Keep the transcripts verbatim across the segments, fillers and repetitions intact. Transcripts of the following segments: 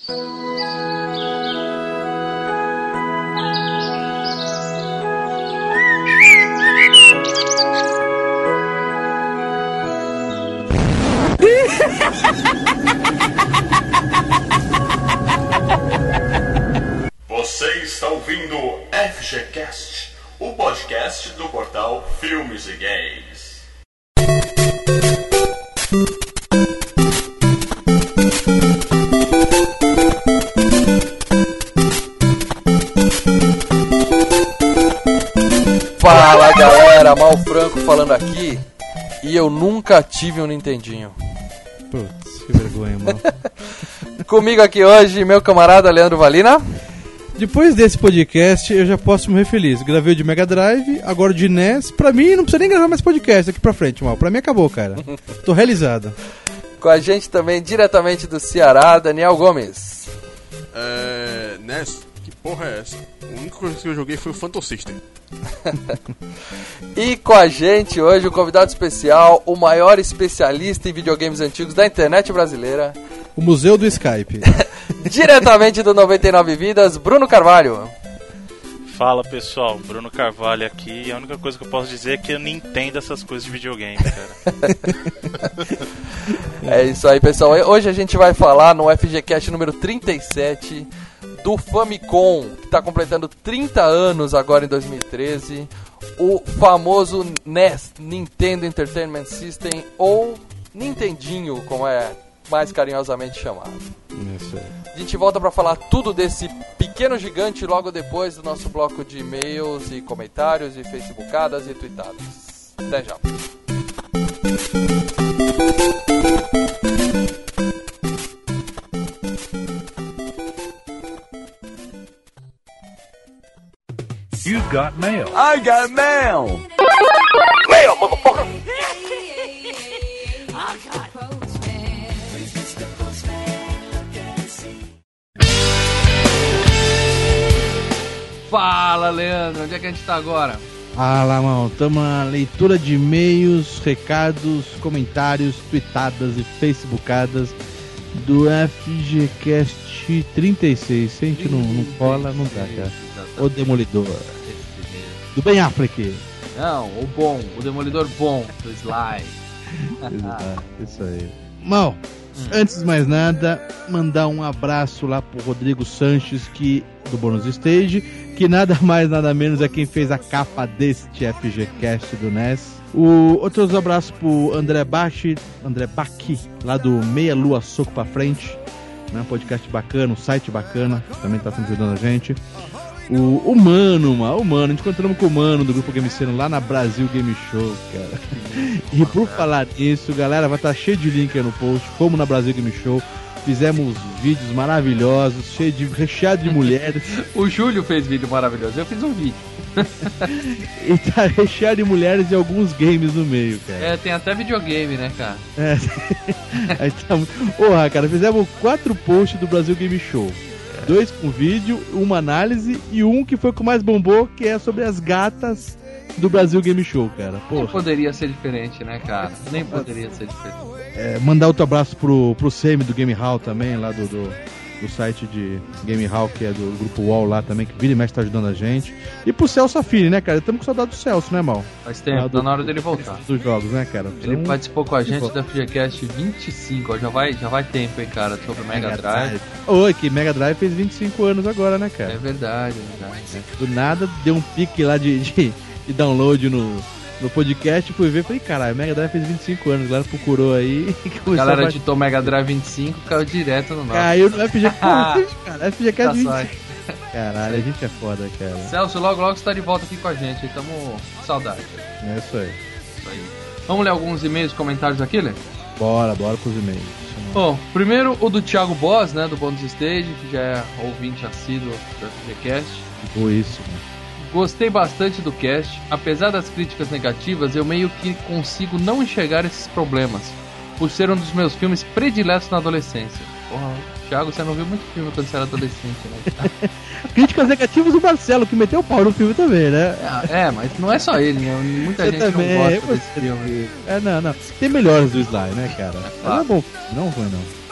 Você está ouvindo F G Cast, o podcast do portal Filmes e Games. Fala galera, Mal Franco falando aqui. E eu nunca tive um Nintendinho. Putz, que vergonha, mano. Comigo aqui hoje, meu camarada Leandro Valina. Depois desse podcast, eu já posso morrer feliz. Gravei o de Mega Drive, agora o de N E S. Pra mim, não precisa nem gravar mais podcast aqui pra frente, mal. Pra mim acabou, cara. Tô realizado. Com a gente também, diretamente do Ceará, Daniel Gomes. É... N E S? Que porra é essa? A única coisa que eu joguei foi o Phantom System. E com a gente hoje o convidado especial, o maior especialista em videogames antigos da internet brasileira. O Museu do Skype. Diretamente do noventa e nove Vidas, Bruno Carvalho. Fala pessoal, Bruno Carvalho aqui. E a única coisa que eu posso dizer é que eu não entendo essas coisas de videogame, cara. É isso aí, pessoal. Hoje a gente vai falar no F G Cast número trinta e sete do Famicom, que está completando trinta anos agora em dois mil e treze. O famoso N E S, Nintendo Entertainment System, ou Nintendinho, como é mais carinhosamente chamado. Isso aí. A gente volta para falar tudo desse pequeno gigante logo depois do nosso bloco de e-mails e comentários e facebookadas e tweetadas. Até já. You got mail. I got mail! Mail, motherfucker! Fala, Leandro, onde é que a gente tá agora? Ah lá, mano, tamo na leitura de e-mails, recados, comentários, tweetadas e facebookadas do F G Cast trinta e seis. Se a gente não, não cola, não dá, cara. O Demolidor. Do Ben Affleck. Não, o bom, o Demolidor bom, do Sly. Exato, isso aí. Mal, hum. antes de mais nada, mandar um abraço lá pro Rodrigo Sanches, que, do Bônus Stage, que nada mais, nada menos é quem fez a capa deste F G Cast do N E S. O, outros abraços pro André Bachi, André Baqui, lá do Meia Lua Soco Pra Frente, né, um podcast bacana, um site bacana, que também tá sempre ajudando a gente. O, o Mano, mano, o Mano, a gente encontramos com o Mano do Grupo Game Cena lá na Brasil Game Show, cara. E por falar nisso, galera, vai estar cheio de link aí no post, como na Brasil Game Show. Fizemos vídeos maravilhosos, cheio de, recheado de mulheres. O Júlio fez vídeo maravilhoso, eu fiz um vídeo. E tá recheado de mulheres e alguns games no meio, cara. É, tem até videogame, né, cara? É. Aí tá... Porra, cara, fizemos quatro posts do Brasil Game Show. Dois com vídeo, uma análise e um que foi o que mais bombou, que é sobre as gatas do Brasil Game Show, cara. Nem poderia ser diferente, né, cara? Nem poderia ser diferente. É, mandar outro abraço pro, pro Semi do Game Hall também, lá do, do, do site de Game Hall, que é do grupo U O L lá também, que vira e mexe tá ajudando a gente. E pro Celso Affini, né, cara? Estamos com saudade do Celso, né, Mal? Faz tempo, tá na hora dele voltar. Dos jogos, né, cara? Ele então, participou com a gente da F G Cast vinte e cinco, ó, já vai, já vai tempo, hein, cara, sobre o Mega, Mega Drive. Drive. Oi, que Mega Drive fez vinte e cinco anos agora, né, cara? É verdade, é verdade. Do nada, deu um pique lá de, de, de download no... no podcast, fui ver e falei, caralho, Mega Drive fez vinte e cinco anos, a galera procurou aí e a galera a digitou Mega Drive vinte e cinco, caiu direto no nosso. Caiu no F G Cast, cara, F G Cast vinte e cinco. Caralho, a gente é foda, cara. Celso, logo logo você tá de volta aqui com a gente, tamo com saudade. É isso aí. Isso aí. Vamos ler alguns e-mails e comentários aqui, Lê? Bora, bora pros e-mails. Bom, primeiro o do Thiago Boss, né, do Bônus Stage, que já é ouvinte assíduo do F G Cast. Boíssimo. Gostei bastante do cast, apesar das críticas negativas, eu meio que consigo não enxergar esses problemas, por ser um dos meus filmes prediletos na adolescência. Porra, Thiago, você não viu muito filme quando você era adolescente, né? Críticas negativas do Marcelo, que meteu o pau no filme também, né? É, é, mas não é só ele, né? Muita você gente também, não gosta desse filme. É, não, não. Tem melhores do Sly, né, cara? É, claro. Não é bom, não ruim, não.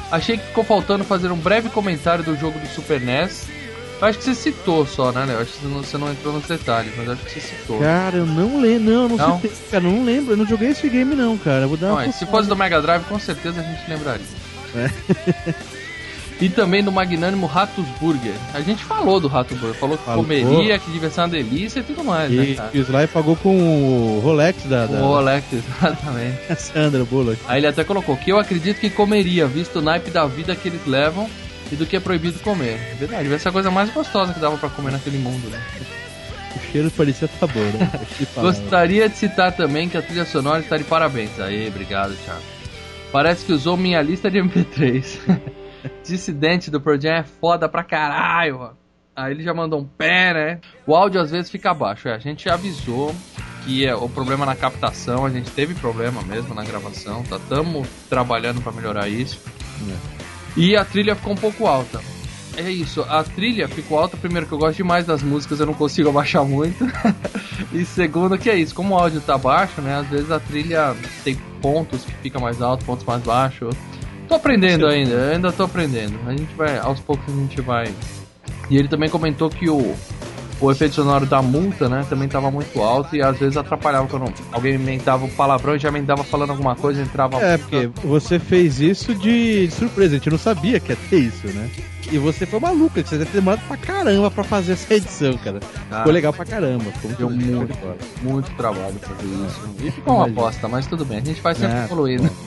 Achei que ficou faltando fazer um breve comentário do jogo do Super N E S. Eu acho que você citou só, né, Léo? Acho que você não, você não entrou nos detalhes, mas acho que você citou. Cara, eu não lembro, não, não, Não? Citei, cara, eu não lembro, eu não joguei esse game não, cara. Eu vou dar Não, uma mas se fosse do Mega Drive, com certeza a gente lembraria. É. E também do magnânimo Ratus Burger. A gente falou do Ratus Burger, falou que Falou. comeria, que devia ser uma delícia e tudo mais, né, E, cara? e o Sly pagou com o Rolex da... da... O Rolex, exatamente. a Sandra Bullock. Aí ele até colocou que eu acredito que comeria, visto o naipe da vida que eles levam e do que é proibido comer. É verdade, vai ser a coisa mais gostosa que dava pra comer naquele mundo, né? O cheiro parecia tá bom, né? Gostaria de citar também que a trilha sonora está de parabéns. Aí, obrigado, Thiago. Parece que usou minha lista de M P três. Dissidente do Pearl Jam é foda pra caralho, ó. Aí ele já mandou um pé, né? O áudio às vezes fica baixo. É, a gente avisou que é o problema na captação, a gente teve problema mesmo na gravação, tá? Tamo trabalhando pra melhorar isso. É. E a trilha ficou um pouco alta. É isso, a trilha ficou alta. Primeiro que eu gosto demais das músicas, eu não consigo abaixar muito. E segundo que é isso, como o áudio tá baixo, né? Às vezes a trilha tem pontos que fica mais alto, pontos mais baixos. Tô aprendendo ainda, eu ainda tô aprendendo. A gente vai, aos poucos a gente vai. E ele também comentou que o, o efeito sonoro da multa, né, também tava muito alto e às vezes atrapalhava quando alguém emendava o palavrão e já emendava falando alguma coisa e entrava... É, porque você fez isso de surpresa, a gente não sabia que ia ter isso, né? E você foi maluca, que você deve ter demorado pra caramba pra fazer essa edição, cara. Ah, ficou legal pra caramba. Ficou deu muito, muito trabalho fazer isso. E ficou uma bosta, mas tudo bem, a gente vai sempre evoluir, né?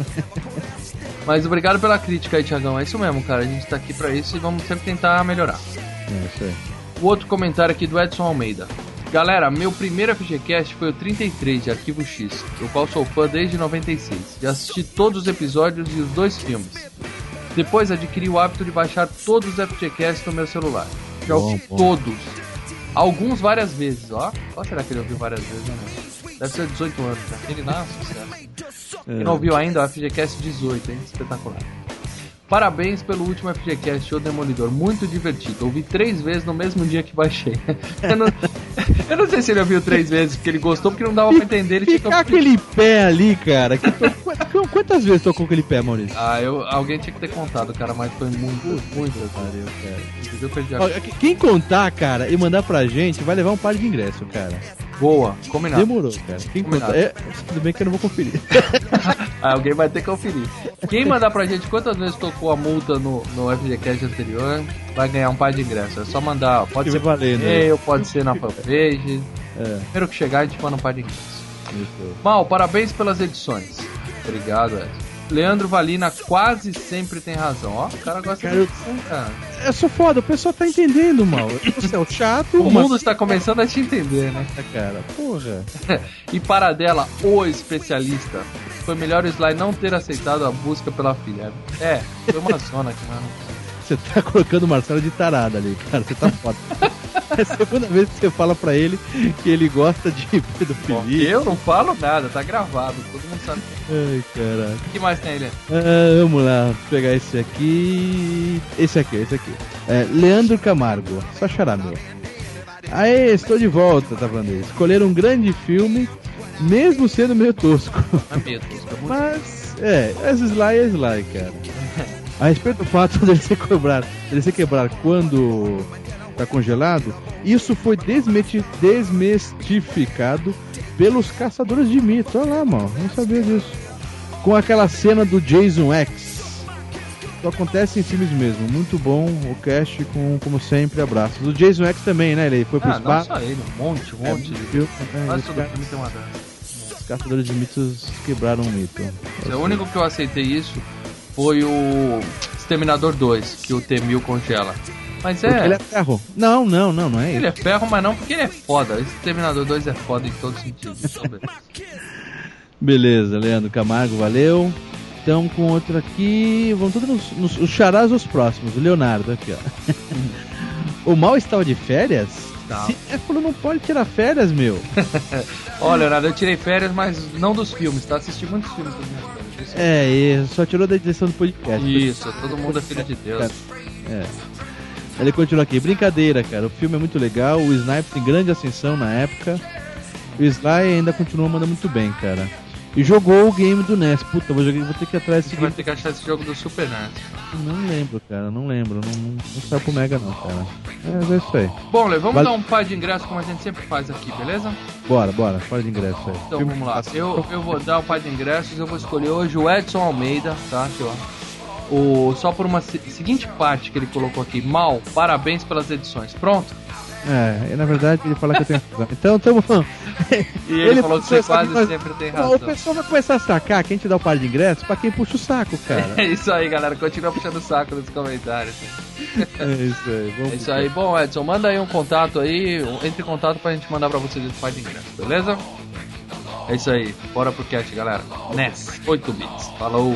Mas obrigado pela crítica aí, Thiagão. É isso mesmo, cara. A gente tá aqui pra isso e vamos sempre tentar melhorar. É isso aí. O outro comentário aqui do Edson Almeida. Galera, meu primeiro F G Cast foi o trinta e três de Arquivo X, do qual sou fã desde noventa e seis. Já assisti todos os episódios e os dois filmes. Depois adquiri o hábito de baixar todos os F G Casts no meu celular. Já ouvi bom, bom. todos. Alguns várias vezes, ó. Qual será que ele ouviu várias vezes, né? Deve ser dezoito anos, tá? Ele nasce, sucesso. É. Quem não ouviu ainda, o F G Cast dezoito, hein? Espetacular. Parabéns pelo último F G Cast, O Demolidor. Muito divertido. Ouvi três vezes no mesmo dia que baixei. Eu não, eu não sei se ele ouviu três vezes porque ele gostou, porque não dava pra entender. Ele Ficar tinha que... aquele pé ali, cara. Que to... Quantas vezes tocou aquele pé, Maurício? Ah, eu... alguém tinha que ter contado, cara, mas foi muito, muito pariu, cara. Eu perdi a... Ó, quem contar, cara, e mandar pra gente, vai levar um par de ingresso, cara. Boa, combinado. Demorou, cara. Quem contar... é... Tudo bem que eu não vou conferir. Ah, alguém vai ter que conferir. Quem mandar pra gente quantas vezes tocou a multa no, no F G Cast anterior, vai ganhar um par de ingressos. É só mandar, pode que ser valer, no e-mail, né? Pode ser na fanpage. É. Primeiro que chegar, a gente manda um par de ingressos. Isso. Mal, parabéns pelas edições. Obrigado, Edson. Leandro Valina quase sempre tem razão. Ó, o cara gosta cara, de edição, cara. Eu sou foda, o pessoal tá entendendo, mal. Você é o chato. O mundo está começando a te entender, né? Cara, porra. E para dela, o especialista. Foi melhor o Sly não ter aceitado a busca pela filha. É, foi uma zona aqui, mano. Você tá colocando o Marcelo de tarada ali, cara. Você tá foda. É a segunda vez que você fala pra ele que ele gosta de pedofilia. Eu não falo nada, tá gravado, todo mundo sabe. Ai, caralho. O que mais tem ele? Ah, vamos lá, vou pegar esse aqui. Esse aqui, esse aqui. É, Leandro Camargo, só chorar, meu. Aê, estou de volta, tá falando aí. Escolher um grande filme, mesmo sendo meio tosco. É meio tosco, é muito... Mas, é, esse Sly é Sly, cara. A respeito do fato dele ser quebrado, dele ser quebrado quando tá congelado, isso foi desmeti- desmistificado pelos caçadores de mitos. Olha lá, mano, não sabia disso. Com aquela cena do Jason X. Só acontece em filmes mesmo. Muito bom o cast, com, como sempre, abraços. O Jason X também, né? Ele foi pro ah, espaço. Não só ele, um monte, um monte. É, de filme, né? Quase todo filme tem uma dessa. Os caçadores de mitos quebraram um mito. O único que eu aceitei isso foi o Exterminador dois, que o T mil congela. Mas porque é... ele é ferro. Não, não, não, não é ele. Ele é ferro, mas não porque ele é foda. O Exterminador dois é foda em todos os sentidos. Beleza, Leandro Camargo, valeu. Então com outro aqui. Vamos todos nos, nos os charás os próximos. O Leonardo aqui, ó. O Mal estava de férias? Tá. Se é, falou, não pode tirar férias, meu. Olha, Leonardo, eu tirei férias, mas não dos filmes, tá? Assisti muitos filmes também. É, e só tirou da direção do podcast. Isso, todo mundo é filho de Deus. É. Ele continua aqui, brincadeira, cara. O filme é muito legal, o Sniper tem grande ascensão na época. O Sly ainda continua mandando muito bem, cara. e jogou o game do N E S. Puta, vou, jogar, vou ter que ir atrás desse Você vai game. ter que achar esse jogo do Super N E S. Não lembro, cara, não lembro. Não, não, não saiu pro Mega, não, cara. Mas é isso aí. Bom, Lê, vamos Vale- dar um par de ingressos como a gente sempre faz aqui, beleza? Bora, bora, fora de ingresso aí. Então Filme vamos lá. clássico. Eu, eu vou dar o par de ingressos. Eu vou escolher hoje o Edson Almeida, tá? Aqui, ó. O, só por uma se- seguinte parte que ele colocou aqui. Mal, parabéns pelas edições. Pronto? É, e na verdade ele fala que eu tenho razão. Então, tamo. E ele, falou que você sabe, quase mas- sempre tem Não, razão. o pessoal vai começar a sacar que a gente dá o par de ingressos pra quem puxa o saco, cara. É isso aí, galera. Continua puxando o saco nos comentários. É isso aí. Vamos É isso aí. Bom, Edson, manda aí um contato aí. um- Entre em contato pra gente mandar pra vocês o par de ingressos, beleza? É isso aí. Bora pro cast, galera. N E S, oito bits. Falou!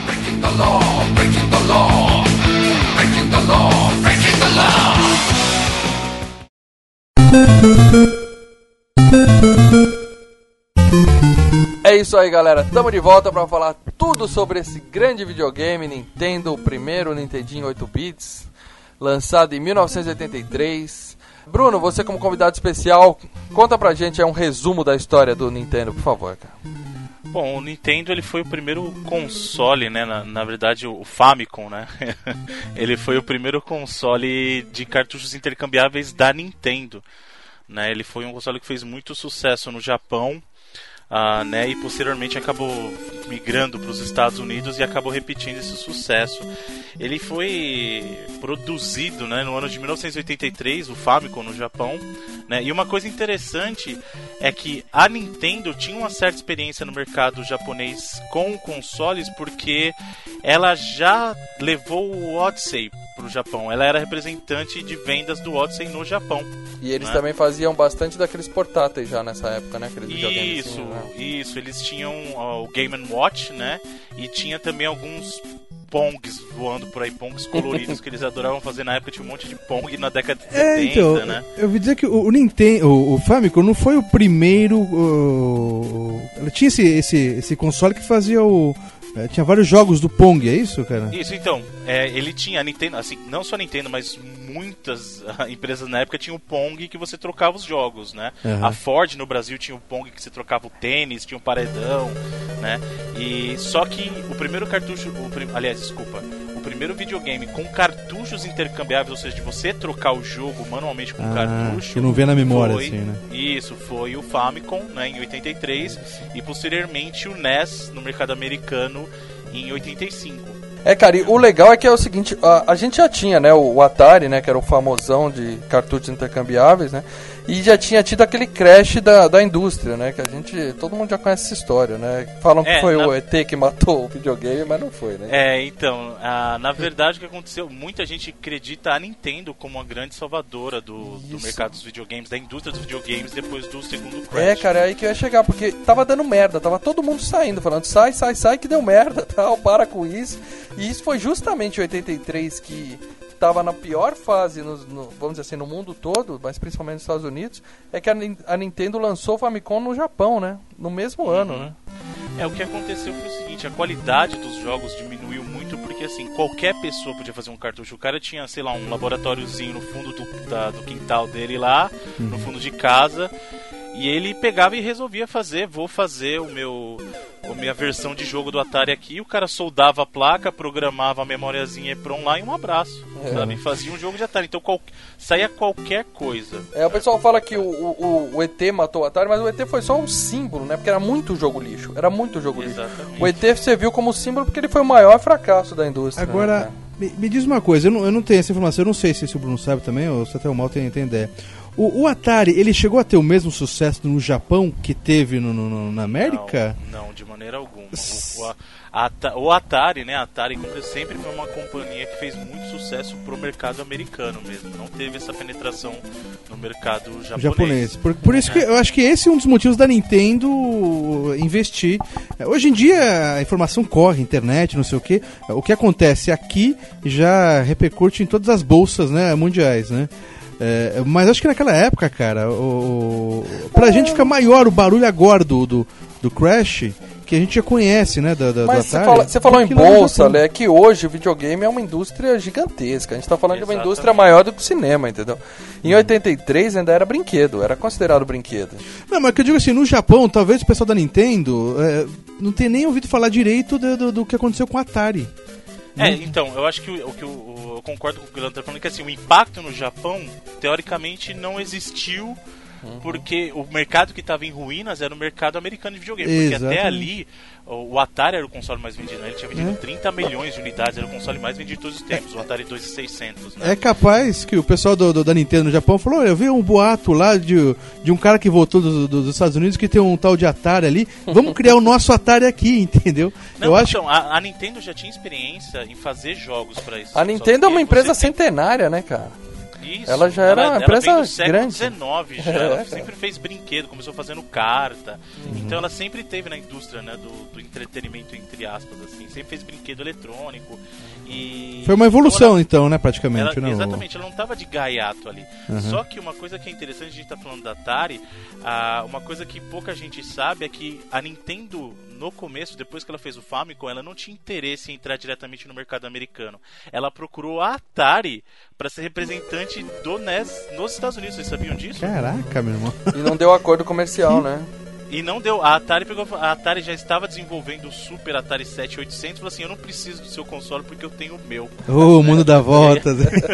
É isso aí, galera. Tamo de volta pra falar tudo sobre esse grande videogame Nintendo, o primeiro Nintendinho oito bits, lançado em mil novecentos e oitenta e três. Bruno, você como convidado especial, conta pra gente aí um resumo da história do Nintendo, por favor, cara. Bom, o Nintendo ele foi o primeiro console, né? Na, na verdade, o Famicom, né? Ele foi o primeiro console de cartuchos intercambiáveis da Nintendo, né? Ele foi um console que fez muito sucesso no Japão. Uh, né, e posteriormente acabou migrando para os Estados Unidos e acabou repetindo esse sucesso. Ele foi produzido, né, no ano de mil novecentos e oitenta e três, o Famicom no Japão, né, e uma coisa interessante é que a Nintendo tinha uma certa experiência no mercado japonês com consoles porque ela já levou o Odyssey para o Japão. Ela era representante de vendas do Odyssey no Japão. E eles né? também faziam bastante daqueles portáteis já nessa época, né? Aqueles videogames Isso, assim, né? isso. Eles tinham ó, o Game and Watch, né? E tinha também alguns Pongs voando por aí, Pongs coloridos que eles adoravam fazer na época. Tinha um monte de Pong na década de É, setenta, então, né? eu ouvi dizer que o, o Nintendo, o, o Famicom não foi o primeiro. Uh, ela tinha esse, esse, esse console que fazia o. É, tinha vários jogos do Pong, é isso, cara? Isso, então, é, ele tinha a Nintendo, assim, não só a Nintendo, mas muitas uh, empresas na época tinham o Pong que você trocava os jogos, né? Uhum. A Ford no Brasil tinha o Pong que você trocava o tênis, tinha o paredão, né? E só que o primeiro cartucho, o prim, aliás, desculpa, o primeiro videogame com cartuchos intercambiáveis, ou seja, de você trocar o jogo manualmente com Ah, cartucho, que não vê na memória, foi, assim, né? Isso, foi o Famicom, né, em oitenta e três, e posteriormente o N E S no mercado americano em oitenta e cinco. É, cara, e o legal é que é o seguinte, a, a gente já tinha, né, o, o Atari, né, que era o famosão de cartuchos intercambiáveis, né, e já tinha tido aquele crash da, da indústria, né, que a gente, todo mundo já conhece essa história, né, falam que É, foi na- o E T que matou o videogame, mas não foi, né. É, então, a, na verdade o que aconteceu, muita gente acredita a Nintendo como uma grande salvadora do, do mercado dos videogames, da indústria dos videogames depois do segundo crash. É, cara, é aí que eu ia chegar, porque tava dando merda, tava todo mundo saindo, falando, sai, sai, sai, que deu merda, tal, para com isso. E isso foi justamente em oitenta e três que tava na pior fase, no, no, vamos dizer assim, no mundo todo, mas principalmente nos Estados Unidos, é que a, Nin- a Nintendo lançou o Famicom no Japão, né? No mesmo Uhum. ano, né? É, o que aconteceu foi o seguinte, a qualidade dos jogos diminuiu muito porque, assim, qualquer pessoa podia fazer um cartucho. O cara tinha, sei lá, um laboratóriozinho no fundo do, da- do quintal dele lá, no fundo de casa, e ele pegava e resolvia fazer, vou fazer o meu... a minha versão de jogo do Atari aqui, o cara soldava a placa, programava a memóriazinha EPROM lá e um abraço, É. sabe? Fazia um jogo de Atari, então qual... saía qualquer coisa. É, o pessoal fala que o, o, o E T matou o Atari, mas o E T foi só um símbolo, né? Porque era muito jogo lixo, era muito jogo lixo. Exatamente. O E T serviu como símbolo porque ele foi o maior fracasso da indústria. né, Agora, cara? me, me diz uma coisa, eu não, eu não tenho essa informação, eu não sei se, se o Bruno sabe também, ou se até o Mal tem, tem ideia. O, o Atari, ele chegou a ter o mesmo sucesso no Japão que teve no, no- no- na América? Não, não, de maneira alguma. O, o, a, Ata- o Atari, né? A Atari sempre foi uma companhia que fez muito sucesso pro mercado americano mesmo. Não teve essa penetração no mercado japonês. Japonês. Por, por isso que eu acho que esse é um dos motivos da Nintendo investir. Hoje em dia a informação corre, internet, não sei o que. O que acontece aqui já repercute em todas as bolsas, né, mundiais, né? É, mas acho que naquela época, cara, o, pra gente ficar maior o barulho agora do, do, do Crash, que a gente já conhece, né, da, da, Mas do você, Atari. fala, você falou em Aquilo lá no bolsa, Japão. Lé, que hoje o videogame é uma indústria gigantesca. A gente tá falando de uma Exatamente. indústria maior do que o cinema, entendeu? Em oitenta e três ainda era brinquedo, era considerado brinquedo. Não, mas o que eu digo assim, no Japão, talvez o pessoal da Nintendo é, não tenha nem ouvido falar direito do, do, do que aconteceu com o Atari. É, então, eu acho que o, o que o, o- eu concordo com o que o Leandro tá falando, que assim, o impacto no Japão, teoricamente, não existiu, porque o mercado que estava em ruínas era o mercado americano de videogame. Porque até Exatamente. ali, o, o Atari era o console mais vendido, né? Ele tinha vendido É. trinta milhões de unidades, era o console mais vendido de todos os tempos, o Atari dois mil e seiscentos, né? É capaz que o pessoal do, do- da Nintendo no Japão falou, olha, eu vi um boato lá de, de um cara que voltou do- do- dos Estados Unidos que tem um tal de Atari ali, vamos criar o nosso Atari aqui, entendeu? Não, eu acho então, a, a Nintendo já tinha experiência em fazer jogos pra isso. A Só Nintendo é que uma empresa você tem- centenária, né, cara? Isso, Ela já era uma ela empresa vem do século grande. dezenove já, É, ela cara. sempre fez brinquedo, começou fazendo carta. Uhum. Então ela sempre teve na indústria, né, do, do entretenimento, entre aspas, assim, sempre fez brinquedo eletrônico. E foi uma evolução então, né, praticamente, ela, né? o- exatamente, ela não tava de gaiato ali. Uhum. Só que uma coisa que é interessante, a gente tá falando da Atari, ah, uma coisa que pouca gente sabe é que a Nintendo, no começo, depois que ela fez o Famicom, ela não tinha interesse em entrar diretamente no mercado americano. Ela procurou a Atari para ser representante do N E S nos Estados Unidos. Vocês sabiam disso? Caraca, meu irmão. E não deu acordo comercial, né? E não deu. A Atari pegou, a Atari já estava desenvolvendo o Super Atari sete mil e oitocentos, falou assim: eu não preciso do seu console porque eu tenho o meu. Ô, o mundo dá voltas.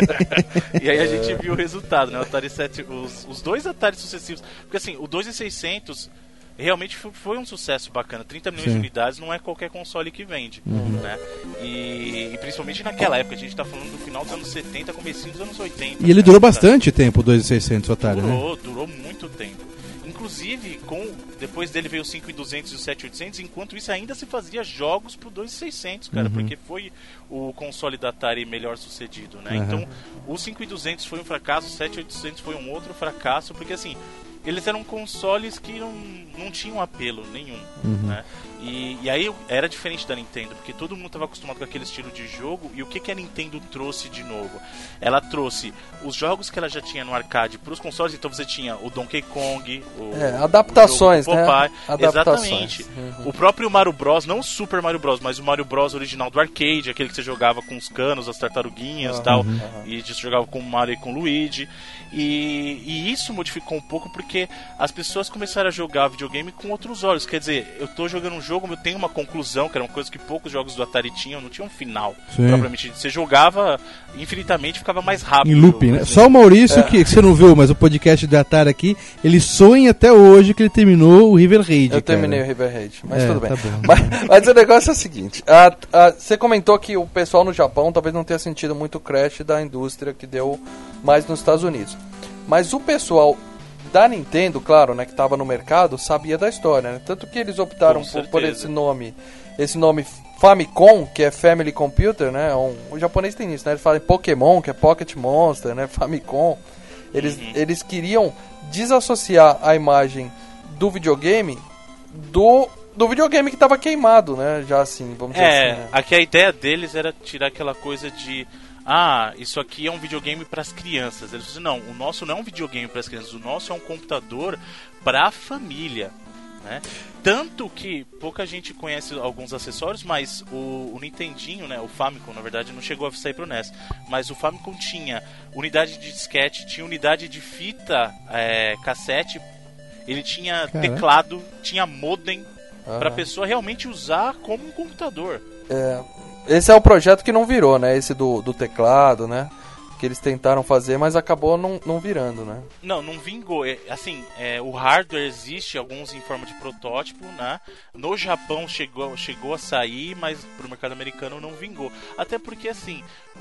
E aí a gente viu o resultado, né? O Atari sete, os, os dois Atari sucessivos. Porque assim, o dois mil e seiscentos realmente foi, foi um sucesso bacana. trinta milhões Sim. de unidades não é qualquer console que vende, né? E, e principalmente naquela época, a gente tá falando do final dos anos setenta, comecinho dos anos oitenta. E ele né? durou bastante tempo, o dois mil e seiscentos, o Atari, né? Durou, durou muito tempo. Inclusive, com, depois dele veio o cinco mil e duzentos e o sete mil e oitocentos, enquanto isso ainda se fazia jogos pro dois mil e seiscentos, cara, Uhum. porque foi o console da Atari melhor sucedido, né? Uhum. Então, o cinco mil e duzentos foi um fracasso, o sete mil e oitocentos foi um outro fracasso, porque assim, eles eram consoles que não, não tinham apelo nenhum, Uhum. né? E, e aí era diferente da Nintendo, porque todo mundo estava acostumado com aquele estilo de jogo, e o que, que a Nintendo trouxe de novo? Ela trouxe os jogos que ela já tinha no arcade para os consoles, então você tinha o Donkey Kong, o, É, adaptações, o jogo do Popeye, né? Adaptações. exatamente. Uhum. O próprio Mario Bros, não o Super Mario Bros, mas o Mario Bros original do arcade, aquele que você jogava com os canos, as tartaruguinhas e tal, Uhum. e você jogava com o Mario e com o Luigi. E, e isso modificou um pouco porque as pessoas começaram a jogar videogame com outros olhos. Quer dizer, eu tô jogando um jogo, eu tenho uma conclusão, que era uma coisa que poucos jogos do Atari tinham, não tinha um final. Sim. Propriamente dito. Você jogava infinitamente, ficava mais rápido. Em o looping, jogo, né? assim. Só o Maurício, que, que você não viu, mas o podcast do Atari aqui, ele sonha até hoje que ele terminou o River Raid. Eu cara. terminei o River Raid, mas É, tudo bem. tá bom. Mas, mas o negócio é o seguinte: a- a- você comentou que o pessoal no Japão talvez não tenha sentido muito o crash da indústria que deu mais nos Estados Unidos. Mas o pessoal da Nintendo, claro, né, que estava no mercado, sabia da história, né? Tanto que eles optaram Com por, por certeza. esse nome, esse nome Famicom, que é Family Computer, né? Um, o japonês tem isso, né? Eles falam Pokémon, que é Pocket Monster, né? Famicom. Eles, Uhum. eles queriam desassociar a imagem do videogame do, do videogame que estava queimado, né? Já assim, vamos dizer É, assim. Né? aqui a ideia deles era tirar aquela coisa de ah, isso aqui é um videogame para as crianças. Eles falaram, não, o nosso não é um videogame para as crianças, o nosso é um computador para a família, né? Tanto que pouca gente conhece alguns acessórios, mas o, o Nintendinho, né, o Famicom, na verdade, não chegou a sair pro N E S, mas o Famicom tinha unidade de disquete, tinha unidade de fita é, cassete, ele tinha Caraca. teclado, tinha modem, Aham. para a pessoa realmente usar como um computador. É, esse é o projeto que não virou, né? Esse do, do teclado, né? Que eles tentaram fazer, mas acabou não, não virando, né? Não, não vingou. É, assim, é, o hardware existe, alguns em forma de protótipo, né? No Japão chegou, chegou a sair, mas pro mercado americano não vingou. Até porque, assim,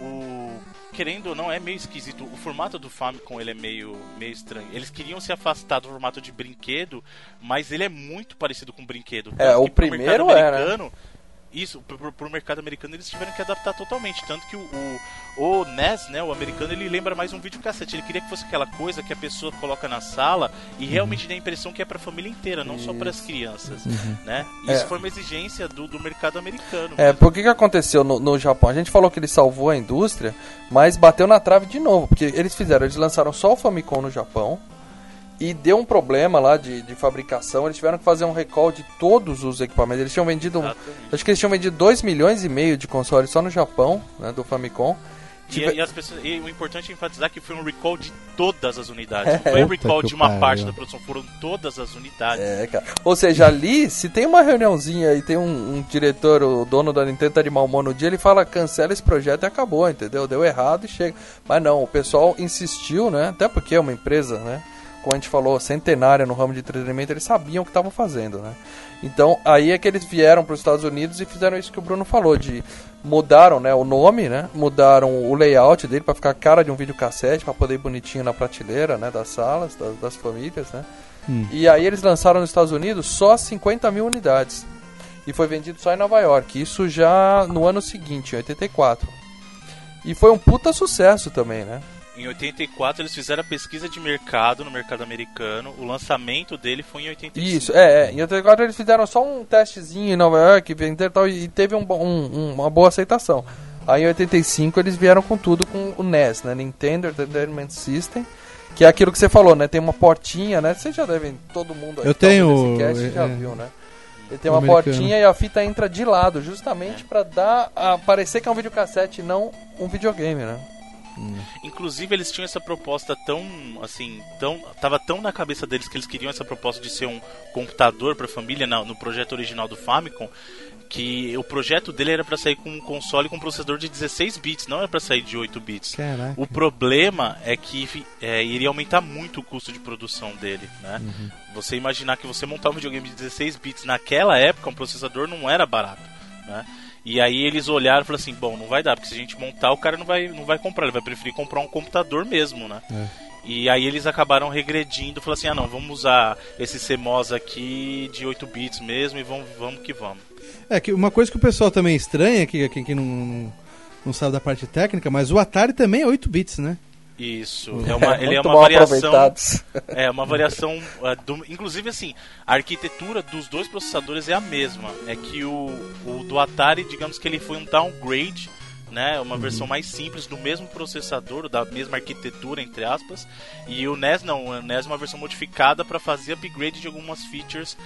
o querendo ou não, é meio esquisito. O formato do Famicom, ele é meio, meio estranho. Eles queriam se afastar do formato de brinquedo, mas ele é muito parecido com brinquedo. É, Tanto o que pro primeiro mercado é, né? americano, isso, pro, pro, pro mercado americano eles tiveram que adaptar totalmente. Tanto que o, o, o N E S, né, o americano, ele lembra mais um videocassete. Ele queria que fosse aquela coisa que a pessoa coloca na sala e realmente dá a impressão que é pra família inteira, não só para as crianças, né? Isso É. foi uma exigência do, do mercado americano. É, por que que aconteceu no, no Japão? A gente falou que ele salvou a indústria, mas bateu na trave de novo, porque eles fizeram, eles lançaram só o Famicom no Japão, e deu um problema lá de, de fabricação. Eles tiveram que fazer um recall de todos os equipamentos. Eles tinham vendido, um, acho que eles tinham vendido dois milhões e meio de consoles só no Japão, né, do Famicom. E, e, as pessoas, e o importante é enfatizar que foi um recall de todas as unidades. Não foi um recall de uma parte da produção, foram todas as unidades. É, cara. Ou seja, ali, se tem uma reuniãozinha e tem um, um diretor, o dono da Nintendo tá de mau humor no dia, ele fala, cancela esse projeto e acabou, entendeu? Deu errado e chega. Mas não, o pessoal insistiu, né? Até porque é uma empresa, né? Como a gente falou, centenária no ramo de entretenimento, eles sabiam o que estavam fazendo, né? Então, aí é que eles vieram para os Estados Unidos e fizeram isso que o Bruno falou, de mudaram, né, o nome, né? Mudaram o layout dele para ficar a cara de um videocassete, para poder ir bonitinho na prateleira, né, das salas, das, das famílias, né? Hum. E aí eles lançaram nos Estados Unidos só cinquenta mil unidades. E foi vendido só em Nova York. Isso já no ano seguinte, em oitenta e quatro. E foi um puta sucesso também, né? Em oitenta e quatro eles fizeram a pesquisa de mercado no mercado americano. O lançamento dele foi em oitenta e cinco. Isso, é, é. Em oitenta e quatro eles fizeram só um testezinho em Nova York venderam, tal, e teve um, um, uma boa aceitação. Aí em oitenta e cinco eles vieram com tudo com o N E S, né? Nintendo Entertainment System. Que é aquilo que você falou, né? Tem uma portinha, né? Vocês já devem, todo mundo aí, eu tenho, nesse cast é, já viu, né? Ele tem uma americano. portinha e a fita entra de lado, justamente é. pra dar a parecer que é um videocassete e não um videogame, né? Hum. Inclusive eles tinham essa proposta tão, assim, tão, tava tão na cabeça deles que eles queriam essa proposta de ser um computador para a família no, no projeto original do Famicom, que o projeto dele era para sair com um console com um processador de dezesseis bits, não era para sair de oito bits. Caraca. O problema é que é, iria aumentar muito o custo de produção dele, né? Uhum. Você imaginar que você montar um videogame de dezesseis bits naquela época, um processador não era barato, né? E aí eles olharam e falaram assim, bom, não vai dar, porque se a gente montar, o cara não vai, não vai comprar, ele vai preferir comprar um computador mesmo, né? É. E aí eles acabaram regredindo, falaram assim, ah não, vamos usar esse C M O S aqui de oito bits mesmo e vamos, vamos que vamos. É, que uma coisa que o pessoal também estranha, que quem não, não sabe da parte técnica, mas o Atari também é oito bits, né? Isso, é uma, ele é uma variação, é uma variação, uh, do, inclusive assim, a arquitetura dos dois processadores é a mesma, é que o, o do Atari, digamos que ele foi um downgrade, né, uma uhum. versão mais simples do mesmo processador, da mesma arquitetura, entre aspas, e o N E S não, o N E S é uma versão modificada para fazer upgrade de algumas features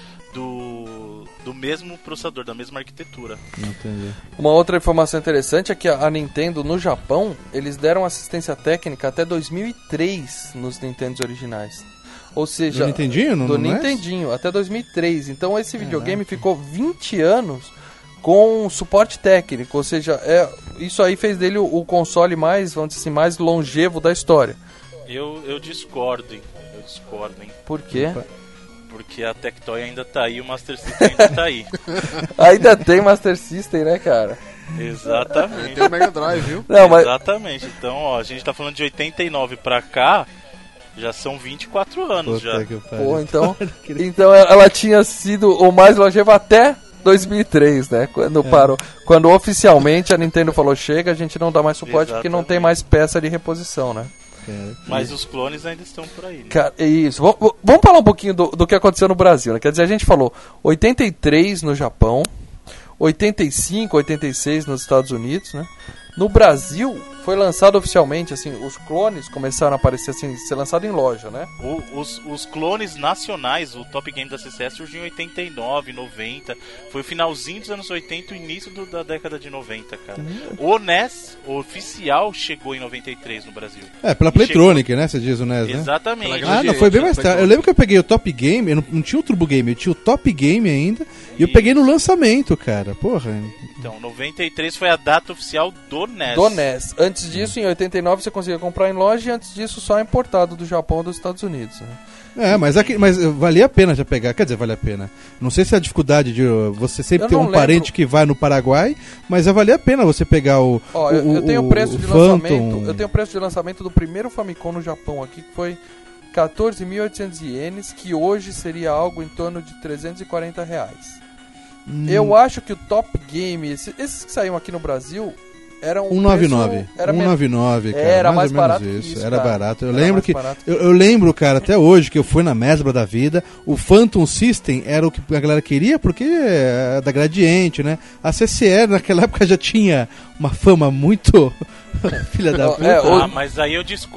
do, do mesmo processador, da mesma arquitetura. Entendi. Uma outra informação interessante é que a Nintendo no Japão, eles deram assistência técnica até dois mil e três nos Nintendos originais. Ou seja, do Nintendinho? No, do no Nintendinho, até dois mil e três. Então esse videogame Caraca. ficou vinte anos com suporte técnico, ou seja, é, isso aí fez dele o, o console mais, vamos dizer assim, mais longevo da história. Eu, eu discordo, hein? Eu discordo, hein? Por quê? Porque a Tectoy ainda tá aí, o Master System ainda tá aí. Ainda tem Master System, né, cara? Exatamente. Tem o Mega Drive, viu? Não, mas... Exatamente. Então, ó, a gente tá falando de oitenta e nove pra cá, já são vinte e quatro anos. Puta já. Que Pô, então, então ela tinha sido o mais longevo até dois mil e três, né? Quando é. parou, quando oficialmente a Nintendo falou chega, a gente não dá mais suporte Exatamente. porque não tem mais peça de reposição, né? É, Mas os clones ainda estão por aí, né? Cara, isso. V- vamos falar um pouquinho do, do que aconteceu no Brasil, né? Quer dizer, a gente falou oitenta e três no Japão, oitenta e cinco, oitenta e seis nos Estados Unidos, né? No Brasil, foi lançado oficialmente, assim, os clones começaram a aparecer, assim, ser lançado em loja, né? O, os, os clones nacionais, o Top Game da C C S surgiu em oitenta e nove, noventa. Foi o finalzinho dos anos oitenta e o início do, da década de noventa, cara. Uhum. O N E S, o oficial, chegou em noventa e três no Brasil. É, pela Playtronic, chegou... né? Você diz o N E S, né? Exatamente. Ah, não, foi bem mais tarde. Eu lembro que eu peguei o Top Game, eu não, não tinha o Turbo Game, eu tinha o Top Game ainda, e, e eu peguei no lançamento, cara. Porra. Então, noventa e três foi a data oficial do N E S. Do N E S. Antes disso, em oitenta e nove, você conseguia comprar em loja, e antes disso, só importado do Japão ou dos Estados Unidos. Né? É, mas, aqui, mas valia a pena já pegar. Quer dizer, vale a pena. Não sei se é a dificuldade de você sempre eu ter um lembro. parente que vai no Paraguai, mas é valia a pena você pegar o. Ó, o, eu, eu tenho o preço de Phantom. lançamento. Eu tenho o preço de lançamento do primeiro Famicom no Japão aqui, que foi quatorze mil e oitocentos ienes, que hoje seria algo em torno de trezentos e quarenta reais. Hum. Eu acho que o Top Game, esses, esses que saíram aqui no Brasil, eram cento e noventa e nove. Era cento e noventa e nove, cara. Era mais, mais ou menos barato isso. que isso, Era cara. barato. Eu Era lembro que, barato eu, eu lembro, cara, até hoje que eu fui na Mesbla da vida, o Phantom System era o que a galera queria porque é da Gradiente, né? A C C R naquela época já tinha uma fama muito filha da puta. É, ah, mas aí eu discordo.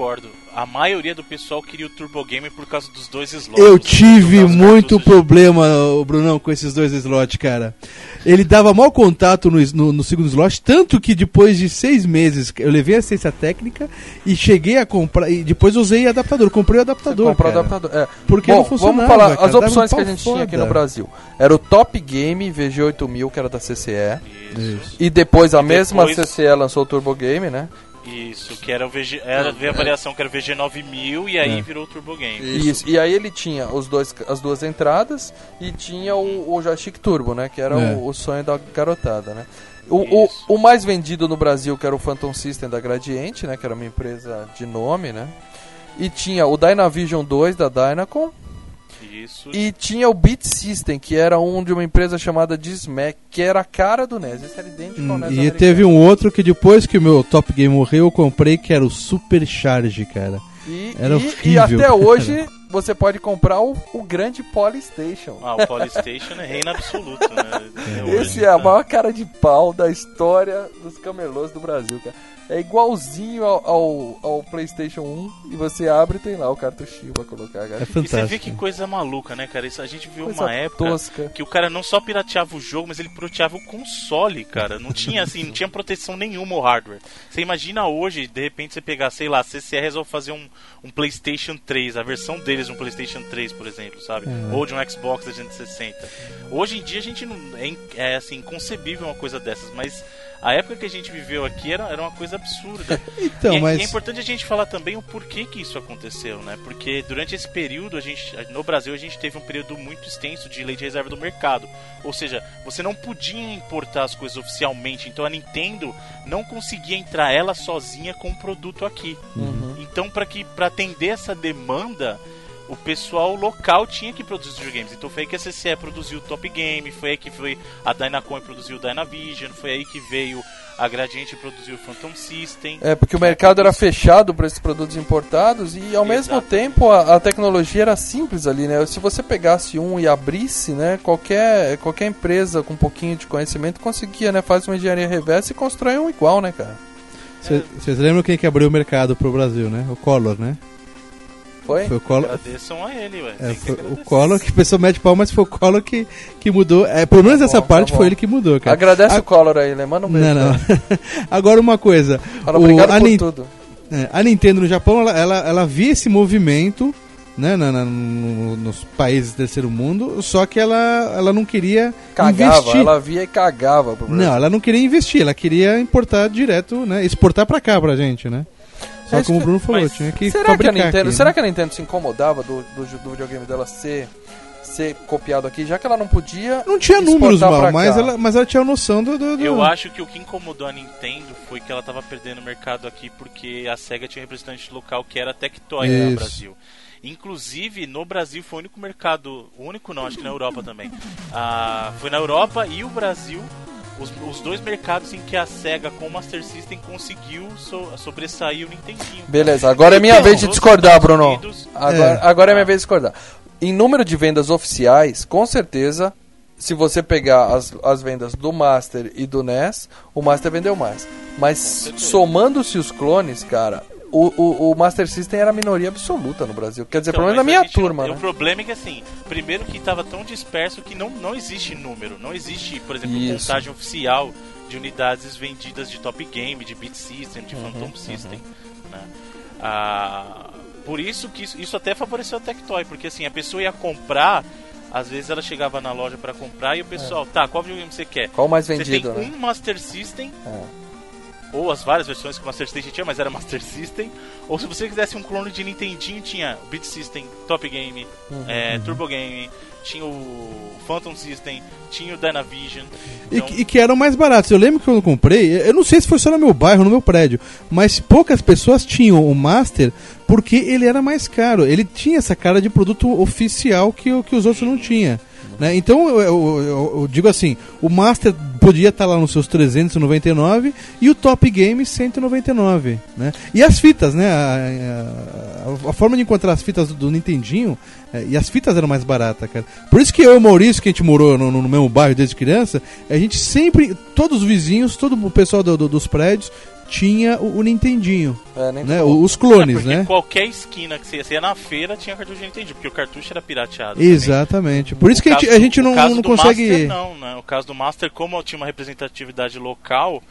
a maioria do pessoal queria o Turbo Game por causa dos dois slots. Eu tive muito cartuchos. problema, Brunão, com esses dois slots, cara. Ele dava mau contato no, no, no segundo slot, tanto que depois de seis meses eu levei assistência técnica e cheguei a comprar, e depois usei adaptador, comprei o adaptador. Comprou o cara. adaptador, é. Porque Bom, não funcionava, vamos falar cara, as dava um opções que a pau gente foda. tinha aqui no Brasil. Era o Top Game V G oito mil, que era da C C E. Isso. E depois a E mesma depois- C C E lançou o Turbo Game, né? Isso, que era o V G, era veio a variação que era o V G nove mil e aí É. virou o Turbo Game. Isso. E aí ele tinha os dois, as duas entradas e tinha o, o joystick turbo, né? Que era É. o, o sonho da garotada, né? O, o, Isso. o mais vendido no Brasil, que era o Phantom System da Gradiente, né? Que era uma empresa de nome, né? E tinha o Dynavision dois da Dynacon. Isso. E tinha o Beat System, que era um de uma empresa chamada Dismac, que era a cara do N E S. Esse era idêntico ao Hum, N E S e americano. teve um outro que depois que o meu Top Game morreu, eu comprei, que era o Supercharge, cara. E, Era e, horrível, e até cara. hoje você pode comprar o, o grande Polystation. Ah, o Polystation é reino absoluto, né? Até hoje, Esse é a tá? maior cara de pau da história dos camelôs do Brasil, cara. É igualzinho ao, ao, ao PlayStation um e você abre e tem lá o cartuchinho pra colocar, cara. É E você vê fantástico. que coisa maluca, né, cara? Isso, a gente viu Coisa uma época tosca. que o cara não só pirateava o jogo, mas ele pirateava o console, cara. Não tinha assim, não tinha proteção nenhuma ao hardware. Você imagina hoje, de repente você pegar, sei lá, a C C E resolve fazer um, um PlayStation três, a versão deles um PlayStation três, por exemplo, sabe? É. Ou de um Xbox trezentos e sessenta. Hoje em dia a gente não é, in- é assim, inconcebível uma coisa dessas, mas a época que a gente viveu aqui era, era uma coisa absurda. Então, e, é, mas... e é importante a gente falar também o porquê que isso aconteceu, né? Porque durante esse período, a gente, no Brasil, a gente teve um período muito extenso de lei de reserva do mercado. Ou seja, você não podia importar as coisas oficialmente, então a Nintendo não conseguia entrar ela sozinha com o produto aqui. Uhum. Então, para que para atender essa demanda, o pessoal local tinha que produzir os videogames. Então foi aí que a C C E produziu o Top Game, foi aí que foi a Dynacon e produziu o Dynavision, foi aí que veio a Gradiente e produziu o Phantom System. É, porque o mercado era fechado para esses produtos importados e ao mesmo Exato. tempo a, a tecnologia era simples ali, né? Se você pegasse um e abrisse, né, qualquer, qualquer empresa com um pouquinho de conhecimento conseguia, né? Faz uma engenharia reversa e constrói um igual, né, cara? Vocês lembram quem que abriu o mercado pro Brasil, né? O Collor, né? Foi? Foi o Collor. Agradeçam a ele, ué. É, Tem que foi o agradecer. Collor que o pessoal mete pau, mas foi o Collor que, que mudou. É, pelo menos Tá essa bom, parte tá bom. foi ele que mudou, cara. Agradece A- o Collor aí, né? Manda um beijo. Não, não. cara. Agora uma coisa. Fala O- obrigado a, por Nin- tudo. é, a Nintendo no Japão, ela, ela, ela via esse movimento, né, na, na- no- nos países do terceiro mundo, só que ela, ela não queria Cagava, investir. ela via e cagava pro Brasil. Não, ela não queria investir, ela queria importar direto, né? Exportar pra cá pra gente, né? Só Mas como o que- Bruno falou, mas tinha que Será que, a fabricar Nintendo, aqui, será né? que a Nintendo se incomodava do, do, do videogame dela ser, ser copiado aqui, já que ela não podia Não tinha exportar números, pra mal, mas cá? ela, mas ela tinha noção do... do, do... Eu acho que o que incomodou a Nintendo foi que ela tava perdendo o mercado aqui porque a SEGA tinha um representante local que era a Tectoy né, no Isso. Brasil. Inclusive, no Brasil foi o único mercado, o único não, acho que na Europa também. Ah, foi na Europa e o Brasil, os, os dois mercados em que a SEGA com o Master System conseguiu so, sobressair o Nintendinho. Beleza, agora é minha Então, vez de nos discordar, Estados Bruno. Unidos- Agora É. agora é minha vez de discordar. Em número de vendas oficiais, com certeza, se você pegar as, as vendas do Master e do N E S, o Master vendeu mais. Mas certeza. somando-se os clones, cara, o, o, o Master System era a minoria absoluta no Brasil. Quer dizer, Então, pelo menos na mas minha a gente não- turma, né? O problema é que assim, primeiro que estava tão disperso que não, não existe número, não existe, por exemplo, Isso. contagem oficial de unidades vendidas de Top Game, de Beat System, de Uhum, Phantom System. Né? Ah, por isso que isso, isso até favoreceu a Tectoy, porque assim, a pessoa ia comprar, às vezes ela chegava na loja para comprar e o pessoal, tá, qual videogame você quer? Qual o mais Você vendido, tem né? um Master System, É. ou as várias versões que o Master System tinha, mas era Master System. Ou se você quisesse um clone de Nintendinho, tinha o Beat System, Top Game, Uhum. é, Turbo Game, tinha o Phantom System, tinha o Dynavision. E, Então, que- e que eram mais baratos. Eu lembro que quando eu comprei, eu não sei se foi só no meu bairro, no meu prédio, mas poucas pessoas tinham o Master porque ele era mais caro. Ele tinha essa cara de produto oficial que, o- que os outros não tinham. Né? Então eu, eu- eu- eu digo assim, o Master podia estar lá nos seus trezentos e noventa e nove e o Top Game cento e noventa e nove, né? E as fitas, né? A, a- a forma de encontrar as fitas do, do Nintendinho, é, e as fitas eram mais baratas, cara. Por isso que eu e o Maurício, que a gente morou no, no mesmo bairro desde criança, a gente sempre, todos os vizinhos, todo o pessoal do- do- dos prédios tinha o, o Nintendinho, É, nem né? falou. Os clones, Porque né? qualquer esquina que você ia, você ia na feira tinha cartucho de Nintendo, porque o cartucho era pirateado. também. Exatamente. Por isso O que a gente, caso- a gente o não, caso não do consegue... Master, não, né? O caso do Master, como tinha uma representatividade local,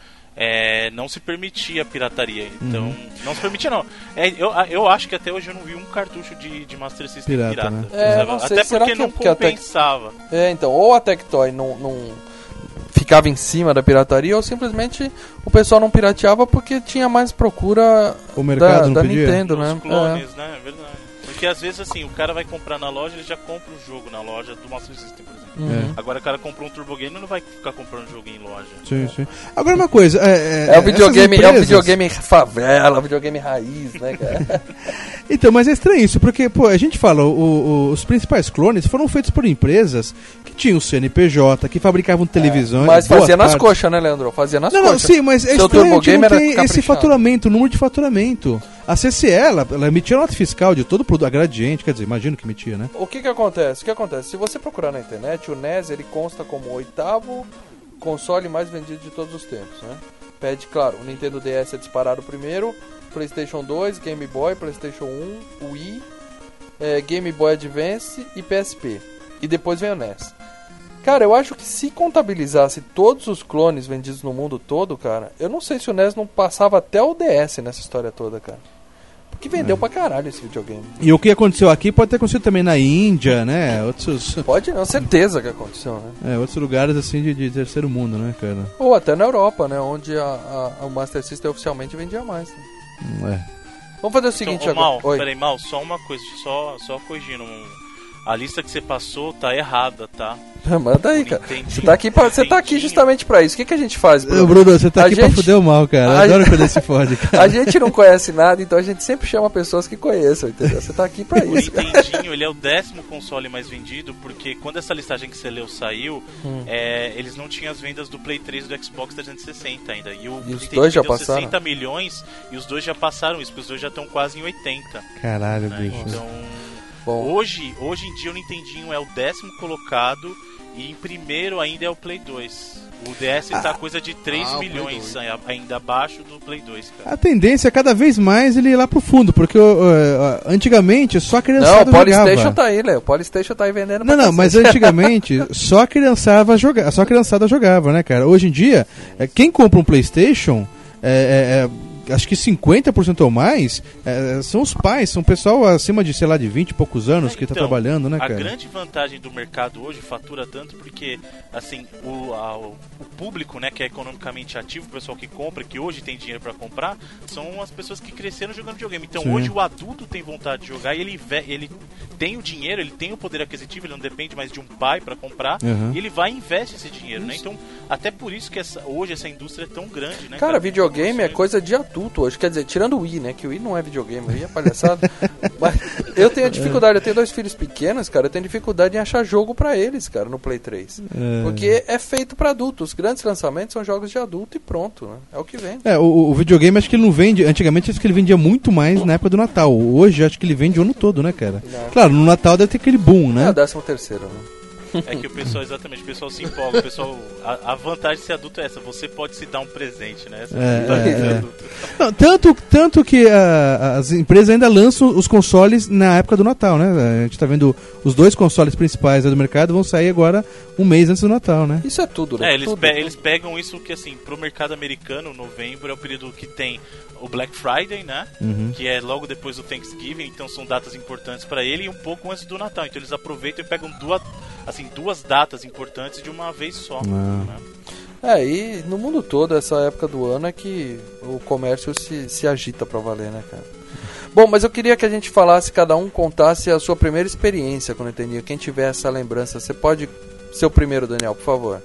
é, não se permitia a pirataria. Então, Uhum. não se permitia, não. É, eu, eu acho que até hoje eu não vi um cartucho de, de Master System Pirata, pirata. né? É, sabe? não sei, Até será porque que não é porque a Tec- compensava. É, então, ou a Tectoy não, não ficava em cima da pirataria, ou simplesmente o pessoal não pirateava porque tinha mais procura O mercado da, não da pedia? Nintendo, Os né? clones, né? É verdade. Porque às vezes assim, o cara vai comprar na loja, ele já compra o jogo na loja do Master System, por exemplo. É. Agora o cara comprou um Turbo Game, não vai ficar comprando jogo em loja. Sim, sim. Agora uma coisa... É, É, é o videogame, essas é o empresas- videogame favela, o videogame raiz, né, cara? Então, mas é estranho isso, porque, pô, a gente fala, o- o- os principais clones foram feitos por empresas que tinham C N P J, que fabricavam televisões... Mas boa fazia nas parte- coxas, né, Leandro? Fazia nas Não, não, coxas. sim, mas é Seu estranho, Turbo a gente Game não era tem esse caprichado. faturamento, o número de faturamento. A C C E, ela, ela emitia nota fiscal de todo o produto, a Gradiente, quer dizer, imagino que emitia, né? O que que acontece? O que acontece? Se você procurar na internet, o N E S ele consta como o oitavo console mais vendido de todos os tempos, né? Pede, claro, o Nintendo D S é disparado primeiro, PlayStation dois, Game Boy, PlayStation um, Wii, eh, Game Boy Advance e P S P. E depois vem o N E S. Cara, eu acho que se contabilizasse todos os clones vendidos no mundo todo, cara, eu não sei se o N E S não passava até o D S nessa história toda, cara. Porque vendeu pra caralho esse videogame. E o que aconteceu aqui pode ter acontecido também na Índia, né? Outros, Pode não, certeza que aconteceu, né? é, outros lugares assim de, de terceiro mundo, né, cara? Ou até na Europa, né? Onde a, a- o Master System oficialmente vendia mais. né? Hum, É. Vamos fazer o seguinte Então, ô, Mal, agora. Oi. peraí, Mal, só uma coisa, só, só corrigindo. um- A lista que você passou tá errada, tá? Manda aí, cara. Nintendinho. Você tá aqui, pra, você tá aqui Nintendinho. justamente pra isso. O que, que a gente faz, Bruno? Ô, Bruno, você tá A aqui pra gente- fuder o mal, cara. Eu a adoro gente- quando ele se fode, cara. A gente não conhece nada, então a gente sempre chama pessoas que conheçam, entendeu? Você tá aqui pra O isso. Nintendinho, ele é o décimo console mais vendido, porque quando essa listagem que você leu saiu, Hum. é, eles não tinham as vendas do Play três e do Xbox trezentos e sessenta ainda. E, o E os Nintendinho dois já vendeu passaram? sessenta milhões e os dois já passaram isso, porque os dois já estão quase em oitenta. Caralho, Né? bicho. Então, Bom, hoje, hoje em dia o Nintendinho é o décimo colocado e em primeiro ainda é o Play dois. O D S tá coisa de três Ah, o Play milhões, dois. ainda abaixo do Play dois, cara. A tendência é cada vez mais ele ir lá pro fundo, porque uh, uh, antigamente só a não, criançada o Polystation jogava. tá aí, Léo. O Polystation tá aí vendendo Não, pra não, mas cacete. antigamente só a criançada jogava, só a criançada jogava, né, cara? Hoje em dia, é, quem compra um PlayStation, é, é, é, acho que cinquenta por cento ou mais é, são os pais, são o pessoal acima de, sei lá, de vinte e poucos anos que tá Então, trabalhando, né, A cara? grande vantagem do mercado hoje fatura tanto porque, assim, o, a- o público, né, que é economicamente ativo, o pessoal que compra, que hoje tem dinheiro pra comprar, são as pessoas que cresceram jogando videogame. Então Sim. hoje o adulto tem vontade de jogar e ele, ve- ele tem o dinheiro, ele tem o poder aquisitivo, ele não depende mais de um pai pra comprar, Uhum. e ele vai e investe esse dinheiro, né? Então, até por isso que essa- hoje essa indústria é tão grande, né? Cara, videogame é Você- coisa de adulto hoje. Quer dizer, tirando o Wii, né? Que o Wii não é videogame, o Wii é palhaçada. Mas eu tenho dificuldade, eu tenho dois filhos pequenos, cara. Eu tenho dificuldade em achar jogo pra eles, cara, no Play três. É. Porque é feito pra adultos. Os grandes lançamentos são jogos de adulto e pronto, né? É o que vem. É, o, o videogame acho que ele não vende. Antigamente acho que ele vendia muito mais na época do Natal. Hoje acho que ele vende o ano todo, né, cara? Não. Claro, no Natal deve ter aquele boom, É né? o décimo terceiro, né? É que o pessoal, exatamente, o pessoal se empolga, o pessoal, a, a vantagem de ser adulto é essa, você pode se dar um presente, né? Essa É, vantagem é, de ser é. adulto. Não, tanto, tanto que ah, as empresas ainda lançam os consoles na época do Natal, né? A gente tá vendo os dois consoles principais do mercado vão sair agora um mês antes do Natal, né? Isso é tudo, né? É, eles, tudo, pe- tudo. eles pegam isso que, assim, pro mercado americano, novembro é o período que tem o Black Friday, né? Uhum. Que é logo depois do Thanksgiving, então são datas importantes pra ele e um pouco antes do Natal. Então eles aproveitam e pegam duas, assim, duas datas importantes de uma vez só. Ah. Né? É, e no mundo todo, essa época do ano é que o comércio se, se agita pra valer, né, cara? Bom, mas eu queria que a gente falasse, cada um contasse a sua primeira experiência com o Nintendinho. Quem tiver essa lembrança, você pode ser o primeiro, Daniel, por favor.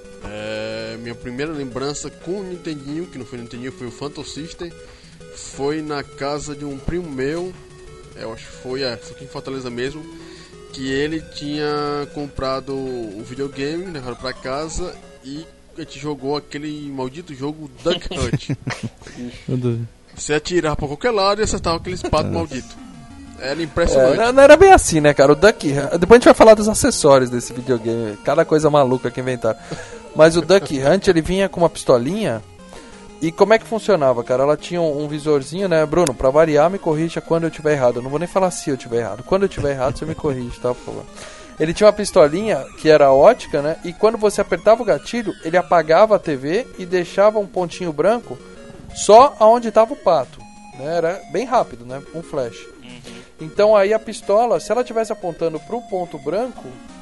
É, minha primeira lembrança com o Nintendinho, que não foi o Nintendinho, foi o Phantom System, foi na casa de um primo meu, eu acho que foi, é, foi aqui em Fortaleza mesmo, que ele tinha comprado um videogame, levado pra casa e a gente jogou aquele maldito jogo Duck Hunt. Você atirava pra qualquer lado e acertava aquele pato maldito. Era É, impressionante. não, não era bem assim, né, cara? O Duck Hunt... Depois a gente vai falar dos acessórios desse videogame. Cada coisa maluca que inventaram. Mas o Duck Hunt, ele vinha com uma pistolinha E como é que funcionava, cara? Ela tinha um, um visorzinho, né? Bruno, pra variar, me corrija quando eu tiver errado. Eu não vou nem falar se eu tiver errado. Quando eu tiver errado, você me corrige, tá? Por favor. Ele tinha uma pistolinha que era ótica, né? E quando você apertava o gatilho, ele apagava a T V e deixava um pontinho branco só aonde tava o pato. Né? Era bem rápido, né? Um flash. Então aí a pistola, se ela estivesse apontando pro ponto branco,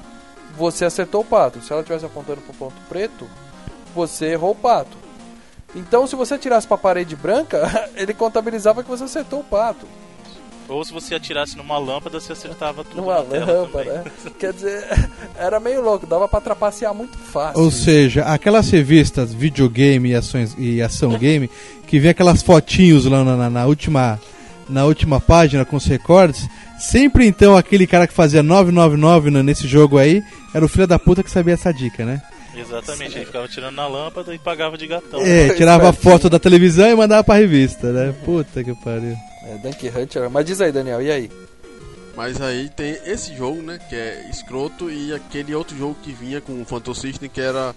você acertou o pato. Se ela estivesse apontando pro ponto preto, você errou o pato. Então se você atirasse pra parede branca, ele contabilizava que você acertou o pato. Ou se você atirasse numa lâmpada, você acertava tudo Numa na tela lâmpada, também. né? Quer dizer, era meio louco, dava pra trapacear muito fácil. Ou seja, aquelas revistas videogame e, ações, e ação game, que vem aquelas fotinhos lá na, na, na última, na última página com os recordes, sempre então aquele cara que fazia nove nove nove nesse jogo aí, era o filho da puta que sabia essa dica, né? Exatamente, ele ficava tirando na lâmpada e pagava de gatão. É, tirava a foto da televisão e mandava pra revista, né? Puta que pariu. É, Dunk Hunter. Mas diz aí, Daniel, e aí? Mas aí tem esse jogo, né, que é escroto, e aquele outro jogo que vinha com o Phantom System, que era...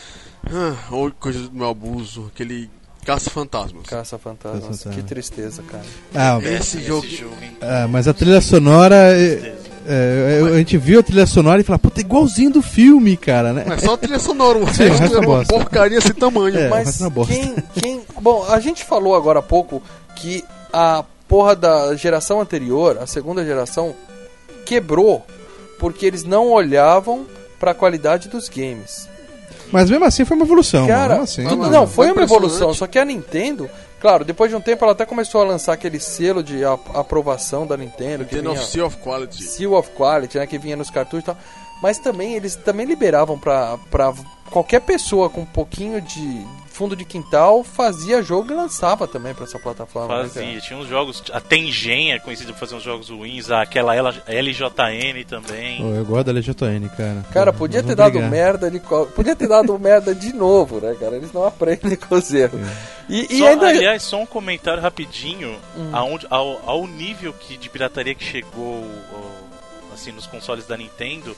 Ah, ou coisa do meu abuso, aquele Caça-Fantasmas. Caça-Fantasmas. Caça-Fantasmas. Que tristeza, cara. Ah, Esse, Esse jogo... jogo, hein? ah, mas a trilha sonora... É, é, a gente viu a trilha sonora e fala, puta, é igualzinho do filme, cara, né? Não é só a trilha sonora, o Sim, o resto resto era é uma bosta. porcaria esse tamanho. É. Mas mas na bosta. quem, quem... Bom, a gente falou agora há pouco que a porra da geração anterior, a segunda geração, quebrou porque eles não olhavam pra qualidade dos games. Mas mesmo assim foi uma evolução. Cara, mesmo assim, tudo- mas não, foi foi uma impressionante. evolução, só que a Nintendo, claro, depois de um tempo ela até começou a lançar aquele selo de a- aprovação da Nintendo, que Nintendo vinha, of Sea of Quality. Seal of Quality, né, que vinha nos cartuchos e tal. Mas também eles também liberavam pra, pra qualquer pessoa com um pouquinho de fundo de quintal fazia jogo e lançava também pra essa plataforma. né, cara? Fazia, tinha uns jogos, a Tengen é conhecida por fazer uns jogos ruins, aquela L J N também. Oh, eu gosto da L J N, cara. Cara, Pô, podia nós ter vamos dado brigar. merda de co- podia ter dado merda de novo, né, cara? Eles não aprendem com os erros. E, e Só, ainda aliás, só um comentário rapidinho, Hum. aonde, ao, ao nível que, de pirataria que chegou ó, assim, nos consoles da Nintendo.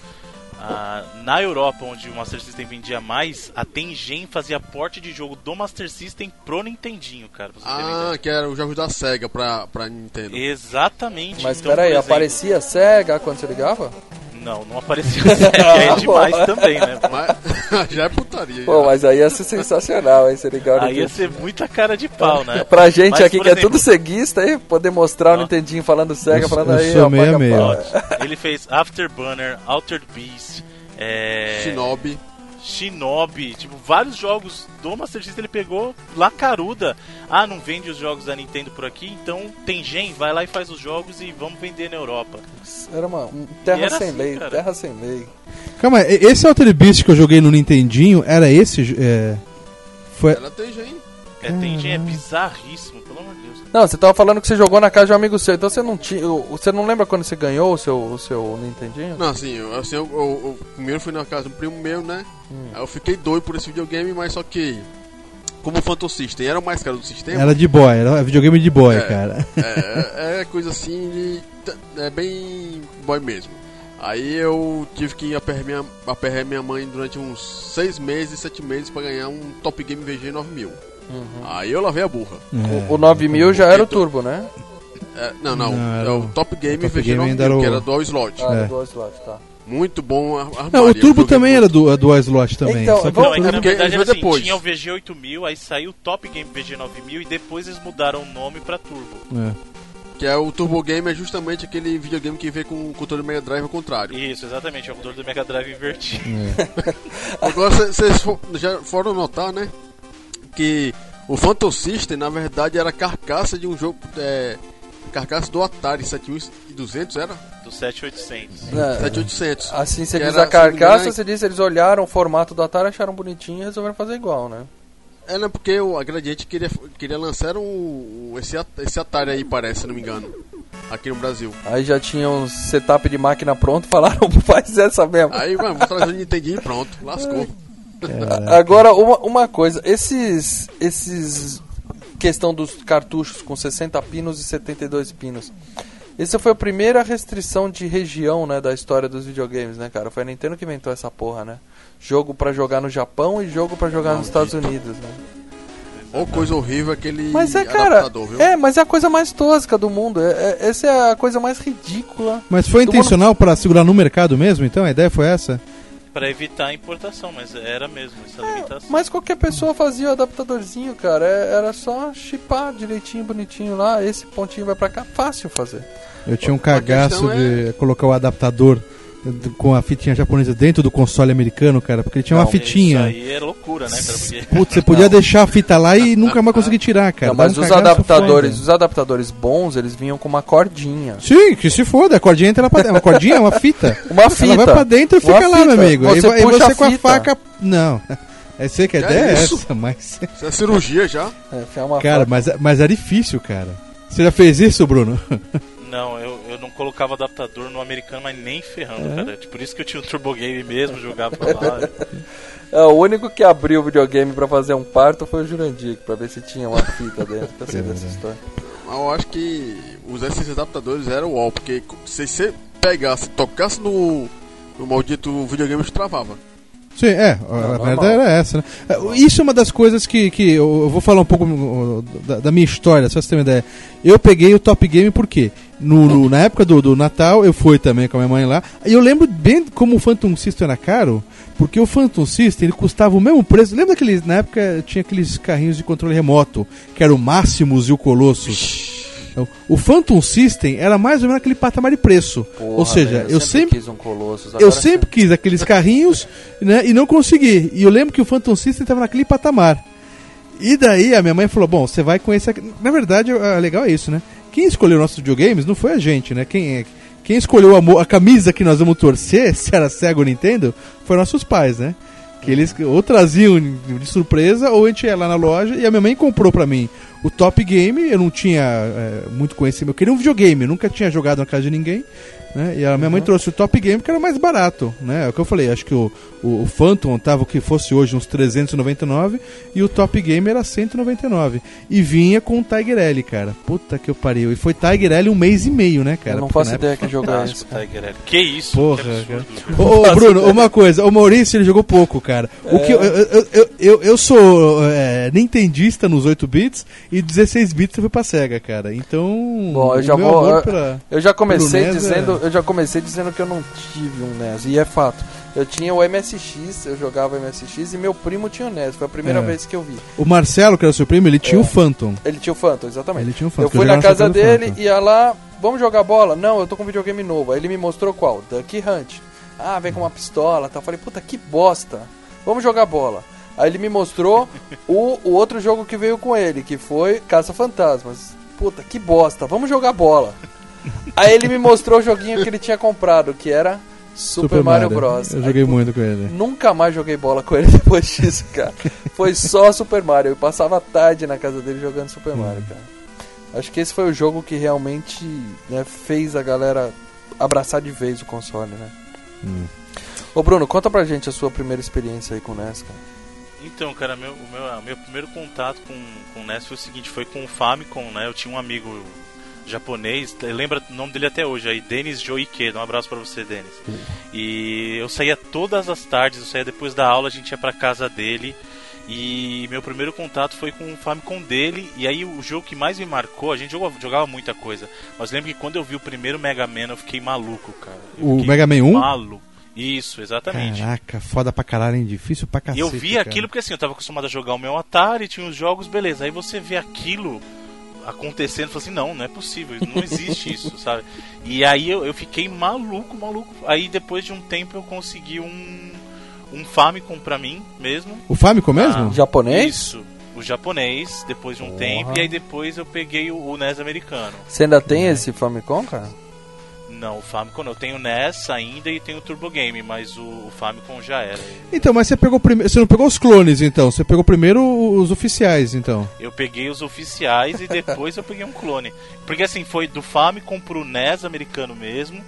Ah, na Europa, onde o Master System vendia mais, a Tengen fazia porte de jogo do Master System pro Nintendinho, cara. Pra vocês terem Ah, ideia. que era os jogos da SEGA pra, pra Nintendo. Exatamente. Mas então, peraí, por exemplo- aparecia SEGA quando você ligava? Não, não aparecia SEGA, aí é demais também, né? Mas já é putaria. Pô, já. mas aí ia ser sensacional, hein? Você ligar Aí ia ser muita cara de pau, né? Pra gente Mas, aqui por que é exemplo- tudo ceguista aí, poder mostrar o Ó. Nintendinho falando SEGA, Eu- falando eu aí, sou ó, meio paga a meio. pau. Ele fez Afterburner, Altered Beast, é... Shinobi. Shinobi, tipo, vários jogos do Master System ele pegou lá caruda. Ah, não vende os jogos da Nintendo por aqui, então Tengen, vai lá e faz os jogos e vamos vender na Europa. Era uma um terra E era sem assim, lei, cara. terra sem lei. Calma, e- esse Altered Beast que eu joguei no Nintendinho, era esse? É... Foi... Ela tem gente. É, Tengen é bizarríssimo, pelo amor de Deus. Não, você tava falando que você jogou na casa de um amigo seu, então você não tinha. Você não lembra quando você ganhou o seu, o seu Nintendinho? Não, assim, eu, assim eu, eu, eu primeiro fui na casa de um primo meu, né? Aí eu fiquei doido por esse videogame, mas só que, como o Phantom System era o mais caro do sistema, Era de boy, era videogame de boy, É. cara. é, é coisa assim de. É bem boy mesmo. Aí eu tive que aperrear minha, aperrear minha mãe durante uns seis meses, sete meses pra ganhar um Top Game V G nove mil. Aí eu lavei a burra. O, o nove mil já era o turbo, né? É, não, não, Não, era é o- o Top Game o Top V G Game nove ainda mil, era o- que era dual slot. Ah, É. era do slot, tá. Muito bom a armário. Não, o Turbo Eu joguei também era muito. do, do slot também. Então, só que vamos- Não, é que na porque verdade ele era veio assim, depois. tinha o V G oito mil, aí saiu o Top Game V G nove mil e depois eles mudaram o nome pra Turbo. É. Que é o Turbo Game, é justamente aquele videogame que vem com o controle Mega Drive ao contrário. Isso, exatamente, é o controle do Mega Drive invertido. Agora vocês já foram notar, né? Que o Phantom System, na verdade, era a carcaça de um jogo. É, carcaça do Atari sete mil e duzentos, era? Do sete mil e oitocentos. É, sete mil e oitocentos. assim você Que diz era, a se não me engano, carcaça, é- você diz eles olharam o formato do Atari, acharam bonitinho e resolveram fazer igual, né? É, né? Porque o, a Gradiente queria, queria lançar um, esse, At- esse Atari aí, parece, se não me engano. Aqui no Brasil. Aí já tinha um setup de máquina pronto, falaram, faz essa mesmo. Aí, mano, vou trazer o Nintendinho e pronto, lascou. Agora, uma, uma coisa, esses, esses questão dos cartuchos com sessenta pinos e setenta e dois pinos, essa foi a primeira restrição de região, né, da história dos videogames, né, cara? Foi a Nintendo que inventou essa porra, né? Jogo pra jogar no Japão e jogo pra jogar nos Estados Unidos, né? Ou coisa horrível aquele Mas é, cara, adaptador, viu? é, mas é a coisa mais tosca do mundo. É, é, essa é a coisa mais ridícula. Mas foi do intencional mundo... pra segurar no mercado mesmo, então? A ideia foi essa? Pra evitar a importação, mas era mesmo essa É, limitação. mas qualquer pessoa fazia o adaptadorzinho, cara. É, era só chipar direitinho, bonitinho lá. Esse pontinho vai pra cá, fácil fazer. Eu tinha um cagaço de é... colocar o adaptador com a fitinha japonesa dentro do console americano, cara, porque ele tinha não, uma fitinha. Isso aí é loucura, né, cara? Porque... Putz, você podia não. deixar a fita lá e nunca mais conseguir tirar, cara. Não, mas um os adaptadores, foda. os adaptadores bons, eles vinham com uma cordinha. Sim, que se foda, a cordinha entra lá pra dentro. Uma cordinha, uma fita. Uma fita. Ela vai pra dentro e fica uma lá, fita. meu amigo. Você e você a com a fita. faca. Não. Eu sei que a que ideia é, é essa, mas. Isso é cirurgia já? É, uma cara, mas, mas é difícil, cara. Você já fez isso, Bruno? Não, eu, eu não colocava adaptador no americano, mas nem ferrando, é? cara. Por isso que eu tinha o Turbo Game mesmo, jogava lá. É, o único que abriu o videogame pra fazer um parto foi o Jurandir, pra ver se tinha uma fita dentro. Eu sei dessa história. Eu acho que usar esses adaptadores era o uau, porque se você pegasse, tocasse no, no maldito videogame, travava. Sim, é, a não, merda era essa, né? Isso é uma das coisas que, que eu, eu vou falar um pouco da, da minha história, só pra você ter uma ideia. Eu peguei o Top Game por quê? No, no, na época do, do Natal, eu fui também com a minha mãe lá, e eu lembro bem como o Phantom System era caro, porque o Phantom System ele custava o mesmo preço. Lembra daqueles, na época tinha aqueles carrinhos de controle remoto, que era o Máximos e o Colossus? Então, o Phantom System era mais ou menos aquele patamar de preço. Porra, ou seja, velho, eu, eu sempre, sempre quis um Colossus. eu sempre quis aqueles carrinhos, né, e não consegui. E eu lembro que o Phantom System estava naquele patamar. E daí a minha mãe falou: bom, você vai com esse aqui. Na verdade, o legal é isso, né? Quem escolheu nossos videogames não foi a gente, né? Quem, quem escolheu a, a camisa que nós vamos torcer, se era Sega ou Nintendo, foram nossos pais, né? Que eles ou traziam de surpresa, ou a gente ia lá na loja e a minha mãe comprou pra mim o Top Game. Eu não tinha é, muito conhecimento, eu queria um videogame, eu nunca tinha jogado na casa de ninguém, né? E a minha mãe trouxe o Top Game, que era mais barato, né? É o que eu falei, acho que o, o, o Phantom tava o que fosse hoje uns trezentos e noventa e nove e o Top Game era cento e noventa e nove. E vinha com o Tiger L, cara. Puta que eu pariu. E foi Tiger L um mês e meio, né, cara? Eu não Porque faço ideia que jogar isso. Tiger L. Que isso? Porra, que cara. Ô, ô Bruno, uma coisa, o Maurício ele jogou pouco, cara. O É. que eu, eu, eu, eu, eu sou é, nintendista nos oito bits e dezesseis bits eu fui pra Sega, cara. Então, Bom, eu o já meu vou. amor Eu, pra- eu já comecei pelo N E S dizendo, é- eu já comecei dizendo que eu não tive um N E S e é fato. Eu tinha o M S X, eu jogava M S X e meu primo tinha o N E S. Foi a primeira É. vez que eu vi. O Marcelo, que era seu primo, ele tinha É. o Phantom. Ele tinha o Phantom, exatamente. Ele tinha o Phantom. Eu que fui jogava na casa chapéu do dele, Phantom. ia lá, vamos jogar bola? Não, eu tô com um videogame novo. Aí ele me mostrou qual? Duck Hunt. Ah, vem com uma pistola, tá. Eu falei, puta, que bosta. Vamos jogar bola. Aí ele me mostrou o, o outro jogo que veio com ele, que foi Caça-Fantasmas. Puta, que bosta, vamos jogar bola. Aí ele me mostrou o joguinho que ele tinha comprado, que era Super, Mario Bros. Eu joguei Aí, muito com ele. Nunca mais joguei bola com ele depois disso, cara. Foi só Super Mario. Eu passava a tarde na casa dele jogando Super Mario, cara. Acho que esse foi o jogo que realmente, né, fez a galera abraçar de vez o console, né? Hum. Ô Bruno, conta pra gente a sua primeira experiência aí com o N E S, cara. Então, cara, meu, o meu, o meu primeiro contato com, com o N E S foi o seguinte, foi com o Famicom, né? Eu tinha um amigo japonês, lembra o nome dele até hoje aí, Denis Joike, um abraço pra você, Denis. Sim. E eu saía todas as tardes, eu saía depois da aula, a gente ia pra casa dele. E meu primeiro contato foi com o Famicom dele. E aí o jogo que mais me marcou, a gente jogava, jogava muita coisa, mas lembro que quando eu vi o primeiro Mega Man eu fiquei maluco, cara. Eu O fiquei Mega Man um? Maluco. Isso, exatamente. Caraca, foda pra caralho, hein? Difícil pra E cacete. eu vi cara. aquilo porque assim, eu tava acostumado a jogar o meu Atari, tinha os jogos, beleza. Aí você vê aquilo acontecendo, fala assim, não, não é possível, não existe isso, sabe? E aí eu, eu fiquei maluco, maluco. Aí depois de um tempo eu consegui um, um Famicom pra mim mesmo. O Famicom mesmo? Ah, Japonês? Isso, o japonês, depois de um Porra. tempo. E aí depois eu peguei o, o N E S americano. Você ainda tem esse Famicom, cara? Não, o Famicom não. Eu tenho o N E S ainda e tenho o Turbo Game, mas o, o Famicom já era. Então, mas você pegou primeiro. Você não pegou os clones, então? Você pegou primeiro os oficiais, então? Eu peguei os oficiais e depois eu peguei um clone. Porque assim, foi do Famicom pro N E S americano mesmo.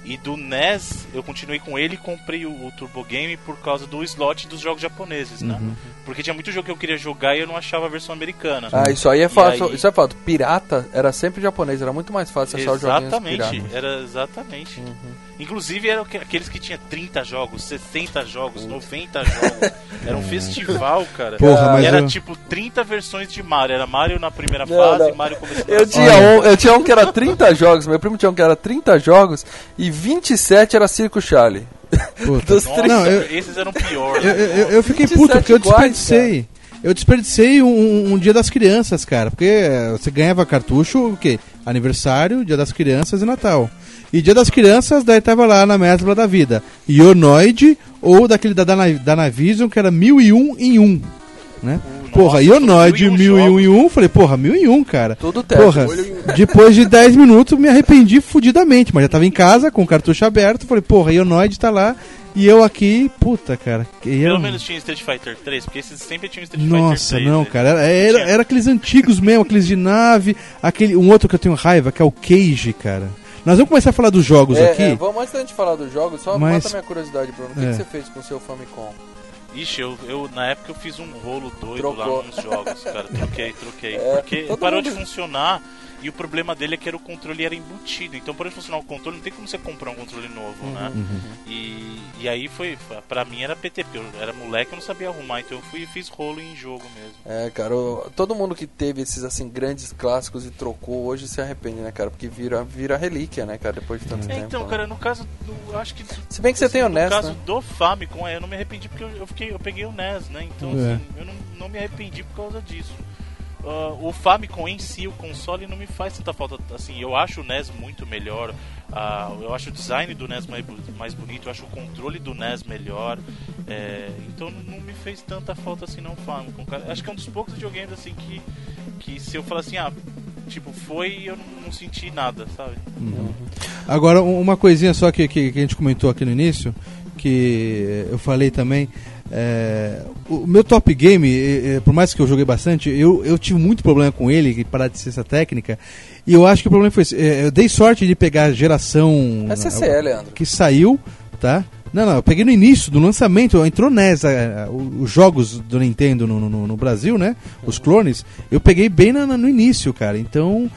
E do N E S, eu continuei com ele e comprei o, o Turbo Game por causa do slot dos jogos japoneses, né? Uhum. Porque tinha muito jogo que eu queria jogar e eu não achava a versão americana. Ah, isso aí é fácil. aí... Isso é fato. Pirata era sempre japonês, era muito mais fácil achar os joguinhos Exatamente, piratas. era exatamente. Uhum. Inclusive eram aqueles que tinha trinta jogos, sessenta jogos, noventa jogos. Era um festival, cara. Porra, mas era eu... tipo trinta versões de Mario. Era Mario na primeira não, fase não. e Mario começando eu na tinha um, Eu tinha um que era trinta jogos, meu primo tinha um que era trinta jogos e vinte e sete era Circo Charlie. Dos Nossa, trinta... não, eu... esses eram piores. Eu, eu, eu fiquei puto porque eu desperdicei. Iguais, eu desperdicei um, um dia das crianças, cara. Porque você ganhava cartucho, o quê? Aniversário, dia das crianças e Natal. E dia das crianças, daí tava lá na mesbla da vida. Ionoid ou daquele da Danavision, que era mil e um em um. Né? Uh, porra, Ionoid mil e um em um, falei, porra, mil e um, cara. Tudo teto. Porra, depois de dez minutos me arrependi fudidamente, mas já tava em casa com o cartucho aberto, falei, porra, Ionoid tá lá e eu aqui, puta, cara. Pelo eu... menos tinha Street Fighter três, porque esses sempre tinham Street Nossa, Fighter três. Nossa, não, né? cara, era, era, era aqueles antigos mesmo, aqueles de nave, aquele, um outro que eu tenho raiva, que é o Cage, cara. Nós vamos começar a falar dos jogos é, aqui. É, vamos, antes da gente falar dos jogos, só mas... mata minha curiosidade, Bruno. O que, é. que você fez com o seu Famicom? Ixi, eu, eu na época eu fiz um rolo doido Trocou. lá nos jogos, cara. Troquei, troquei. É, porque parou mundo... de funcionar e o problema dele é que era o controle era embutido. Então, para funcionar o controle, não tem como você comprar um controle novo, uhum, né? Uhum. E, e aí foi, pra mim era P T, porque eu era moleque, eu não sabia arrumar. Então eu fui e fiz rolo em jogo mesmo. É, cara, eu, todo mundo que teve esses, assim, grandes clássicos e trocou, hoje se arrepende, né, cara? Porque vira, vira relíquia, né, cara, depois de tanto é, tempo. Então, né? cara, no caso, do, eu acho que... Se bem que você assim, tem o N E S, no caso né? do Famicom, é, eu não me arrependi porque eu, eu, fiquei, eu peguei o N E S, né? Então, é. assim, eu não, não me arrependi por causa disso. Uh, o Famicom em si, o console, não me faz tanta falta. Assim, eu acho o N E S muito melhor. Uh, eu acho o design do N E S mais, mais bonito. Eu acho o controle do N E S melhor. É, então não me fez tanta falta assim não o Famicom. Acho que é um dos poucos videogames assim que, que se eu falar assim, ah, tipo, foi, eu não, não senti nada, sabe? Uhum. Agora, uma coisinha só que, que, que a gente comentou aqui no início, que eu falei também. É, o meu top game, é, por mais que eu joguei bastante, eu, eu tive muito problema com ele, parar de ser essa técnica. E eu acho que o problema foi esse. É, eu dei sorte de pegar a geração S C E, Leandro. que saiu, tá? Não, não, eu peguei no início do lançamento, entrou N E S, a, a, os jogos do Nintendo no, no, no Brasil, né? Os clones, eu peguei bem na, no início, cara. Então,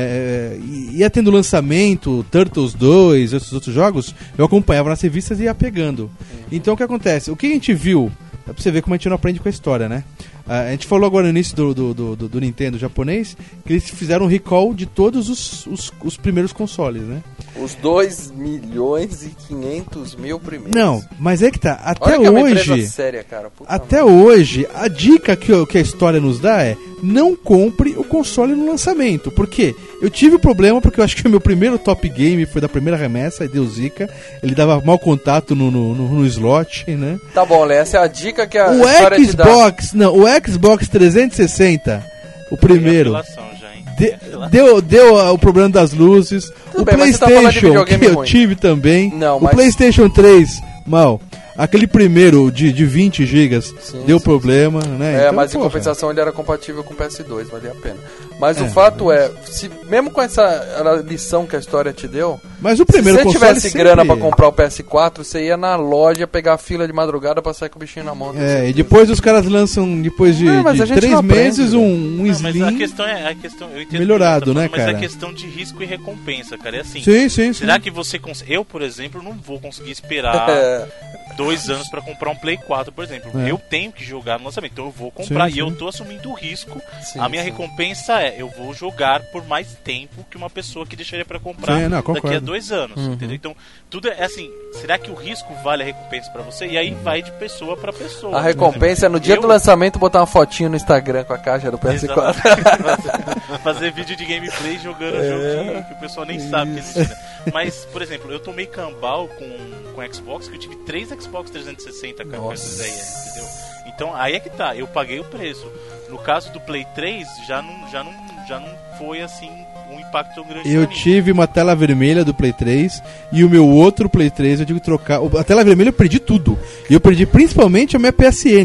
é, ia tendo lançamento, Turtles dois, esses outros jogos, eu acompanhava nas revistas e ia pegando. Então, o que acontece? O que a gente viu, é pra você ver como a gente não aprende com a história, né? A gente falou agora no início do, do, do, do Nintendo japonês que eles fizeram um recall de todos os, os, os primeiros consoles, né? Os dois milhões e quinhentos mil primeiros. Não, mas é que tá, até Olha que é uma hoje, empresa séria, cara. Puta até mano. hoje, a dica que, que a história nos dá é não compre o console no lançamento. Por quê? Eu tive um problema porque eu acho que o meu primeiro top game foi da primeira remessa, e deu zica. Ele dava mau contato no, no, no, no slot, né? Tá bom, Lé, essa é a dica que a O história Xbox, não, o Xbox trezentos e sessenta, o primeiro, Já, hein? de, deu, deu uh, o problema das luzes. Tudo o bem, mas você tá falando de PlayStation, que videogame eu ruim. tive também. Não, o mas- PlayStation três, mal. Aquele primeiro de, de vinte gigas Sim, deu sim, problema, né? É, Então, mas em porra. compensação ele era compatível com o P S dois, valia a pena. Mas É, o fato é, se, mesmo com essa lição que a história te deu, Mas o primeiro se você console tivesse sempre- grana pra comprar o P S quatro, você ia na loja pegar a fila de madrugada pra sair com o bichinho na mão. É, e depois os caras lançam, depois de, Não, mas de a gente três não aprende, meses, velho. um, um Não, mas a Slim. questão é a questão, eu entendo melhorado, o que você tá né, falando, mas cara? é questão de risco e recompensa, cara. É assim. Sim, sim, sim. Será que você cons... eu, por exemplo, não vou conseguir esperar É. dois anos pra comprar um Play quatro, por exemplo. É. Eu tenho que jogar no lançamento, então eu vou comprar Sim, e sim. eu tô assumindo o risco. Sim, a minha sim. recompensa é eu vou jogar por mais tempo que uma pessoa que deixaria pra comprar Sim, não, daqui a concordo. dois anos, Uhum. entendeu? Então, tudo é assim, será que o risco vale a recompensa pra você? E aí vai de pessoa pra pessoa. A recompensa é no dia Eu- do lançamento botar uma fotinho no Instagram com a caixa do P S quatro. Exatamente. Fazer vídeo de gameplay jogando o jogo que, que o pessoal nem sabe que existe, né? Mas, por exemplo, eu tomei cambal com, com Xbox, que eu tive três Xbox trezentos e sessenta, cara, com essa ideia, entendeu? Então, aí é que tá, eu paguei o preço. No caso do Play três, já não, já não, já não foi, assim, um impacto tão grande Eu pra mim. tive uma tela vermelha do Play três e o meu outro Play três eu tive que trocar. A tela vermelha eu perdi tudo. E eu perdi principalmente a minha P S N.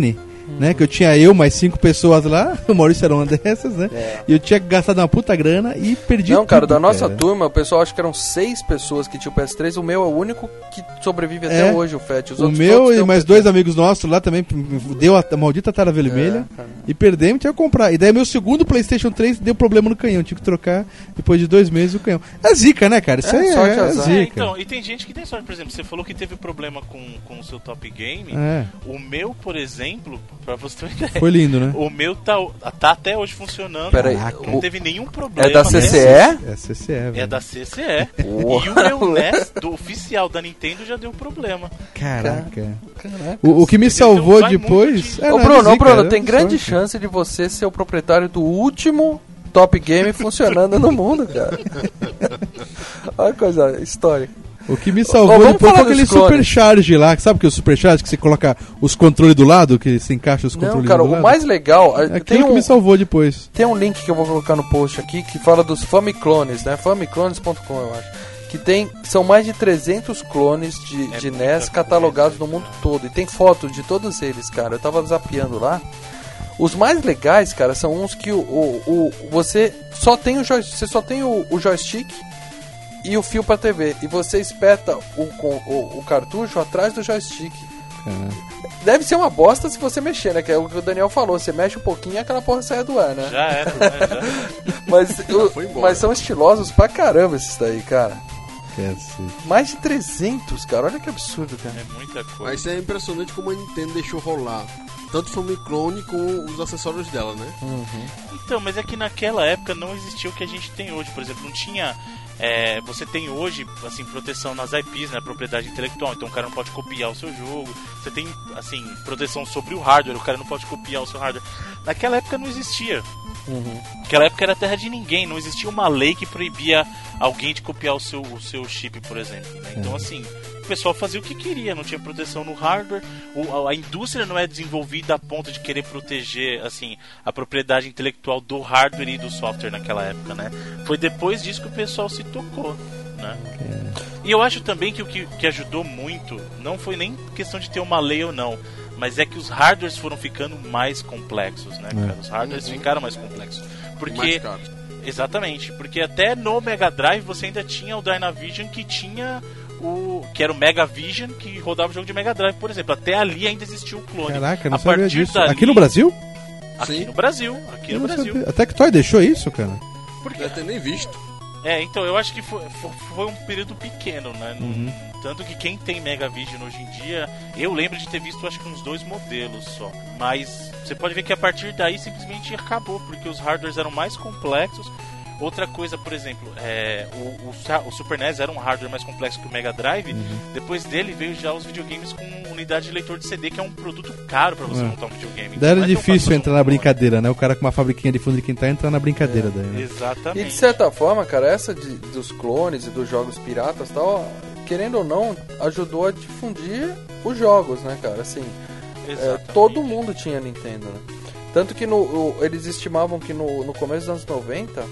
né? Que eu tinha eu mais cinco pessoas lá, o Maurício era uma dessas, né? É. E eu tinha gastado uma puta grana e perdi Não, cara, tudo, da nossa cara. turma, o pessoal acho que eram seis pessoas que tinham o P S três. O meu é o único que sobrevive até É. hoje, o Fat. Os O outros meu todos e têm o mais P S dois amigos nossos lá também deu a maldita tela vermelha É, cara. e perdemos, tinha que comprar. E daí meu segundo PlayStation três deu problema no canhão, tive que trocar depois de dois meses o canhão. É zica, né, cara? Isso É, aí é, sorte é azar. zica. É, então, e tem gente que tem sorte, por exemplo, você falou que teve problema com, com o seu Top Game. É. O meu, por exemplo, pra você ter uma ideia, Foi lindo, né? o meu tá, tá até hoje funcionando. Pera aí, Não o- teve nenhum problema. É da né? C C E? É C C E, velho. É da C C E. Uau. E o meu N E S do oficial da Nintendo já deu problema. Caraca. Caraca. O, o que me Entendeu? salvou Então vai depois... muito de- É, Ô não, Bruno, é ô Bruno, zica, tem é grande sorte. chance de você ser o proprietário do último Top Game funcionando no mundo, cara. Olha que coisa histórica. O que me Ô, salvou vamos depois falar foi aquele dos clones. Supercharge lá, que sabe que é o Supercharge que você coloca os controles do lado, que você encaixa os Não, controles cara, do lado? o mais legal... É tem aquilo que um, me salvou depois. tem um link que eu vou colocar no post aqui que fala dos Famiclones, né? famiclones ponto com, eu acho. Que tem, são mais de trezentos clones de, É de muita N E S coisa, catalogados no mundo todo. E tem fotos de todos eles, cara. Eu tava zapeando lá. Os mais legais, cara, são uns que o, o, o- você só tem o joy, você só tem o, o joystick e o fio pra T V. E você espeta o, com- o, o cartucho atrás do joystick. Caraca. Deve ser uma bosta se você mexer, né? Que é o que o Daniel falou. Você mexe um pouquinho e aquela porra sai do ar, né? Já era, né? Já. Mas, o- foi embora. mas são estilosos pra caramba esses daí, cara. Cacete. Mais de trezentos, cara. Olha que absurdo, cara. É muita coisa. Mas é impressionante como a Nintendo deixou rolar tanto o Famiclone como os acessórios dela, né? Então, mas é que naquela época não existia o que a gente tem hoje. Por exemplo, não tinha... é, você tem hoje, assim, proteção nas I Ps, né? Propriedade intelectual. Então o cara não pode copiar o seu jogo. Você tem, assim, proteção sobre o hardware. O cara não pode copiar o seu hardware. Naquela época não existia. Naquela época era terra de ninguém. Não existia uma lei que proibia alguém de copiar o seu, o seu chip, por exemplo, né? Então, assim... O pessoal fazia o que queria, não tinha proteção no hardware. O, a, a indústria não é desenvolvida a ponto de querer proteger, assim, a propriedade intelectual do hardware e do software naquela época, né? Foi depois disso que o pessoal se tocou, né? E eu acho também que o que, que ajudou muito não foi nem questão de ter uma lei ou não, mas é que os hardwares foram ficando mais complexos, né, cara? Os hardwares ficaram mais complexos. Porque... Mais caro. Exatamente, porque até no Mega Drive você ainda tinha o Dynavision que tinha o que era o Mega Vision que rodava o jogo de Mega Drive, por exemplo. Até ali ainda existia o clone. Caraca, eu não a sabia partir disso. dali- Aqui no Brasil? Aqui Sim. no Brasil, aqui Eu no não Brasil. sabia. Até que Toy deixou isso, cara. Porque Deve ter nem visto. é, então eu acho que foi, foi, foi um período pequeno, né? Não- Uhum. Tanto que quem tem Mega Vision hoje em dia, eu lembro de ter visto acho que uns dois modelos só. Mas você pode ver que a partir daí simplesmente acabou, porque os hardwares eram mais complexos. Outra coisa, por exemplo, é, o, o, Sa- o Super N E S era um hardware mais complexo que o Mega Drive. Depois dele veio já os videogames com unidade de leitor de C D, que é um produto caro pra você É. montar um videogame. Daí era Não é tão fácil difícil fazer entrar um na clone. brincadeira, né? O cara com uma fabriquinha de fundo de quintal entrar na brincadeira daí, né? E de Exatamente. certa forma, cara, essa de- dos clones e dos jogos piratas e tal, querendo ou não, ajudou a difundir os jogos, né, cara? Assim, é, Exatamente. todo mundo tinha Nintendo, né? Tanto que no, o- eles estimavam que no, no começo dos anos noventa,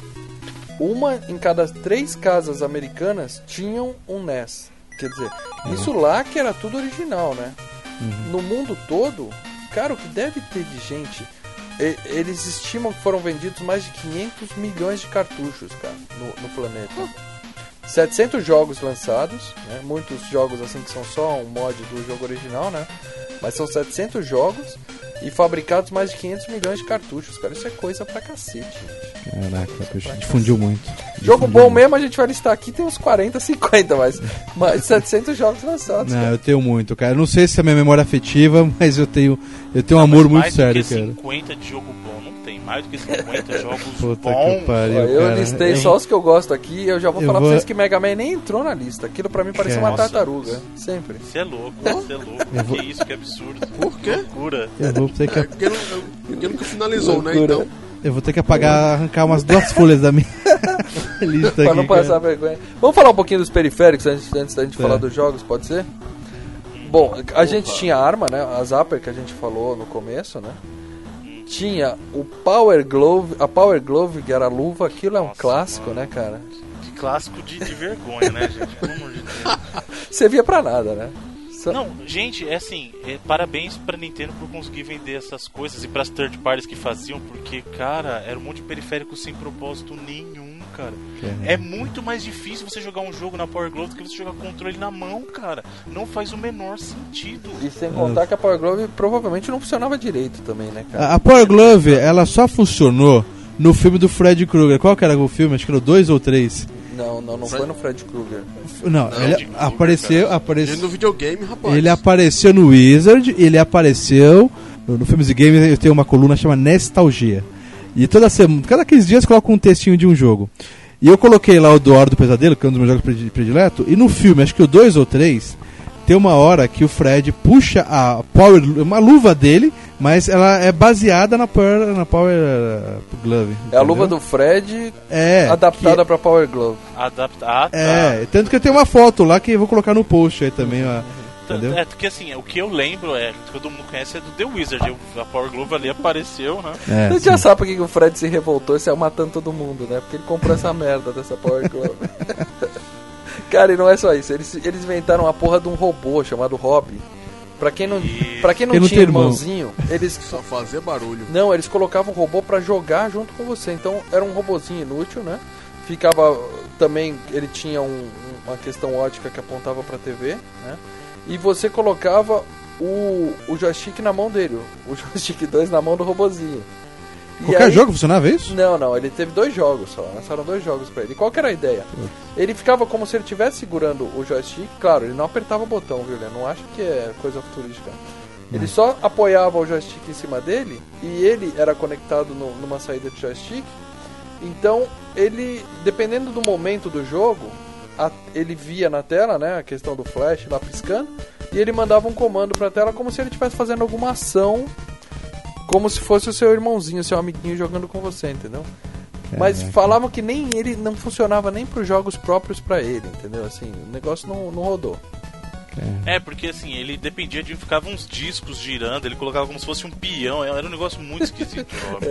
uma em cada três casas americanas tinham um N E S. Quer dizer, isso lá que era tudo original, né? No mundo todo, cara, o que deve ter de gente... e- Eles estimam que foram vendidos mais de quinhentos milhões de cartuchos, cara, no, no planeta. setecentos jogos lançados, né? Muitos jogos assim que são só um mod do jogo original, né? Mas são setecentos jogos e fabricados mais de quinhentos milhões de cartuchos, cara. Isso é coisa pra cacete, gente. Caraca, poxa, difundiu muito. Jogo Difundiu bom muito. mesmo a gente vai listar aqui, tem uns quarenta, cinquenta, mas mais de setecentos jogos lançados, Não, cara. eu tenho muito, cara. Não sei se é minha memória afetiva, mas eu tenho, eu tenho um Mas amor muito mais sério, do que cara. cinquenta de jogo bom, não tem. Mais do que cinquenta jogos Puta bons. que pariu, Ó, eu cara. listei Eu- só os que eu gosto aqui e eu já vou Eu falar vou- pra vocês que Mega Man nem entrou na lista. Aquilo pra mim parecia uma Nossa. tartaruga, sempre. Você é louco, você é louco. Que isso, que absurdo. Por quê? Loucura. Eu vou ter que, É porque, não- é porque nunca finalizou, né? Loucura. Então, eu vou ter que apagar, arrancar umas duas folhas da minha lista Pra aqui, não cara. passar vergonha. Vamos falar um pouquinho dos periféricos antes, antes da gente Tá. falar dos jogos, pode ser? Bom, a gente tinha a arma, né? A Zapper que a gente falou no começo, né? Tinha o Power Glove, a Power Glove que era a luva, aquilo é um Nossa, clássico, mano. né, cara? Que clássico de, de vergonha, né, gente? Pelo amor de Deus. Servia pra nada, né? Não, gente, é assim, é, parabéns pra Nintendo por conseguir vender essas coisas e pras third parties que faziam, porque, cara, era um monte de periférico sem propósito nenhum, cara. É, é muito mais difícil você jogar um jogo na Power Glove do que você jogar controle na mão, cara. Não faz o menor sentido. E sem contar que a Power Glove provavelmente não funcionava direito também, né, cara? A Power Glove, ela só funcionou no filme do Freddy Krueger. Qual que era o filme? Acho que era o dois ou três. Não, não, não foi no Freddy Krueger. Não, Não, ele de Krueger, apareceu, cara. apareceu. Ele no videogame, rapaz. Ele apareceu no Wizard, ele apareceu no, no Filmes e Games. Eu tenho uma coluna chamada Nostalgia. E toda semana, cada quinze dias eu coloco um textinho de um jogo. E eu coloquei lá o do Hora do Pesadelo, que é um dos meus jogos prediletos. E no filme, acho que o dois ou três, tem uma hora que o Fred puxa a Power, uma luva dele, mas ela é baseada na Power, na Power Glove. É a luva do Fred é, adaptada que... pra Power Glove. Adapta... Ah, tá. É, tanto que eu tenho uma foto lá que eu vou colocar no post aí também, ó. Entendeu? É, porque assim, o que eu lembro é que todo mundo conhece é do The Wizard. Eu, a Power Glove ali apareceu, né? É, Você já sabe por que o Fred se revoltou e saiu matando todo mundo, né? Porque ele comprou essa merda dessa Power Glove. Cara, e não é só isso. Eles, eles inventaram a porra de um robô chamado Hobby. Pra quem não, pra quem não Quem não tinha tem irmão. irmãozinho, eles. Só fazia barulho. Não, eles colocavam o robô pra jogar junto com você. Então era um robozinho inútil, né? Ficava. Também ele tinha um, uma questão ótica que apontava pra T V, né? E você colocava o, o joystick na mão dele, o joystick dois na mão do robozinho. E Qualquer aí... jogo funcionava isso? Não, não, ele teve dois jogos só, lançaram dois jogos pra ele. E qual que era a ideia? Ele ficava como se ele estivesse segurando o joystick, claro, ele não apertava o botão, viu, Leandro? Não acho que é coisa futurística. Ele só apoiava o joystick em cima dele e ele era conectado no, numa saída de joystick. Então, ele, dependendo do momento do jogo, a, ele via na tela, né, a questão do flash lá piscando, e ele mandava um comando pra tela como se ele estivesse fazendo alguma ação, como se fosse o seu irmãozinho, seu amiguinho jogando com você, entendeu? Mas falavam que nem ele não funcionava nem pros jogos próprios pra ele, entendeu? Assim, o negócio não, não rodou. É, porque assim, ele dependia de... Ficavam uns discos girando, ele colocava como se fosse um peão, era um negócio muito esquisito.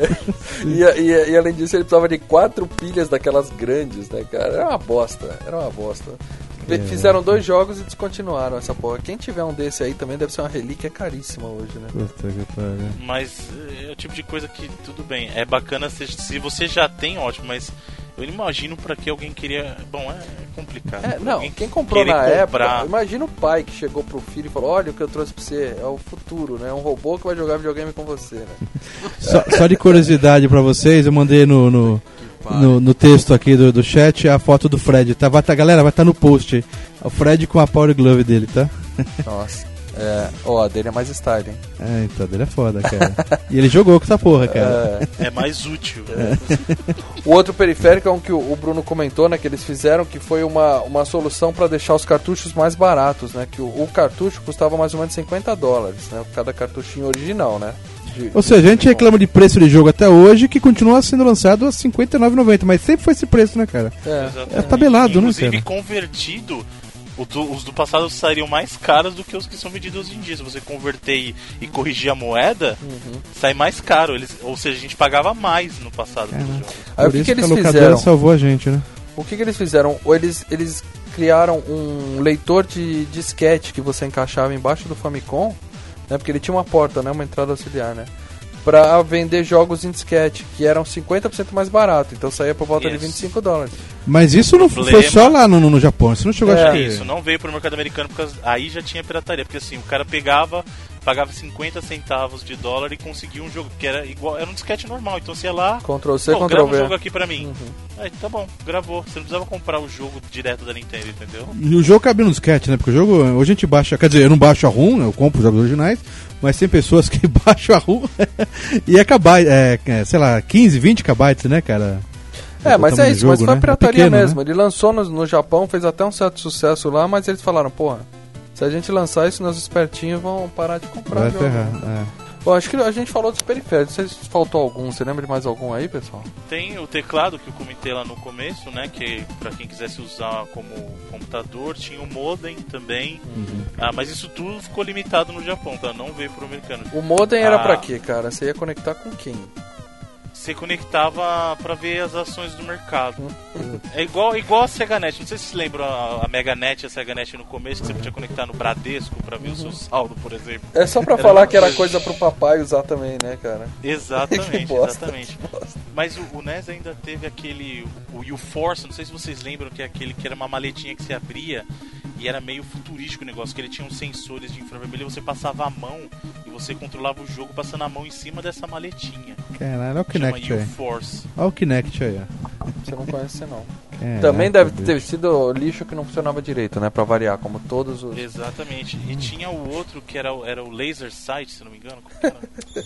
é. e, e, e além disso, ele precisava de quatro pilhas daquelas grandes, né, cara? Era uma bosta, era uma bosta. É. Fizeram dois jogos e descontinuaram essa porra. Quem tiver um desse aí também deve ser uma relíquia caríssima hoje, né? Puta que pariu. Mas é o tipo de coisa que, tudo bem, é bacana se, se você já tem, ótimo, mas... Eu imagino pra que alguém queria... Bom, é complicado. É, não, alguém quem comprou na comprar... época... Imagina o pai que chegou pro filho e falou: olha o que eu trouxe pra você, é o futuro, né? É um robô que vai jogar videogame com você, né? Só, só de curiosidade pra vocês, eu mandei no, no, no, no texto aqui do, do chat a foto do Fred. Tá, vai tá, galera, vai estar tá no post aí. O Fred com a Power Glove dele, tá? Nossa. É, ó, a dele é mais style, hein? É, então, a dele é foda, cara. E ele jogou com essa porra, cara. É, é mais útil. É. O outro periférico é um que o Bruno comentou, né? Que eles fizeram, que foi uma, uma solução para deixar os cartuchos mais baratos, né? Que o, o cartucho custava mais ou menos cinquenta dólares, né? Cada cartuchinho original, né? De, ou seja, a gente reclama de preço de jogo até hoje, que continua sendo lançado a cinquenta e nove reais e noventa centavos, mas sempre foi esse preço, né, cara? É, é tabelado, Inclusive, né, cara? convertido... Do, os do passado sairiam mais caros do que os que são vendidos hoje em dia. Se você converter e, e corrigir a moeda, uhum. sai mais caro. Eles, ou seja, a gente pagava mais no passado. É, né? Aí, o que, que eles a locadora fizeram? Salvou a gente, né? O que, que eles fizeram? Eles, eles criaram um leitor de disquete que você encaixava embaixo do Famicom, né? Porque ele tinha uma porta, né? Uma entrada auxiliar, né? Pra vender jogos em disquete, que eram cinquenta por cento mais barato, então saía por volta isso. de vinte e cinco dólares. Mas isso não Problema... foi só lá no, no, no Japão, isso não chegou é, a ser... Isso, não veio pro mercado americano, porque aí já tinha pirataria, porque assim, o cara pegava, pagava cinquenta centavos de dólar e conseguia um jogo, que era igual, era um disquete normal, então você ia lá... Ctrl C, Ctrl V. Grava um jogo aqui pra mim. Uhum. Aí, tá bom, gravou, você não precisava comprar o jogo direto da Nintendo, entendeu? E o jogo cabia no disquete, né? Porque o jogo, hoje a gente baixa, quer dizer, eu não baixo a ROM, eu compro os jogos originais, mas tem pessoas que baixam a ROM e é, kbyte, é, é, sei lá, quinze, vinte kbytes, né, cara? É, mas é isso, jogo, mas foi né? pirataria é pequeno, mesmo. Né? Ele lançou no, no Japão, fez até um certo sucesso lá, mas eles falaram: porra, se a gente lançar isso, meus espertinhos vão parar de comprar. Vai jogo. ferrar, é. Bom, acho que a gente falou dos periféricos. Não sei se faltou algum. Você lembra de mais algum aí, pessoal? Tem o teclado que eu comentei lá no começo, né? Que pra quem quisesse usar como computador, tinha o modem também. Uhum. Ah, mas isso tudo ficou limitado no Japão, tá? Não veio pro americano. O modem era ah, pra quê, cara? Você ia conectar com quem? você conectava pra ver as ações do mercado. É igual, igual a SegaNet. Não sei se vocês lembram a, a MegaNet e a SegaNet no começo, que você podia conectar no Bradesco pra ver o seu saldo, por exemplo. É só pra Era falar uma que era coisa- coisa pro papai usar também, né, cara? Que Exatamente, bosta, exatamente. que bosta. Mas o, o N E S ainda teve aquele. O U-Force, não sei se vocês lembram, que é aquele que era uma maletinha que se abria e era meio futurístico o negócio, que ele tinha uns sensores de infravermelho e você passava a mão e você controlava o jogo passando a mão em cima dessa maletinha. Caralho, olha o Chama Kinect aí. U-Force. Olha o Kinect aí, ó. Você não conhece, não. Caraca, Também deve bicho. ter sido lixo que não funcionava direito, né? Pra variar, como todos os... Exatamente. E tinha o outro que era, o- era o Laser Sight, se não me engano. Como que era?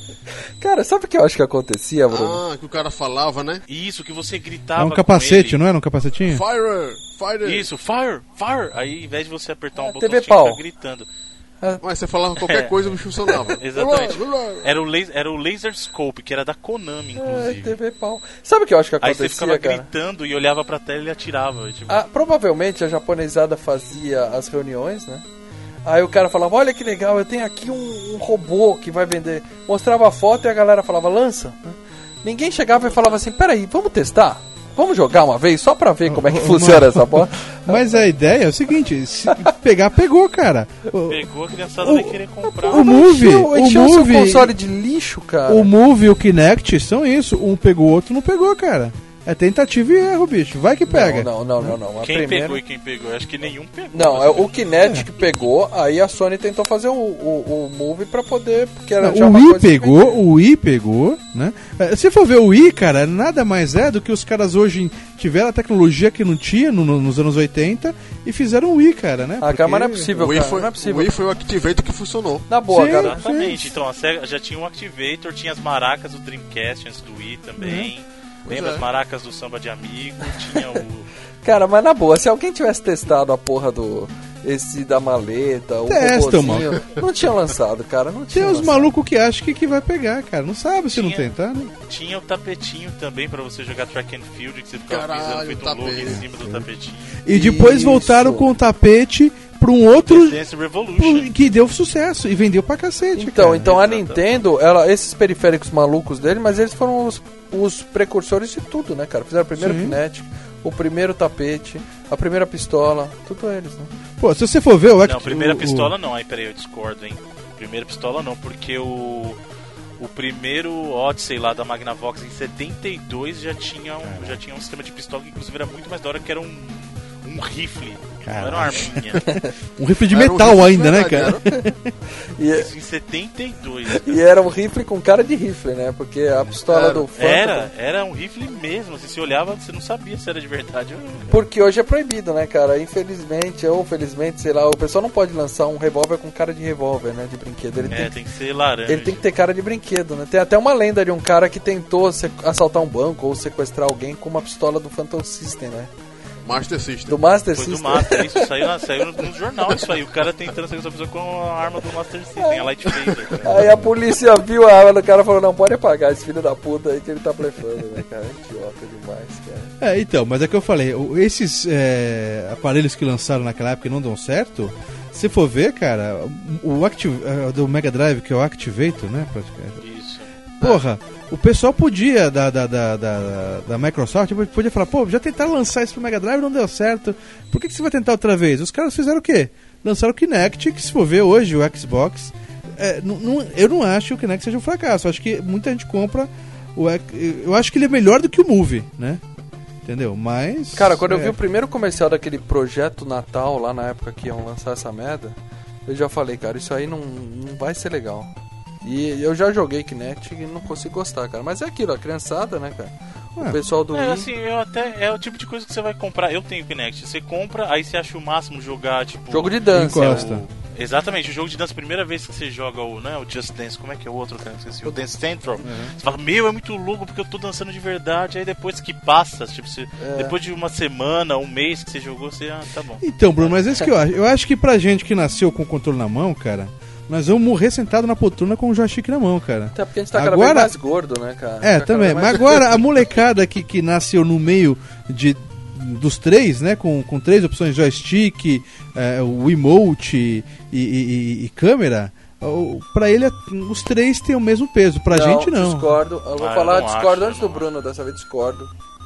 Cara, sabe o que eu acho que acontecia, Bruno? Ah, que o cara falava, né? Isso, que você gritava. É um com capacete, ele. não era um capacetinho? Fire! Fire! Isso, fire, fire! Aí, ao invés de você apertar um Ah, botão, T V você tinha que pau. ficar gritando. Mas você falava qualquer É. coisa, o bicho funcionava. Exatamente. Olá, olá. Era o, laser, era o Laser Scope, que era da Konami, Ai, inclusive. T V pau. Sabe o que eu acho que Aí você acontecia, ficava cara? gritando e olhava pra tela e atirava. Tipo, Ah, provavelmente a japonesada fazia as reuniões, né? Aí o cara falava, olha que legal, eu tenho aqui um, um robô que vai vender. Mostrava a foto e a galera falava, lança. né? Ninguém chegava e falava assim, peraí, vamos testar? Vamos jogar uma vez só pra ver como é que funciona essa porra? Mas a ideia é o seguinte, se pegar, pegou, cara. O, pegou, a criançada o- vai querer comprar. o Move, Encheu- o encheu seu Move, console de lixo, cara. o Move e o Kinect são isso. Um pegou, o outro não pegou, cara. É tentativa e erro, bicho. Vai que pega. Não, não, não, não, não. A Quem primeira... pegou e quem pegou? Eu acho que nenhum pegou. Não, é o Kinect que pegou, aí a Sony tentou fazer o, o, o Move pra poder, porque era já O uma Wii coisa que pegou, vendia. o Wii pegou, né? É, se for ver o Wii, cara, nada mais é do que os caras hoje tiveram a tecnologia que não tinha no- no- nos anos oitenta e fizeram o Wii, cara, né? Ah, cara, mas não é possível, O Wii cara, foi, não é o possível. Wii foi o Activator que funcionou. Na boa, Sim. cara. Exatamente. Sim. Então a Sega já tinha um Activator, tinha as maracas do Dreamcast antes do Wii também. Lembra é. as maracas do Samba de Amigo? Tinha o. Cara, mas na boa, se alguém tivesse testado a porra do... Esse da maleta, o Testa, robôzinho, não tinha lançado, cara, não tinha Tem os lançado. malucos que acham que, que vai pegar, cara. Não sabe se não Tinha. tentar, né? Tinha o tapetinho também pra você jogar track and field, que você ficava Caralho, pisando feito um louco em tapete. cima do tapetinho. E depois Isso. voltaram com o tapete pra um outro Dance Revolution. pro- que deu sucesso e vendeu pra cacete, Então, cara. então a Exatamente. Nintendo, ela, esses periféricos malucos dele, mas eles foram os, os precursores de tudo, né, cara? Fizeram o primeiro Sim. Kinect, o primeiro tapete, a primeira pistola, tudo eles, né? Pô, se você for ver o Não, Act- primeira o- pistola não, aí peraí, eu discordo, hein. Primeira pistola não, porque o. O primeiro Odyssey lá da Magnavox em setenta e dois já tinha um, já tinha um sistema de pistola que inclusive era muito mais da hora, que era um, um rifle, não era uma arminha. um rifle de Era um metal rifle de ainda, né, verdade, cara? E, Isso em setenta e dois. cara. e era um rifle com cara de rifle, né? Porque a pistola Era. do Phantom... Era, era um rifle mesmo, assim, você olhava, você não sabia se era de verdade. Porque hoje é proibido, né, cara? Infelizmente, ou felizmente, sei lá, o pessoal não pode lançar um revólver com cara de revólver, né? De brinquedo. Ele, É, tem, tem que ser laranja. ele tem que ter cara de brinquedo, né? Tem até uma lenda de um cara que tentou se- assaltar um banco ou sequestrar alguém com uma pistola do Phantom System, né? Master System. Do Master Foi System. do Master, isso saiu, na- saiu no, no jornal isso aí. O cara tentando ser essa pessoa com a arma do Master System, a Light Phaser. cara. Aí a polícia viu a arma do cara e falou, não, pode apagar esse filho da puta aí que ele tá blefando, né, cara? É idiota demais, cara. É, então, mas é que eu falei, o- esses é, aparelhos que lançaram naquela época e não dão certo, se for ver, cara, o Activ é, do Mega Drive, que é o Activator, né, praticamente. Isso. Porra, o pessoal podia, da, da, da, da, da Microsoft, podia falar, pô, já tentaram lançar isso pro Mega Drive e não deu certo, por que, que você vai tentar outra vez? Os caras fizeram o quê? Lançaram o Kinect, que se for ver hoje, o Xbox, é, não, não- eu não acho que o Kinect seja um fracasso, eu acho que muita gente compra, o, X- eu acho que ele é melhor do que o Move, né? Entendeu? Mas... Cara, quando eu é. vi o primeiro comercial daquele projeto Natal, lá na época que iam lançar essa merda, eu já falei, cara, isso aí não, não vai ser legal. E eu já joguei Kinect e não consigo gostar, cara. Mas é aquilo, a criançada, né, cara? O É. pessoal do É, Wii... assim, eu até. É o tipo de coisa que você vai comprar. Eu tenho Kinect. Você compra, aí você acha o máximo jogar, tipo. Jogo de dança. Encosta. o- Exatamente, o jogo de dança, primeira vez que você joga o, né, o Just Dance, como é que é o outro, cara? Esqueci, o Dance Central. Você fala, meu, é muito louco porque eu tô dançando de verdade. Aí depois que passa, tipo, você, É. depois de uma semana, um mês que você jogou, você, ah, tá bom. Então, Bruno, mas é isso que eu acho. Eu acho que pra gente que nasceu com o controle na mão, cara, nós vamos morrer sentado na poltrona com o joystick na mão, cara. Até porque a gente tá cada Agora- vez mais gordo, né, cara? É, Tá cada também. vez Mas mais agora a molecada que, que nasceu no meio de, dos três, né? Com, com três opções: joystick, é, o emote e, e, e- e câmera. o- pra ele os três têm o mesmo peso, pra gente não. Discordo. Eu vou Ah, falar, eu não discordo acho, antes eu do não Bruno, dessa vez discordo.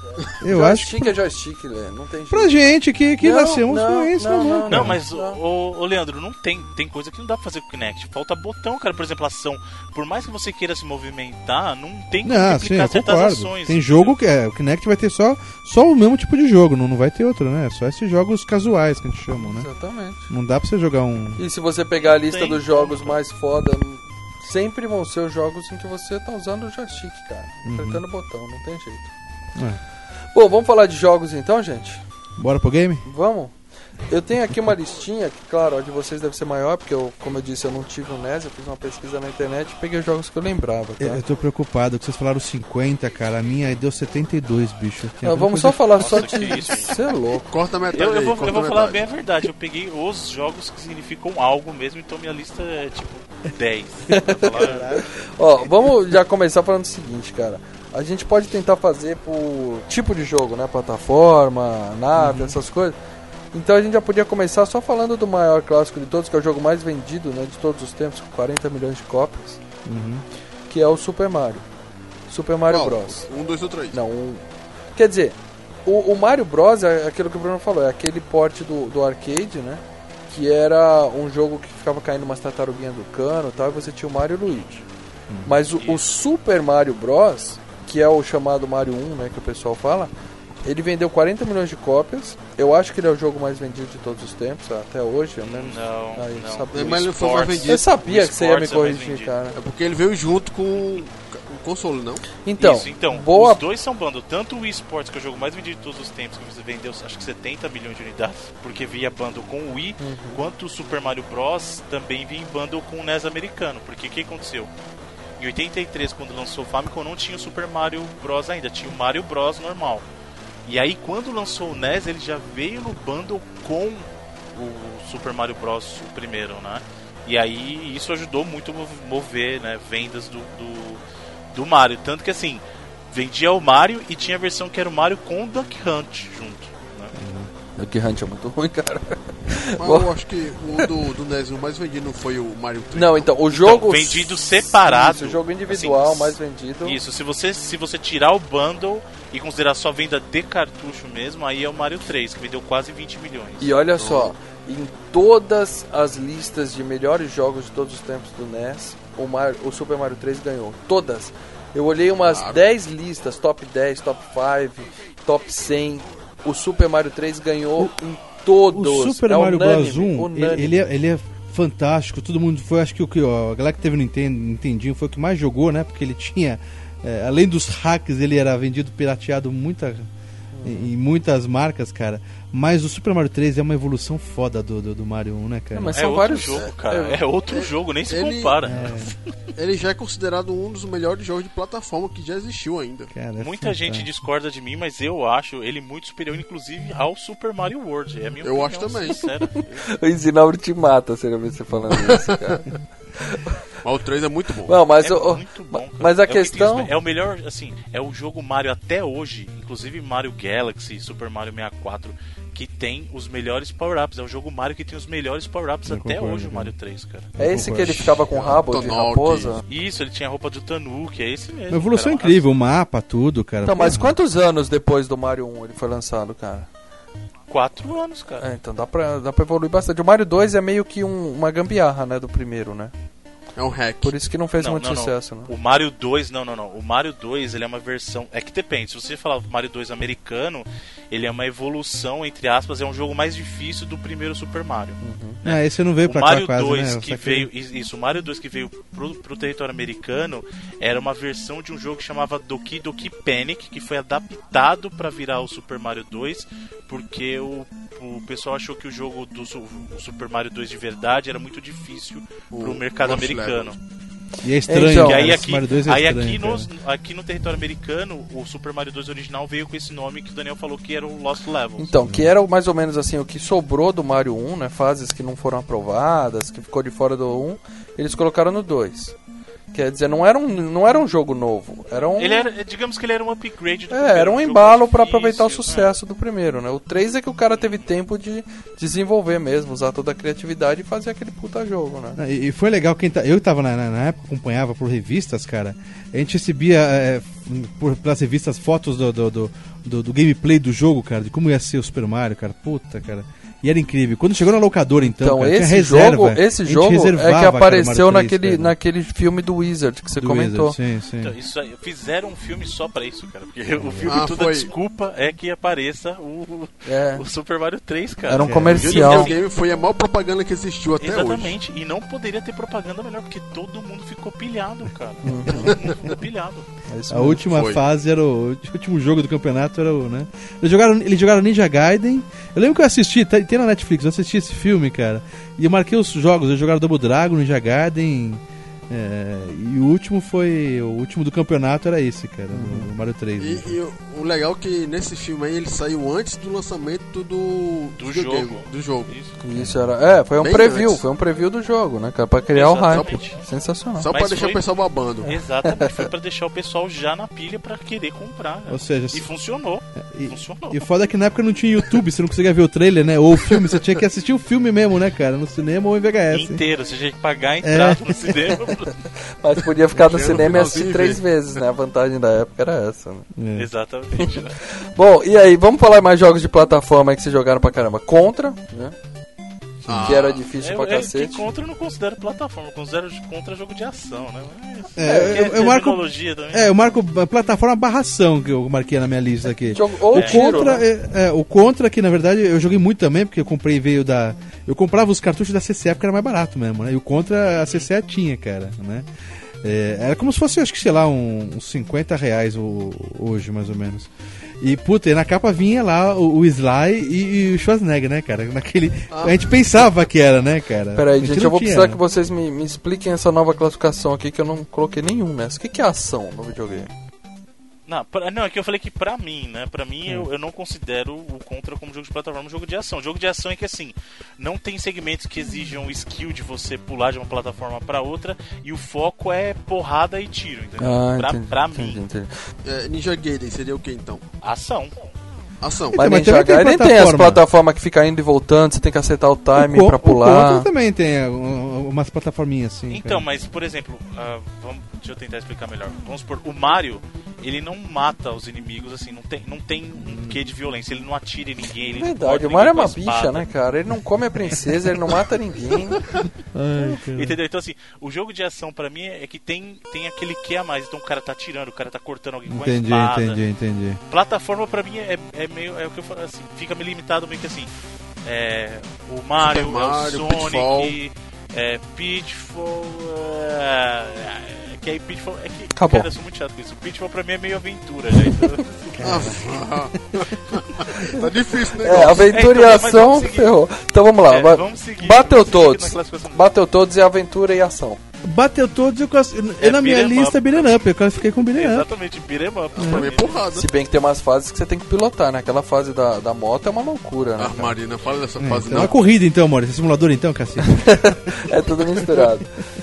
Eu acho joystick que é joystick, Lê. Não tem jeito. pra gente que, que Não, nascemos não, com isso, não, não, não, cara. Não, mas, Não. ô, ô, Leandro, não tem, tem coisa que não dá pra fazer com o Kinect. Falta botão, cara. Por exemplo, ação. Por mais que você queira se movimentar, não tem como Não, sim, replicar eu certas concordo. ações. Tem entendeu? jogo que é, o Kinect vai ter só, só o mesmo tipo de jogo, não, não vai ter outro, né? Só esses jogos casuais que a gente chama, né? Exatamente. Não dá pra você jogar um... E se você pegar a lista Tem dos como, jogos cara. mais foda, sempre vão ser os jogos em que você tá usando o joystick, cara. Apertando o botão, não tem jeito. É. Bom, vamos falar de jogos então, gente? Bora pro game? Vamos? Eu tenho aqui uma listinha, que claro, a de vocês deve ser maior, porque eu, como eu disse, eu não tive um N E S, eu fiz uma pesquisa na internet e peguei os jogos que eu lembrava, tá? Eu, eu tô preocupado, que vocês falaram cinquenta, cara. A minha aí deu setenta e dois, bicho. Tem Ah, alguma vamos coisa- só falar só Nossa, de... que isso, hein? Você é louco. Corta a metade Eu, eu aí, vou, corta eu vou a falar metade. bem a verdade. Eu peguei os jogos que significam algo mesmo, então minha lista é tipo dez. Pra falar- Ó, vamos já começar falando o seguinte, cara. A gente pode tentar fazer por tipo de jogo, né? Plataforma, nave, essas coisas. Então a gente já podia começar só falando do maior clássico de todos, que é o jogo mais vendido, né, de todos os tempos, com quarenta milhões de cópias, Uhum. que é o Super Mario. Super Mario Qual? Bros. Um, dois ou três? Não, um... quer dizer, o, o Mario Bros é aquilo que o Bruno falou, é aquele porte do, do arcade, né? Que era um jogo que ficava caindo umas tartaruguinhas do cano e tal, e você tinha o Mario e o Luigi. Mas o, o Super Mario Bros, que é o chamado Mario um, né, que o pessoal fala, ele vendeu quarenta milhões de cópias. Eu acho que ele é o jogo mais vendido de todos os tempos, até hoje, ao menos. Não, Ah, eu não. sabia. Mas ele foi mais Sports- vendido. Eu sabia o que você ia me Sports é mais corrigir, vendido. cara. É porque ele veio junto com o console, não? Então, Isso, então, boa. os dois são bundle. Tanto o Wii Sports, que é o jogo mais vendido de todos os tempos, que você vendeu acho que setenta milhões de unidades, porque via bundle com o Wii, Uhum. quanto o Super Mario Bros. Também vinha em bundle com o N E S americano. Porque o que aconteceu? Em oitenta e três, quando lançou o Famicom, não tinha o Super Mario Bros. Ainda, tinha o Mario Bros. Normal. E aí, quando lançou o N E S, ele já veio no bundle com o Super Mario Bros. O primeiro, né? E aí, isso ajudou muito a mover, né, vendas do, do, do Mario. Tanto que, assim, vendia o Mario e tinha a versão que era o Mario com o Duck Hunt junto, né? Duck Hunt é muito ruim, cara. Mas Bom. eu acho que o do, do N E S o mais vendido não foi o Mario três. Não, então, o jogo... Então, vendido separado. Isso, o jogo individual assim, mais vendido. Isso, se você, se você tirar o bundle e considerar só venda de cartucho mesmo, aí é o Mario três, que vendeu quase vinte milhões. E olha só, em todas as listas de melhores jogos de todos os tempos do N E S, o, Mario, o Super Mario três ganhou. Todas. Eu olhei umas Claro. dez listas, top dez, top cinco, top cem. O Super Mario três ganhou em todos. O Super É Mario unânime, Bros. um, unânime. ele, ele é, ele é fantástico. Todo mundo foi, acho que o que ó, a galera que teve no Nintendo, Nintendinho foi o que mais jogou, né? Porque ele tinha, é, além dos hacks, ele era vendido pirateado muita, em, em muitas marcas, cara. Mas o Super Mario três é uma evolução foda do, do, do Mario um, né, cara? Não, mas É são outro vários jogo, cara. é- É, outro jogo, nem se ele- compara. Ele já é considerado um dos melhores jogos de plataforma que já existiu ainda. Cara, é Muita gente fantástico. discorda de mim, mas eu acho ele muito superior, inclusive, ao Super Mario World. É a minha Eu opinião acho também. sincera. O Isinauro te mata se ele ver você falando isso, cara. Mas o três é muito bom. Não, mas, É o, muito bom, cara. mas a É o que questão... diz, é o melhor, assim, é o jogo Mario até hoje, inclusive Mario Galaxy, Super Mario sessenta e quatro, que tem os melhores power-ups. É o jogo Mario que tem os melhores power-ups Eu até concordo, hoje, o cara. Mario três, cara. É esse que ele ficava com rabo de Tonok. raposa? Isso, ele tinha a roupa do Tanuki, é esse mesmo. Uma evolução cara, incrível, o mapa, tudo, cara. Então, mas Porra. quantos anos depois do Mario um ele foi lançado, cara? Quatro anos, cara. É, então dá pra, dá pra evoluir bastante. O Mario dois é meio que um- uma gambiarra, né, do primeiro, né? É um hack. Por isso que não fez Não, muito não, não. sucesso, né? O Mario dois, não, não, não. O Mario dois, ele é uma versão... É que depende, se você falar o Mario dois americano, ele é uma evolução, entre aspas, é um jogo mais difícil do primeiro Super Mario. Ah, esse não veio O pra Mario cá quase, dois né? que Só veio... Isso, o Mario dois que veio pro, pro território americano era uma versão de um jogo que chamava Doki Doki Panic, que foi adaptado pra virar o Super Mario dois, porque o, o pessoal achou que o jogo do Su- o Super Mario dois de verdade era muito difícil pro O mercado Lost americano. E é estranho, Então, E cara, aí esse aqui, Mario dois é aí estranho, aqui, cara. nos- aqui no território americano, o Super Mario dois original veio com esse nome que o Daniel falou que era o Lost Levels. Então, que era mais ou menos assim, o que sobrou do Mario um, né? Fases que não foram aprovadas, que ficou de fora do um, eles colocaram no dois. Quer dizer, não era um, não era um jogo novo. Era um... Ele era, digamos que ele era um upgrade do É, primeiro, era um jogo embalo pra difícil, aproveitar o né? sucesso do primeiro, né? O três é que o cara teve tempo de desenvolver mesmo, usar toda a criatividade e fazer aquele puta jogo, né? E e foi legal, quem tá, eu tava na, na, na época, acompanhava por revistas, cara. A gente recebia é, por, pelas revistas fotos do, do, do, do, do gameplay do jogo, cara, de como ia ser o Super Mario, cara. Puta, cara. E era incrível. Quando chegou na locadora, então, Então, cara, esse tinha reserva. jogo, esse A gente jogo é reservava, que cara, o apareceu Mario três, naquele, cara. naquele filme do Wizard que você Do comentou. Wizard, sim, sim. Então, isso aí, fizeram um filme só pra isso, cara. Porque o filme, Ah, toda foi. desculpa é que apareça o, É. o Super Mario três, cara. Era um É. E o comercial. videogame foi a maior propaganda que existiu até hoje. Exatamente, e não poderia ter propaganda melhor, porque todo mundo ficou pilhado, cara. Uhum. Todo mundo ficou pilhado. É isso A mesmo. última Foi. fase era o, o último jogo do campeonato era o, né? Eles jogaram, eles jogaram Ninja Gaiden. Eu lembro que eu assisti, tá- tem na Netflix, eu assisti esse filme, cara. E eu marquei os jogos, eles jogaram Double Dragon, Ninja Gaiden. é, e o último foi. O último do campeonato era esse, cara, Uhum. o Mario três. E, né? e o- o legal é que nesse filme aí ele saiu antes do lançamento do, Do videogame, jogo. do jogo. Isso. Isso era. É, foi um Bem preview, antes. foi um preview do jogo, né, cara? Pra criar o Exatamente. hype. Sensacional. Só Mas pra deixar foi- o pessoal babando. Exatamente, foi pra deixar o pessoal já na pilha pra querer comprar. né? Ou seja, E funcionou. e, Funcionou. e foda que na época não tinha YouTube, você não conseguia ver o trailer, né? Ou o filme, você tinha que assistir o filme mesmo, né, cara? No cinema ou em V H S. hein? Inteiro, você tinha que pagar a entrada no cinema. Mas podia ficar no Chega no cinema e assistir finalzinho, três velho. vezes, né? A vantagem da época era essa, né? É. Exatamente. Né? Bom, e aí, vamos falar mais jogos de plataforma aí que vocês jogaram pra caramba. Contra, né? Ah, Que era difícil É, pra é, cacete. que contra eu não considero plataforma, eu considero contra jogo de ação, né? Mas, É, porque eu- eu marco- terminologia também. É, eu marco a plataforma barração que eu marquei na minha lista aqui. Jogo, ou O tiro, Contra, né? é, é, o Contra, que na verdade eu joguei muito também, porque eu comprei veio da. Eu comprava os cartuchos da C C E porque era mais barato mesmo, né? E o Contra a C C E tinha, cara, né? É, era como se fosse, acho que sei lá, um- uns cinquenta reais o- hoje, mais ou menos. E, puta, e na capa vinha lá o, o Sly e, e o Schwarzenegger, né, cara? Naquele. A gente pensava que era, né, cara? A Peraí, gente gente, não eu vou tinha. precisar que vocês me, me expliquem essa nova classificação aqui que eu não coloquei nenhum nessa. O que, que é ação no videogame? Não, pra- não, é que eu falei que pra mim, né? Pra mim, Hum. eu, eu não considero o Contra como jogo de plataforma um jogo de ação. Jogo de ação é que, assim, não tem segmentos que exijam skill de você pular de uma plataforma pra outra e o foco é porrada e tiro, entendeu? pra entendi, pra entendi, mim, entendi. É, Ninja Gaiden seria o que então? ação. Ação. Então, Mas mas Ninja também tem Gaiden tem as plataforma. plataformas que fica indo e voltando, você tem que acertar o timing o, Co- pra O pular. Contra também tem é, um- umas plataforminhas assim. Então, cara. mas, por exemplo, ah, vamos, deixa eu tentar explicar melhor. Vamos supor, o Mario, ele não mata os inimigos, assim, não tem, não tem um quê de violência, ele não atira em ninguém, ele É não verdade, corta o Mario é ninguém uma com a bicha, espada. né, cara? Ele não come a princesa, ele não mata ninguém. Ai, cara. Entendeu? Então, assim, o jogo de ação pra mim é que tem, tem aquele que a mais. Então, o cara tá atirando, o cara tá cortando alguém com a Entendi, espada. entendi, entendi. Plataforma pra mim é, é meio. É o que eu falo, assim, fica me limitado meio que assim. É, o Mario, Super Mario, é o Sonic, Pitfall. é, Pitfall. É, é, que aí Pitfall. É que, Acabou. cara, eu sou muito chato com isso. Pitfall pra mim é meio aventura, já. Então, Ah, tá difícil, né? É, aventura É, então, e mas ação, vamos seguir. ferrou. Então vamos lá, É, vai- vamos seguir, bateu vamos seguir todos. na classificação. Bateu todos e aventura e ação. Bateu todos, eu, classi- eu É na minha beat'em lista up. beat'em up, eu classifiquei com beat'em up. Exatamente, beat'em up. Pra mim é porrada. Se bem que tem umas fases que você tem que pilotar, né? Aquela fase da, da moto é uma loucura, né? Ah, cara? Marina, fala dessa É, fase então é uma não. corrida então, Maurício. É simulador então, cacete. É tudo misturado.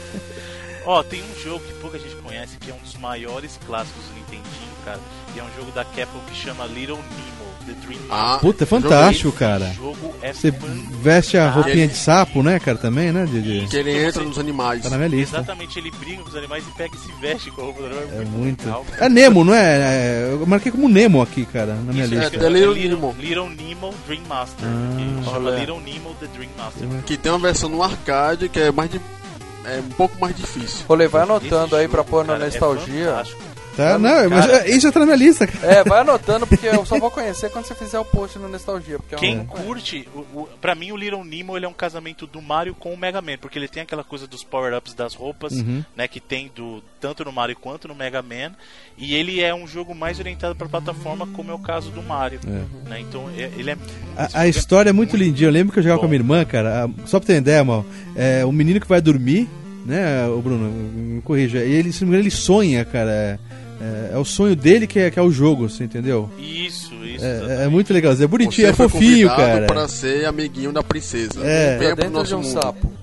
Ó, tem um jogo que pouca gente conhece, que é um dos maiores clássicos do Nintendinho, cara. E é um jogo da Capcom que chama Little Nemo, The Dream Ah, Puta, é joguei. fantástico, Esse cara. jogo é Você fantástico. veste a roupinha de sapo, né, cara, também, né, Didi? Que ele entra nos animais. Tá na minha lista. Exatamente, ele briga com os animais e pega e se veste com a roupa do animal. É muito. legal. É Nemo, não é? É, eu marquei como Nemo aqui, cara, na minha Isso, lista. é, The Little Little, Nemo. Little Nemo Dream Master. Ah, que chama olha. Little Nemo The Dream Master. Que tem uma versão no arcade que é mais de. É um pouco mais difícil. Rolê, vai Esse anotando aí jogo, pra pôr na cara, é nostalgia. fantástico. Tá, não, mas Cara. é, isso já tá na minha lista, cara. É, vai anotando porque eu só vou conhecer quando você fizer o post no Nostalgia. Porque eu Quem não- curte, o, o, pra mim o Little Nemo ele é um casamento do Mario com o Mega Man, porque ele tem aquela coisa dos power-ups das roupas, Uhum. né, que tem do, tanto no Mario quanto no Mega Man, e ele é um jogo mais orientado pra plataforma, como é o caso do Mario, É. né, então é- ele é... A, a história é muito lindinha. Eu lembro que eu jogava com a minha irmã, cara. a- Só pra ter uma ideia, mal. É um menino que vai dormir, né, o Bruno, me corrija. E ele, se não me engano, ele sonha, cara. É, é- é o sonho dele que é, que é o jogo, você entendeu? Isso, isso, É, é exatamente. muito legal. É bonitinho, Você é foi fofinho, convidado cara. pra ser amiguinho da princesa. É. Venha Tá pro dentro nosso de um mundo. sapo.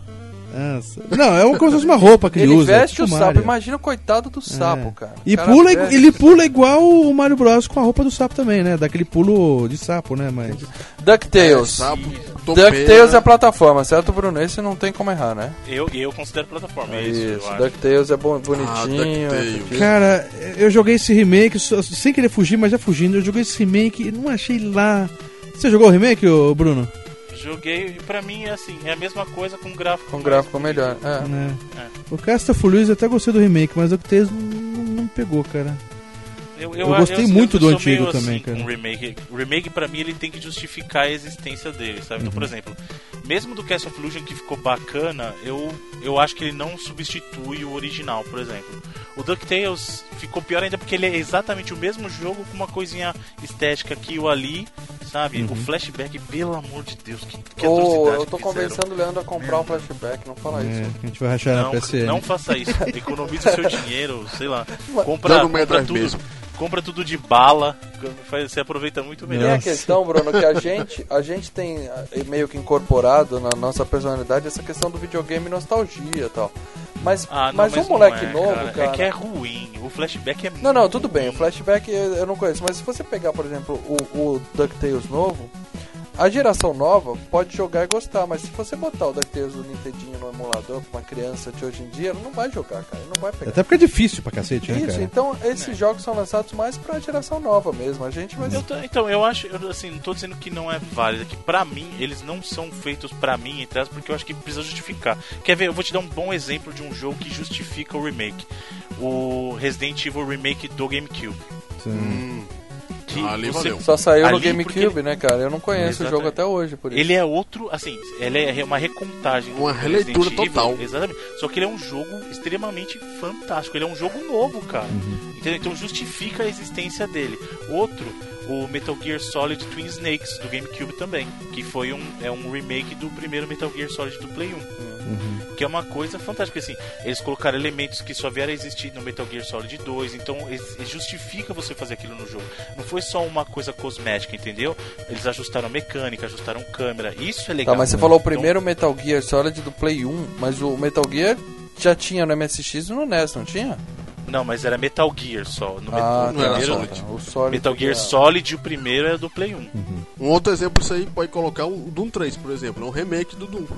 Nossa. Não, é como se fosse uma roupa que ele, Ele usa. veste tipo o sapo, Mario. imagina o coitado do sapo, É. cara. E O cara pula, veste- ele pula igual o Mario Bros com a roupa do sapo também, né? Daquele pulo de sapo, né? Mas... DuckTales. Sapo, topeira. DuckTales é plataforma, certo, Bruno? Esse não tem como errar, né? Eu, eu considero plataforma, é isso. Isso, eu acho. DuckTales é bom, Ah, bonitinho. DuckTales. Cara, eu joguei esse remake, só- sem querer fugir, mas já fugindo, eu joguei esse remake e não achei lá... Você jogou o remake, ô, Bruno? Joguei, e pra mim é assim, é a mesma coisa com gráfico. Com mais gráfico bonito. melhor. É. Né? É. O Castleful eu até gostei do remake, mas o DuckTales não, não, não pegou, cara. Eu, Eu gostei muito do sou antigo meio também, assim cara. Com o remake. O remake, pra mim, ele tem que justificar a existência dele, sabe? Então, por exemplo, mesmo do Castle of Illusion que ficou bacana, eu, eu acho que ele não substitui o original, por exemplo. O DuckTales ficou pior ainda porque ele é exatamente o mesmo jogo com uma coisinha estética aqui ou ali, sabe? O flashback, pelo amor de Deus, que, que Ô, atrocidade eu tô que fizeram. convencendo o Leandro a comprar um flashback, não fala É, isso. a gente vai rachar na Não, P S N. não faça isso. Economize o seu dinheiro, sei lá. Compra, Dá no Mega compra Drive tudo. mesmo. Compra tudo de bala, faz- você aproveita muito E melhor. a questão, Bruno, que a gente, a gente tem eh, meio que incorporado na nossa personalidade essa questão do videogame nostalgia e tal. Mas, Ah, não, mas, mas um não moleque é, novo, cara, cara... É que é ruim. O flashback é muito Não, não, tudo bem, o ruim. flashback eu eu não conheço, mas se você pegar, por exemplo, o, o DuckTales novo, a geração nova pode jogar e gostar, mas se você botar o DuckTales do Nintendinho no emulador pra uma criança de hoje em dia, ela não vai jogar, cara, ele não vai pegar. Até porque é difícil pra cacete, né, Isso, cara? então esses jogos são lançados mais pra geração nova mesmo, a gente vai... Eu tô- então, eu acho, eu, assim, não tô dizendo que não é válido, é que pra mim, eles não são feitos pra mim, entre aspas, porque eu acho que precisa justificar. Quer ver? Eu vou te dar um bom exemplo de um jogo que justifica o remake. O Resident Evil Remake do GameCube. Hum, Que Ali você- valeu. Só saiu no Ali, GameCube, porque- né, cara? Eu não conheço o jogo Exatamente. até hoje, por isso. Ele é outro, assim, ele é uma recontagem. Uma do releitura Resident Evil, total. Exatamente. Só que ele é um jogo extremamente fantástico. Ele é um jogo novo, cara. Uhum. Entendeu? Então justifica a existência dele. Outro, o Metal Gear Solid Twin Snakes do GameCube também, que foi um, é um remake do primeiro Metal Gear Solid do Play um. Que é uma coisa fantástica, assim, eles colocaram elementos que só vieram a existir no Metal Gear Solid dois, então eles- justifica você fazer aquilo no jogo. Não foi só uma coisa cosmética, entendeu? Eles ajustaram a mecânica, ajustaram câmera, isso é legal. Tá, mas você falou o Então, primeiro Metal Gear Solid do Play um, mas o Metal Gear já tinha no M S X e no N E S, não tinha? Não, mas era Metal Gear só. No Ah, não era primeiro, Solid. O Solid Metal Gear era- Solid, o primeiro é do Play um. Um outro exemplo disso aí pode colocar o Doom três, por exemplo. É um remake do Doom.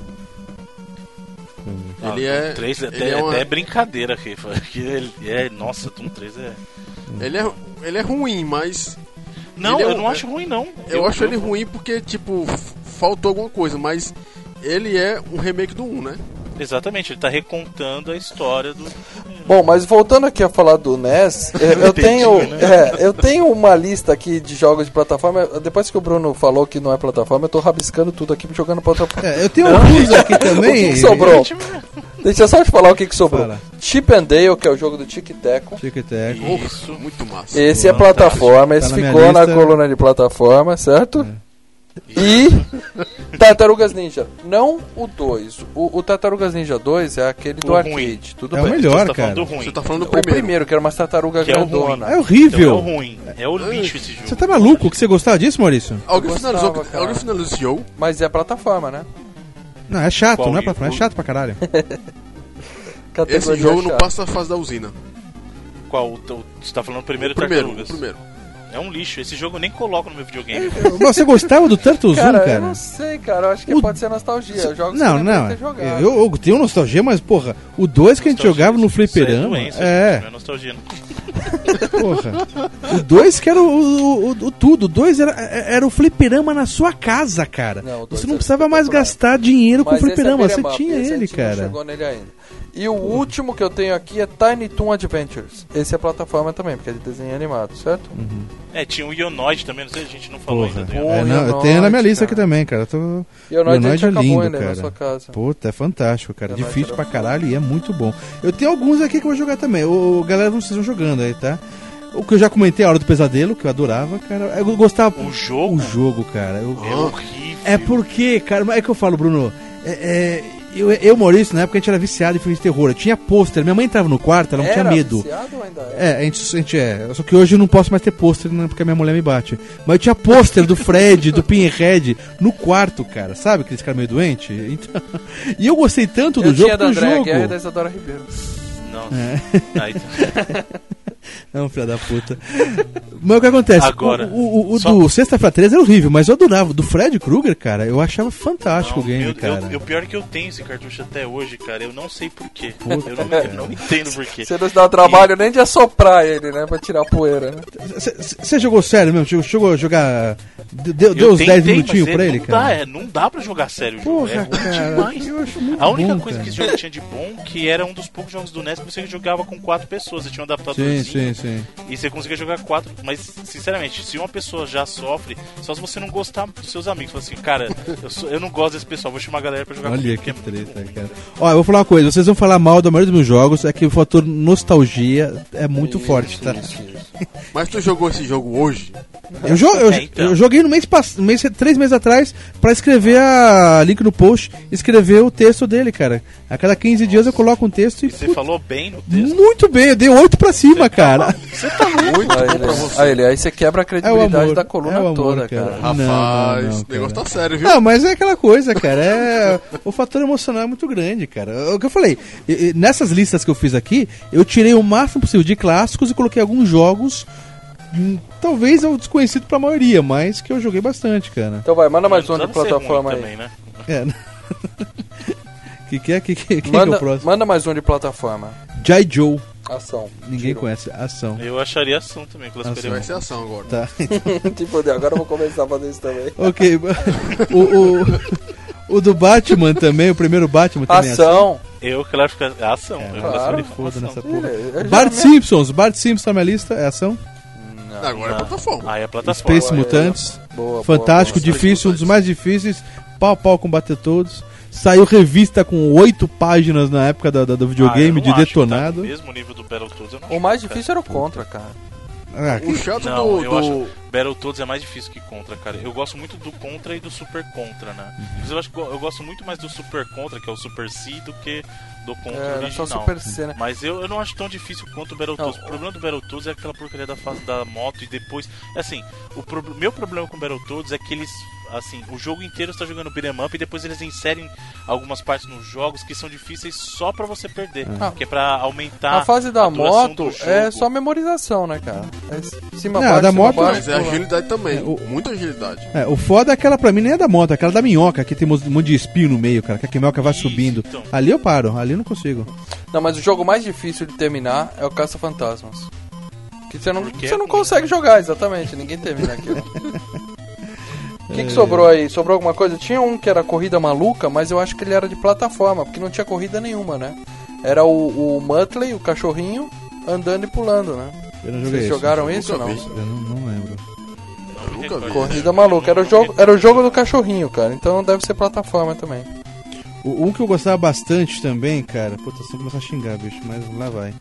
Ah, Ele é. Doom três até, ele é, uma- até brincadeira aqui. que ele é, nossa, Doom três é. ele é. Ele é ruim, mas. Não, Ele é eu um- não acho ruim, não. Eu, acho ele ruim porque, tipo, f- faltou alguma coisa, mas ele é um remake do um, né? Exatamente, ele tá recontando a história do. Bom, mas voltando aqui a falar do N E S, eu, eu tenho, é, eu tenho uma lista aqui de jogos de plataforma. Depois que o Bruno falou que não é plataforma, eu tô rabiscando tudo aqui jogando plataforma. É, eu tenho alguns aqui O que, também. que sobrou? Deixa eu só te falar o que, que sobrou. Fala. Chip and Dale, que é o jogo do Tic Teco. Tic Tac. Isso. Muito massa. Esse é Fantástico. plataforma, esse Tá na minha ficou na lista. coluna de plataforma, certo? E Tartarugas Ninja. Não o dois. O, o Tartarugas Ninja dois é aquele do O arcade. ruim. Tudo É o bem. melhor, Você tá cara. falando do ruim. Você tá falando do O primeiro. primeiro, que era uma tartaruga Que é o grandona. É Então é o horrível. ruim. É o lixo esse jogo. Você tá maluco? Que você gostava disso, Maurício? Alguém, Eu finalizou, gostava, cara. alguém finalizou esse jogo? Mas é plataforma, né? Não, é chato, Qual não é livro? pra É chato pra caralho. Categoria Esse jogo não chata. passa a fase da usina. Qual? O, o, você tá falando do primeiro o primeiro, Tartarugas? o primeiro. É um lixo. Esse jogo eu nem coloco no meu videogame. Mas você gostava do Turtle Zoom, Cara, cara? eu não sei, cara. Eu acho que O- pode ser nostalgia. Eu jogo Não, não. Ter jogado. Eu, eu tenho nostalgia, mas, porra, o dois que a gente Nostalgia, jogava no isso aí fliperama. doença, É, Não é nostalgia, não. porra. O dois que era o, o, o- o tudo. O dois era, era o fliperama na sua casa, cara. Não, o dois Você não era precisava mais espetacular. gastar dinheiro com Mas fliperama, esse é você beat'em up, tinha esse a ele, gente não cara. chegou nele ainda. E o último que eu tenho aqui é Tiny Toon Adventures. Esse é plataforma também, porque é de desenho animado, certo? É, tinha o Ionoid também, não sei, a gente não falou Porra. ainda do Pô, Ionoid. É, não, eu Ionoid, tenho na minha lista cara. aqui também, cara. Eu tô... E o Noite a gente Ionoid é acabou lindo, ainda cara. na sua casa. Puta, é fantástico, cara. Ionoid Difícil era pra caralho e é muito bom. Eu tenho alguns aqui que eu vou jogar também. O galera, vocês estão jogando aí, tá? O que eu já comentei, A Hora do Pesadelo, que eu adorava, cara. Eu gostava... O jogo? O jogo, cara. Eu... É horrível. É porque, cara, é que eu falo, Bruno. É, é, Eu, eu Maurício, na época a gente era viciado em filmes de terror. Eu tinha pôster. Minha mãe entrava no quarto, ela não Era tinha medo. viciado ou ainda é? É, a gente, a gente é. Só que hoje eu não posso mais ter pôster, né, porque a minha mulher me bate. Mas eu tinha pôster do Fred, do Pinhead, no quarto, cara. Sabe aqueles caras meio doentes? Então, e eu gostei tanto do Eu jogo tinha da que o Andréa jogo... Guerra e da Isadora Ribeiro. Nossa. É. Aí, Não, filha da puta. Mas o que acontece? Agora, o o, o só- do Sexta-feira treze era horrível, mas eu adorava. Do Fred Krueger, cara, eu achava fantástico não, o game, eu, cara. eu, o pior é que eu tenho esse cartucho até hoje, cara. Eu não sei porquê. Puta, Eu não, eu não entendo porquê. Você não se dá o trabalho nem de assoprar ele, né? Pra tirar a poeira, né? Você jogou sério mesmo? Chegou, chegou a jogar. Deu, Eu deu uns tentei, dez minutinhos mas pra é- ele, não cara? Dá, é, não dá pra jogar sério o jogo. Porra, é ruim cara, demais. eu acho muito A única bom, coisa cara. que esse jogo tinha de bom que era um dos poucos jogos do N E S que você jogava com quatro pessoas. Você tinha um Sim, adaptadorzinho sim, sim. e você conseguia jogar quatro. Mas, sinceramente, se uma pessoa já sofre, só se você não gostar dos seus amigos. Fala assim, cara, eu, sou- eu não gosto desse pessoal, vou chamar a galera pra jogar Olha comigo. que porque é muito treta, bom. cara. Ó, eu vou falar uma coisa, vocês vão falar mal da maioria dos meus jogos, é que o fator nostalgia é muito forte, tá? Isso, isso. Mas tu jogou esse jogo hoje? Eu, jo eu, É, então. eu joguei no mês, pass- mês três meses atrás pra escrever a link no post, escrever o texto dele, cara. A cada quinze dias eu coloco um texto e. E você putz, falou bem no texto. muito bem, eu dei oito pra cima, cara. Você tá louco. Muito Aí bom ele, pra você. aí ele, aí você quebra a É o credibilidade amor, da coluna é o amor, toda, cara. cara. Rapaz, Não, não, não, o negócio cara. tá sério, viu? Não, mas é aquela coisa, cara. É... o fator emocional é muito grande, cara. É o que eu falei. e- e nessas listas que eu fiz aqui, eu tirei o máximo possível de clássicos e coloquei alguns jogos. hum, Talvez eu desconhecido pra maioria, mas que eu joguei bastante, cara. Então vai, manda mais um Não de precisa ser plataforma ruim aí. também, né? É. que que é? Que, que, quem que é Manda, o próximo? manda mais um de plataforma. Jai Joe. Ação. Ninguém Tiro. conhece. Ação. Eu acharia ação também, Ação. classificaria Vai ser ação agora. Tá. tipo, agora eu vou começar a fazer isso também. Ok. o, o, o do Batman também, o primeiro Batman também é Ação. Eu classificaria ação. Cara, eu claro. classificaria Foda como nessa ação. porra. Eu já Bart me- Simpsons. Bart Simpsons na minha lista. É ação. Não. Agora é Não. plataforma. Aí é plataforma. Space é. Mutantes. Boa, Fantástico, boa, boa. difícil, um dos mais difíceis. Pau a pau combater todos. Saiu revista com oito páginas na época da, da- do Ah, eu videogame não de acho que detonado. Tá no mesmo nível do Battletoads, eu não O acho, mais cara. difícil era o Contra, cara. Ah, O chato Não, do. eu do- acho Battletoads é mais difícil que Contra, cara. Eu gosto muito do Contra e do Super Contra, né? Inclusive, eu, acho que eu gosto muito mais do Super Contra, que é o Super C, do que do Contra É, era original. só Super C, né? Mas eu, eu não acho tão difícil quanto o Battletoads. Não. O problema do Battletoads é aquela porcaria da fase da moto e depois... Assim, o pro... meu problema com o Battletoads é que eles... Assim, o jogo inteiro está jogando beat'em up e depois eles inserem algumas partes nos jogos que são difíceis só pra você perder. Ah. Que é pra aumentar A fase da a duração moto do jogo. é só memorização, né, cara? É cima, Não, baixo, da cima, moto- baixo, Mas é pula. agilidade também. É, o- Muita agilidade. É, o foda é aquela pra mim nem é da moto, é aquela da minhoca, que tem um monte de espinho no meio, cara, que a minhoca vai Isso, subindo. então. Ali eu paro, ali eu não consigo. Não, mas o jogo mais difícil de terminar é o Caça-Fantasmas. Que você não, Porque você é não ruim. consegue jogar, exatamente. Ninguém termina aquilo. O que, que sobrou aí? Sobrou alguma coisa? Tinha um que era corrida maluca, mas eu acho que ele era de plataforma, porque não tinha corrida nenhuma, né? Era o, o Muttley, o cachorrinho, andando e pulando, né? Eu não joguei Vocês isso. jogaram eu isso ou nunca não? vi. Eu não, não lembro. Não me Nunca vi. recordo. Corrida maluca. Era o, jogo, era o jogo do cachorrinho, cara. Então deve ser plataforma também. O, um que eu gostava bastante também, cara. Puta, você começar a xingar, bicho, mas lá vai.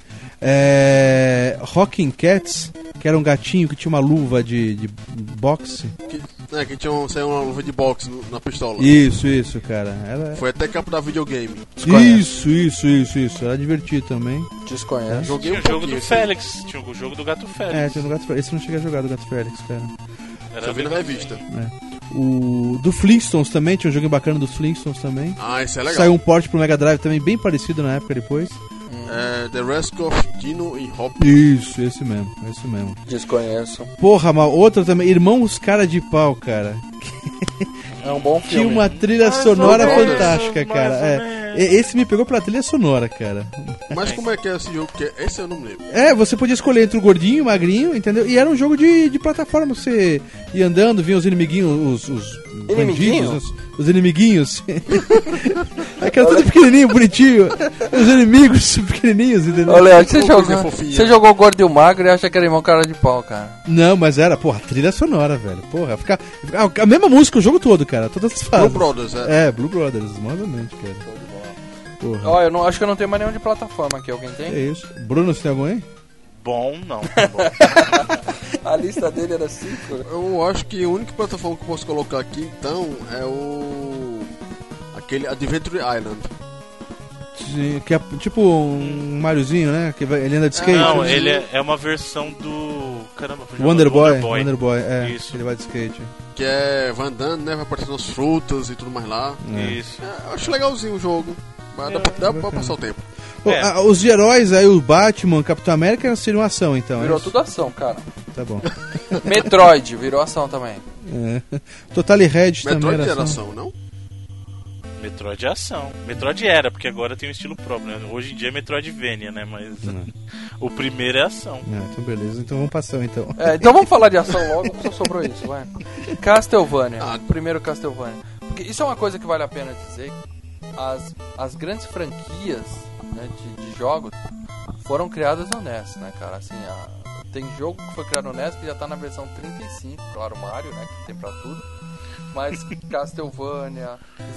É. Rocking Cats, que era um gatinho que tinha uma luva de, de boxe. Que, é, que tinha um, saiu uma luva de boxe no- na pistola. Isso, isso, cara. Era... Foi até capa da videogame. Isso, isso, isso, isso. Era divertido também. Desconhece. Joguei Tinha um o jogo pouquinho. do assim. Félix. Tinha o jogo do Gato Félix. É, tinha no Gato Félix. Esse eu não cheguei a jogar do Gato Félix, cara. Era Só vi na legalzinho. revista. O do Flintstones também, tinha um jogo bacana dos Flintstones também. Ah, esse é legal. Saiu um port pro Mega Drive também, bem parecido na época depois. É, The Rescue of Dino e Hop. Isso, esse mesmo, esse mesmo. Desconheço. Porra, mal, outra também, Irmãos Cara de Pau, cara. É um bom Tinha filme. uma trilha Mais sonora ou menos, fantástica, mais cara. ou É, menos. e- esse me pegou pela trilha sonora, cara. Mas como é que é esse jogo? Que esse eu não me lembro. É, você podia escolher entre o gordinho e o magrinho, entendeu? E era um jogo de, de plataforma, você ia andando, vinha os inimiguinhos, os, os Inimiguinho? bandidos, os, os inimiguinhos. Aquela tudo pequenininho, bonitinho. Os inimigos pequenininhos, entendeu? Ô, Léo, você, Uma jogou, coisa fofinha. você jogou Gordo e o Magro e acha que era irmão cara de pau, cara. Não, mas era, porra, trilha sonora, velho. Porra, fica, fica- a mesma música o jogo todo, cara. Todas as Blue fases. Brothers, é. É, Blue Brothers, novamente, cara. Porra. Ó, eu não, acho que eu não tenho mais nenhum de plataforma aqui. Alguém tem? É isso. Bruno, você tem algum aí? Bom, não. Bom. A lista dele era cinco. né? Eu acho que a única plataforma que eu posso colocar aqui, então, é o... Aquele Adventure Island. Sim, que é tipo um Mariozinho, né? Que vai- ele anda de skate. Não, né? ele é, é uma versão do. Caramba, fugiu Wonder o nome, Boy, Wonder Boy. Wonder Boy, é, Isso. ele vai de skate. Que é vai andando, né? Vai aparecendo as frutas e tudo mais lá. Isso. É, eu acho legalzinho o jogo. Mas dá, pra, dá pra passar o tempo. Pô, É. ah, os de heróis aí, o Batman, Capitão América seriam ação, então. Virou é isso? tudo ação, cara. Tá bom. Metroid virou ação também. É. Totally Red também Metroid era era ação. ação, não? Metroid é ação. Metroid era, porque agora tem um estilo próprio, né? Hoje em dia é Metroidvania, né? Mas o primeiro é ação. Ah, então beleza, então vamos passar então. É, então vamos falar de ação logo, só sobrou isso, vai. Castlevania, Ah. primeiro Castlevania. Porque isso é uma coisa que vale a pena dizer. As, as grandes franquias, né, de, de jogos foram criadas no N E S, né, cara? Assim, a, tem jogo que foi criado no N E S que já tá na versão trinta e cinco, claro, Mario, né, que tem pra tudo. Mas Castlevania,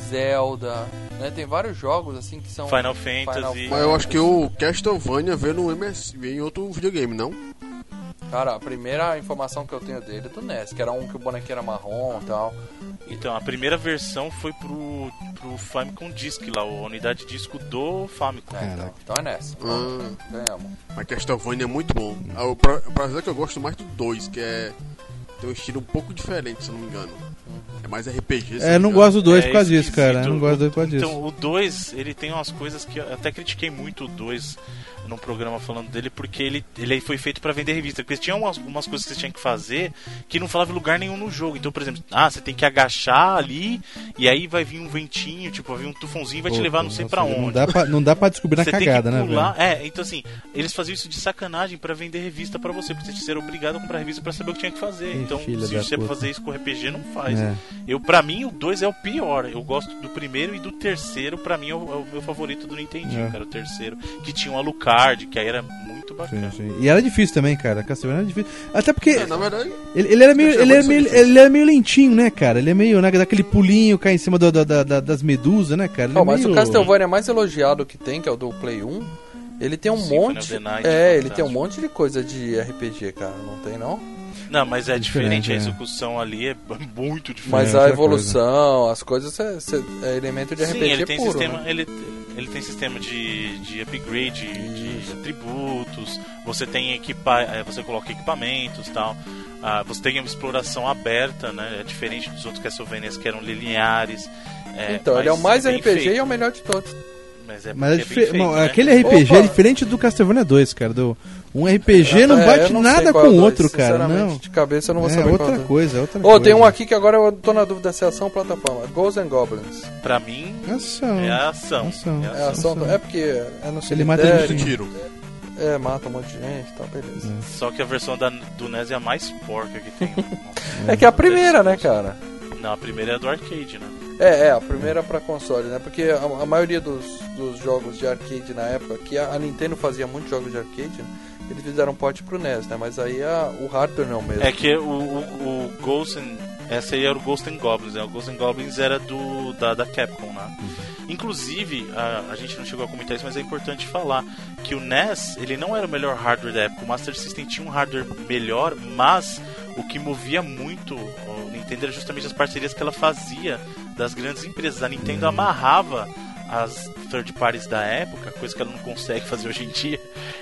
Zelda, né, tem vários jogos assim que são Final Fantasy. Mas eu acho que o Castlevania veio no M S, veio em outro videogame, não? Cara, a primeira informação que eu tenho dele é do N E S, que era um que o bonequinho era marrom e tal. Então, a primeira versão foi pro, pro Famicom Disk lá, a unidade disco do Famicom. É, então, então é N E S. Ah, Ganhamos. mas Castlevania é muito bom. Ah, o pra, pra dizer que eu gosto mais do dois, que é. Tem um estilo um pouco diferente, se eu não me engano. É mais R P G. se É, não não me gosto do dois É por causa disso, esquisito. cara. Eu não gosto do dois por causa disso. Então, o dois, ele tem umas coisas que eu até critiquei muito o dois num programa falando dele, porque ele, ele foi feito pra vender revista. Porque tinha umas, umas coisas que você tinha que fazer que não falava em lugar nenhum no jogo. Então, por exemplo, ah, você tem que agachar ali e aí vai vir um ventinho, tipo, vai vir um tufãozinho e vai te Pô, levar não sei nossa, pra onde. Não dá pra, não dá pra descobrir na Você cagada, tem né, que velho? pular. É, então assim, eles faziam isso de sacanagem pra vender revista pra você, porque você era obrigado a comprar revista pra saber o que tinha que fazer. Que Então, filha se da você puta. fazer isso com R P G, não faz. É. Eu, pra mim, o dois é o pior. Eu gosto do primeiro e do terceiro, pra mim, é o, é o meu favorito do Nintendinho, É. cara, o terceiro. Que tinha o Alucard, que aí era muito bacana. Sim, sim. E era difícil também, cara. Castlevania era difícil. Até porque É, na verdade, ele, ele era meio, Castlevania ele era são meio, difíceis. ele era meio lentinho, né, cara? Ele é meio, né, daquele pulinho, cai em cima do, da- da- da- das medusas, né, cara? Ele Não, é mas meio... o Castlevania mais elogiado que tem, que é o do Play um, ele tem um Symphony monte. of the Night, É, ele fantástico. tem um monte de coisa de R P G, cara. Não tem não? Não, mas é Diferente, diferente, a é. execução ali é muito diferente. Mas É, a outra evolução, as coisas é, é elemento de Sim, R P G ele tem puro. sistema, né? ele, ele tem sistema de, de upgrade, de atributos, você tem equipa, é, você coloca equipamentos e tal. Ah, você tem uma exploração aberta, né? É diferente dos outros Castlevanias que eram lineares. É, Então, ele é o mas mais bem R P G feito. e é o melhor de todos. Mas é, Mas é porque é dife- bem feito, bom, né? aquele R P G Opa! é diferente do Castlevania dois, cara. Do... Um R P G não É, bate eu não sei nada qual com é o dois, outro, cara. sinceramente, Não. De cabeça eu não vou É saber qual outra é. coisa, é outra Ô, coisa. tem um aqui que agora eu tô na dúvida se é ação ou plataforma. Ghosts and Goblins. Pra mim, Ação. é a ação. Ação. É a É ação. ação. ação. É porque é no Ele mata cemitério. gente. tiro. É, mata um monte de gente e tal, beleza. Só que a versão da, do N E S é a mais porca que tem. É que é a primeira, né, cara? Não, a primeira é a do arcade, né? É, é, a primeira pra console, né? Porque a, a maioria dos, dos jogos de arcade na época, que a, a Nintendo fazia muitos jogos de arcade, né? Eles fizeram um porte pro N E S, né? Mas aí a, o hardware não mesmo. É que o, o, o Ghost and, essa aí era o Ghost and Goblins, né? O Ghost and Goblins era do, da, da Capcom, né? Inclusive, a, a gente não chegou a comentar isso, mas é importante falar que o N E S, ele não era o melhor hardware da época. O Master System tinha um hardware melhor, mas o que movia muito o Nintendo era justamente as parcerias que ela fazia das grandes empresas. A Nintendo amarrava as third parties da época, coisa que ela não consegue fazer hoje em dia,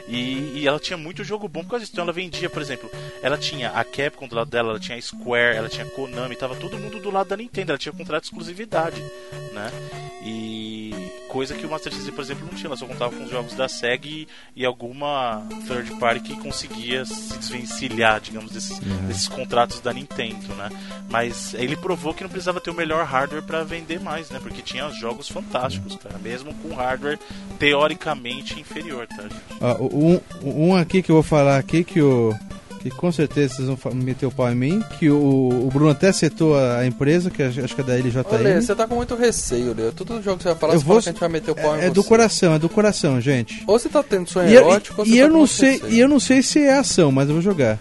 e, e ela tinha muito jogo bom por causa disso. Então ela vendia, por exemplo, ela tinha a Capcom do lado dela, ela tinha a Square, ela tinha a Konami, tava todo mundo do lado da Nintendo, ela tinha contrato de exclusividade, né? E coisa que o Master System, por exemplo, não tinha, ela só contava com os jogos da Sega e, e alguma third party que conseguia se desvencilhar, digamos, desses, desses contratos da Nintendo, né? Mas ele provou que não precisava ter o melhor hardware para vender mais, né? Porque tinha jogos fantásticos, cara, mesmo com hardware teoricamente inferior, tá, gente? Ó, um, um aqui que eu vou falar aqui que o que com certeza vocês vão fa- meter o pau em mim, que o, o Bruno até citou a empresa, que acho acho que é da L J Ô, Lê, M. você tá com muito receio, Lê. Todo jogo que você vai falar, Eu você vou- fala que a gente vai meter o pau em É, você. é do coração, é do coração, gente. Ou você tá tendo sonho E, eu- erótico, ou e você eu tá com não muito sei, receio. e eu não sei se é ação, mas eu vou jogar.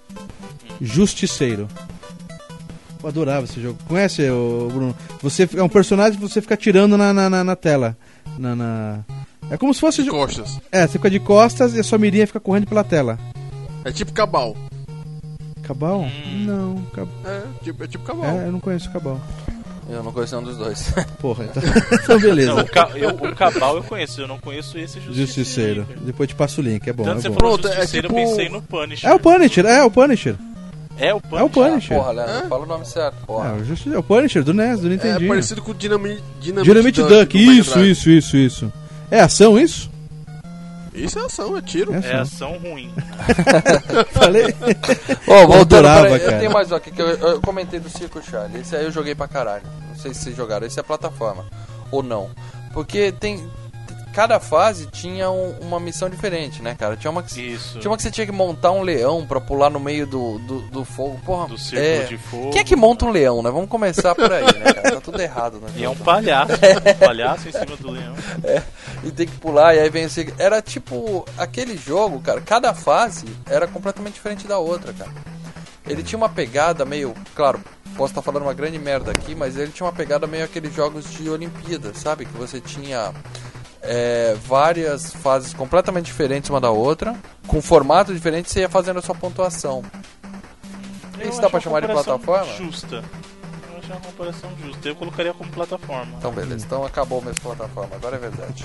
Justiceiro. Eu adorava esse jogo. Conhece, o Bruno? Você é um personagem que você fica tirando na, na, na- na tela. Na, na- É como se fosse. De costas. É, você fica de costas e a sua mirinha fica correndo pela tela. É tipo Cabal. Cabal? Não, Cab... É, tipo, é tipo Cabal. é, eu não conheço Cabal. Eu não conheço nenhum dos dois. Porra, então, então beleza. Não, o, ca... eu, o Cabal eu conheço, eu não conheço esse Justiceiro. Justiceiro. Depois te passo o link, é bom. Tanto é você bom. falou Pronto, é Justiceiro, tipo- eu pensei no Punisher. É o Punisher, é o Punisher. É o Punisher. É o Punisher. Porra, Leandro, fala o nome certo, porra. É, o, Justi- é o Punisher do N E S, do É Nintendinho. parecido com o Dynamite, Dynamite, Dynamite Duck, do Mega isso, Drive. isso, isso, isso. É ação isso? Isso é ação, é tiro. É É ação. ação ruim. Falei. Ó, voltando adorava, pra... cara. Eu tenho mais um aqui que eu, eu comentei do Circo Charlie. Esse aí eu joguei pra caralho. Não sei se vocês jogaram. Esse é plataforma. Ou não. Porque tem... Cada fase tinha um- uma missão diferente, né, cara? Tinha uma que... Isso. Tinha uma que você tinha que montar um leão pra pular no meio do, do, do fogo. Porra, Do círculo é... de fogo. Quem é que monta um leão, né? Vamos começar por aí, né, cara? Tá tudo errado, né? E é um palhaço. Um palhaço em cima do leão. É, e tem que pular, e aí vem esse... Era tipo, aquele jogo, cara, cada fase era completamente diferente da outra, cara. Ele tinha uma pegada meio... Claro, posso estar falando uma grande merda aqui, mas ele tinha uma pegada meio aqueles jogos de Olimpíada, sabe? Que você tinha é, várias fases completamente diferentes uma da outra, com formato diferente, você ia fazendo a sua pontuação. Eu Isso dá pra acho chamar de uma comparação plataforma? Justa. Eu acho uma comparação justa. Eu colocaria como plataforma. Então beleza, então acabou mesmo plataforma, agora é verdade.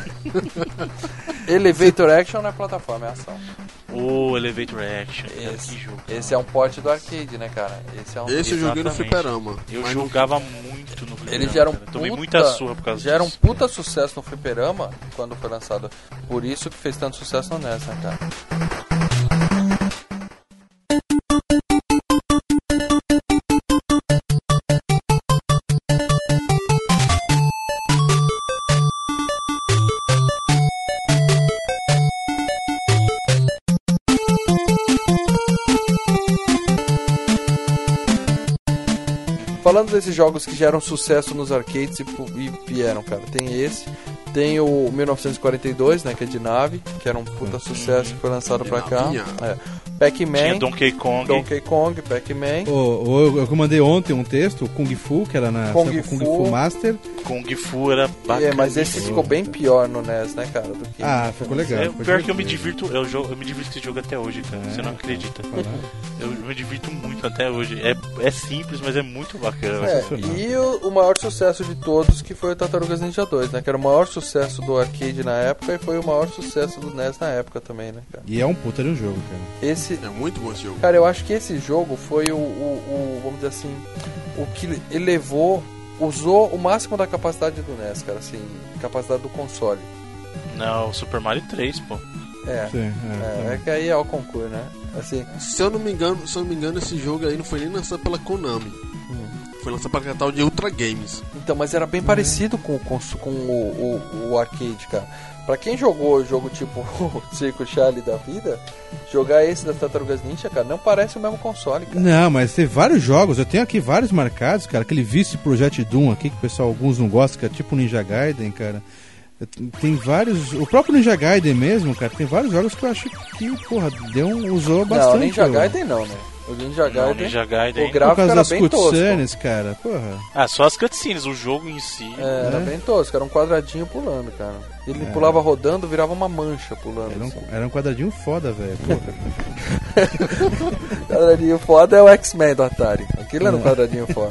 Elevator Action não é plataforma, é ação. O Elevator Action. Cara, Esse, que jogo. esse é um port do arcade, né, cara? Esse é um... Esse eu joguei no Exatamente. fliperama. Eu mas não- jogava muito no fliperama. Ele já era um cara. Tomei puta, muita surra por causa já era um disso. puta sucesso no fliperama quando foi lançado. Por isso que fez tanto sucesso no N E S, né, cara? Falando desses jogos que geram sucesso nos arcades e, pu- e vieram, cara, tem esse, tem o mil novecentos e quarenta e dois, né, que é de nave, que era um puta sucesso que foi lançado De pra cá. navinha. É. Tinha Pac-Man, Donkey Kong. Donkey Kong, Pac-Man, O, o, eu, eu mandei ontem um texto, o Kung Fu, que era na Kung sabe, Kung Fu. Fu Master. Kung Fu era bacana. é, mas esse ficou bem pior no N E S, né, cara, do que... Ah, ficou legal. É, foi pior que eu me divertido. divirto, eu, jogo, eu me divirto com esse jogo até hoje, cara. Você não acredita. Eu me divirto muito até hoje. É, é simples, mas é muito bacana. É, sensacional. e o, o maior sucesso de todos, que foi o Tartarugas Ninja dois, né? Que era o maior sucesso do arcade na época e foi o maior sucesso do N E S na época também, né, cara? E é um puta de um jogo, cara. Esse, É muito bom esse jogo. cara, eu acho que esse jogo foi o, o, o- vamos dizer assim, o que elevou, usou o máximo da capacidade do N E S, cara, assim, capacidade do console. Não, Super Mario três, pô. É, Sim, é, é, é que aí é o concurso, né? Assim, Se eu não me engano, se eu não me engano, esse jogo aí não foi nem lançado pela Konami. Foi lançado pela tal de Ultra Games. então, mas era bem parecido com, o cons- com o, o, o arcade, cara. Pra quem jogou o jogo tipo o Circo Charlie da vida, jogar esse das Tartarugas Ninja, cara, não parece o mesmo console, cara. Não, mas tem vários jogos, eu tenho aqui vários marcados, cara. Aquele Vice Project Doom aqui, que o pessoal, alguns não gostam, que é tipo Ninja Gaiden, cara. Tem vários. O próprio Ninja Gaiden mesmo, cara, tem vários jogos que eu acho que, porra, deu um, usou bastante. Não, Ninja o- Gaiden não, né? O Ninja Não, Gaiden, Ninja Gaiden. o Por gráfico causa era das bem tosco. cutscenes, cara, porra. Ah, só as cutscenes, o jogo em si. É, era É. bem tosco, era um quadradinho pulando, cara. Ele É. pulava rodando, virava uma mancha pulando. Era um, assim. era um quadradinho foda, velho, porra. Quadradinho foda é o X-Men do Atari. Aquilo era um quadradinho foda.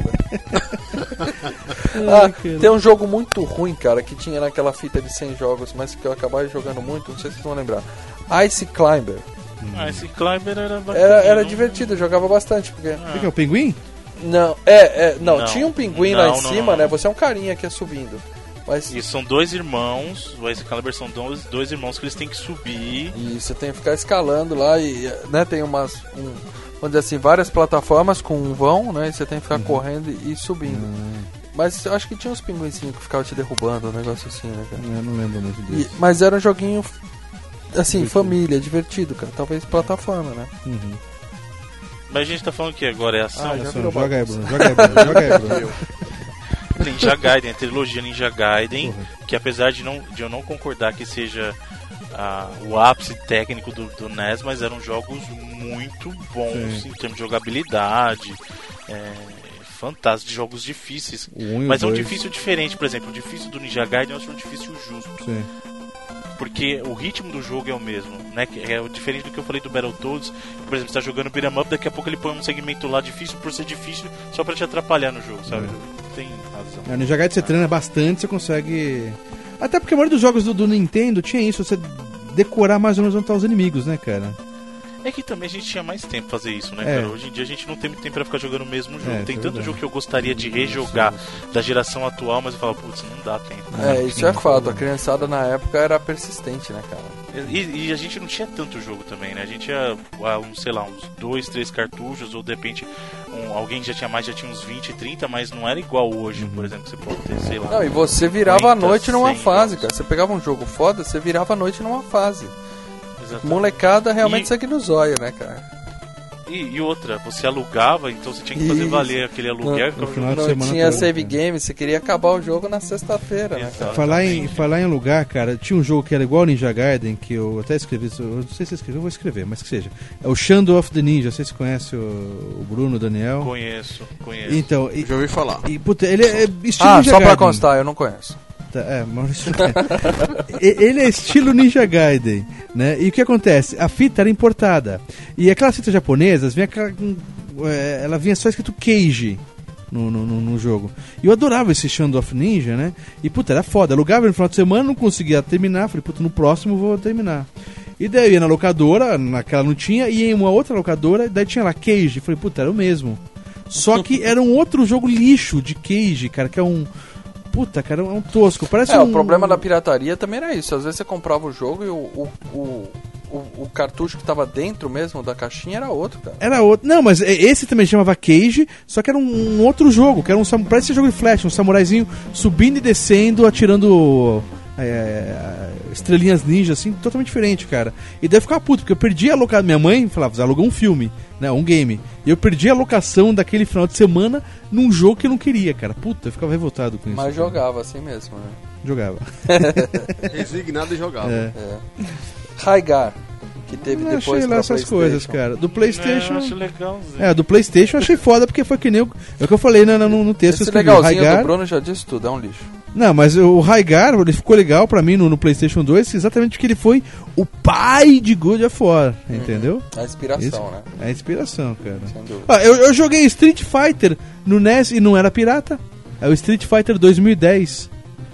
Ah, tem um jogo muito ruim, cara, que tinha naquela fita de cem jogos, mas que eu acabava jogando muito, não sei se vocês vão lembrar. Ice Climber. Ah, esse Climber era bacana. Era, era não- divertido, eu jogava bastante, porque... O que é o pinguim? Não, é, é, não, Não. tinha um pinguim lá Não, em não, cima, não. né? Você é um carinha que ia subindo. Mas E são dois irmãos, o Ice Climber são dois, dois irmãos que eles têm que subir. e você tem que ficar escalando lá e, né, tem umas, um, vamos dizer assim, várias plataformas com um vão, né? E você tem que ficar correndo e, e subindo. Mas eu acho que tinha uns pinguinzinhos que ficavam te derrubando, um negócio assim, né, cara? Eu não lembro muito E- disso. mas era um joguinho, assim, família, divertido, cara. Talvez plataforma, né? Uhum. Mas a gente tá falando que agora é ação. Ah, já Ação, virou joga aí, bagunça. Bruno, joga aí, Bruno, joga aí, Bruno. Ninja Gaiden, a trilogia Ninja Gaiden, Porra. que apesar de, não, de eu não concordar que seja ah, o ápice técnico do, do N E S, mas eram jogos muito bons Sim. em termos de jogabilidade, é, fantásticos, jogos difíceis. O um e o Mas é um dois. difícil diferente, por exemplo, o difícil do Ninja Gaiden eu acho um difícil justo, Sim. porque o ritmo do jogo é o mesmo, né? Que é o diferente do que eu falei do Battletoads, que, por exemplo, você tá jogando beat'em up, daqui a pouco ele põe um segmento lá difícil por ser difícil, só pra te atrapalhar no jogo, sabe? tem razão. No Ninja Gaiden você treina bastante, você consegue... Até porque a maioria dos jogos do, do Nintendo tinha isso, você decorar mais ou menos onde estão os inimigos, né, cara? É que também a gente tinha mais tempo pra fazer isso, né, É. cara? Hoje em dia a gente não tem muito tempo pra ficar jogando o mesmo jogo. É, tem isso é tanto verdade. jogo que eu gostaria de rejogar da geração atual, mas eu falo, putz, não dá tempo. É, isso é fato. A criançada na época era persistente, né, cara? E, e a gente não tinha tanto jogo também, né? A gente tinha, ah, uns, sei lá, uns dois, três cartuchos, ou de repente um, alguém que já tinha mais, já tinha uns vinte, trinta, mas não era igual hoje, por exemplo, que você pode ter, sei lá. Não, e você virava a cinquenta, noite numa cem fase, jogos. cara. Você pegava um jogo foda, você virava a noite numa fase. Exatamente. Molecada realmente E- sangue no zóio, né, cara? E, e outra, você alugava, então você tinha que fazer Isso. valer aquele aluguel. No que final de Não semana tinha todo, save cara. game, você queria acabar o jogo na sexta-feira, né, cara? Falar em, falar em lugar, cara, tinha um jogo que era igual ao Ninja Gaiden, que eu até escrevi, eu não sei se eu escrevi, eu vou escrever, mas que seja. É o Shadow of the Ninja, vocês conhecem o, o Bruno, o Daniel? Conheço, conheço. Então, e, Já ouvi falar. e, puta, ele é estilo Ah, Ninja só pra Gaiden. constar, eu não conheço. Tá, é, Maurício. E- Ele é estilo Ninja Gaiden, né? E o que acontece? A fita era importada. E aquelas fitas japonesas, vinha aquela, é, ela vinha só escrito Keiji no, no, no- no jogo. E eu adorava esse Shadow of Ninja, né? E puta, era foda. Alugava no final de semana, não conseguia terminar. Falei, puta, no próximo eu vou terminar. E daí eu ia na locadora, naquela não tinha, e ia em uma outra locadora, e daí tinha lá Keiji. Falei, puta, era o mesmo. Só que era um outro jogo lixo de Keiji, cara, que é um. Puta, cara, é um tosco. Parece É, um... o problema da pirataria também era isso. Às vezes você comprava o jogo e o, o, o, o, o cartucho que tava dentro mesmo da caixinha era outro, cara. Era outro. Não, mas esse também chamava Keiji, só que era um, um outro jogo, que era um sam- parece jogo de flash, um samuraizinho subindo e descendo, atirando é, estrelinhas ninja, assim, totalmente diferente, cara. E daí eu ficava puto, porque eu perdi a locação. Minha mãe falava, você alugou um filme, né, um game. E eu perdi a locação daquele final de semana num jogo que eu não queria, cara. Puta, eu ficava revoltado com isso. Mas cara. jogava assim mesmo, né? Jogava. Resignado e jogava. É. É. Raigar, que teve Não depois achei lá pra essas PlayStation. coisas, cara. Do PlayStation. É, eu acho legalzinho. É, do PlayStation eu achei foda porque foi que nem o, é o que eu falei no, no, no texto. Esse que eu escrevi, o legalzinho Raigar. do Bruno já disse tudo, é um lixo. Não, mas o Raigar, ele ficou legal pra mim no, no PlayStation dois, exatamente porque ele foi o pai de God of War, entendeu? A inspiração, Isso. né? É a inspiração, cara. Sem dúvida. Ah, eu, eu joguei Street Fighter no N E S e não era pirata. É o Street Fighter dois mil e dez.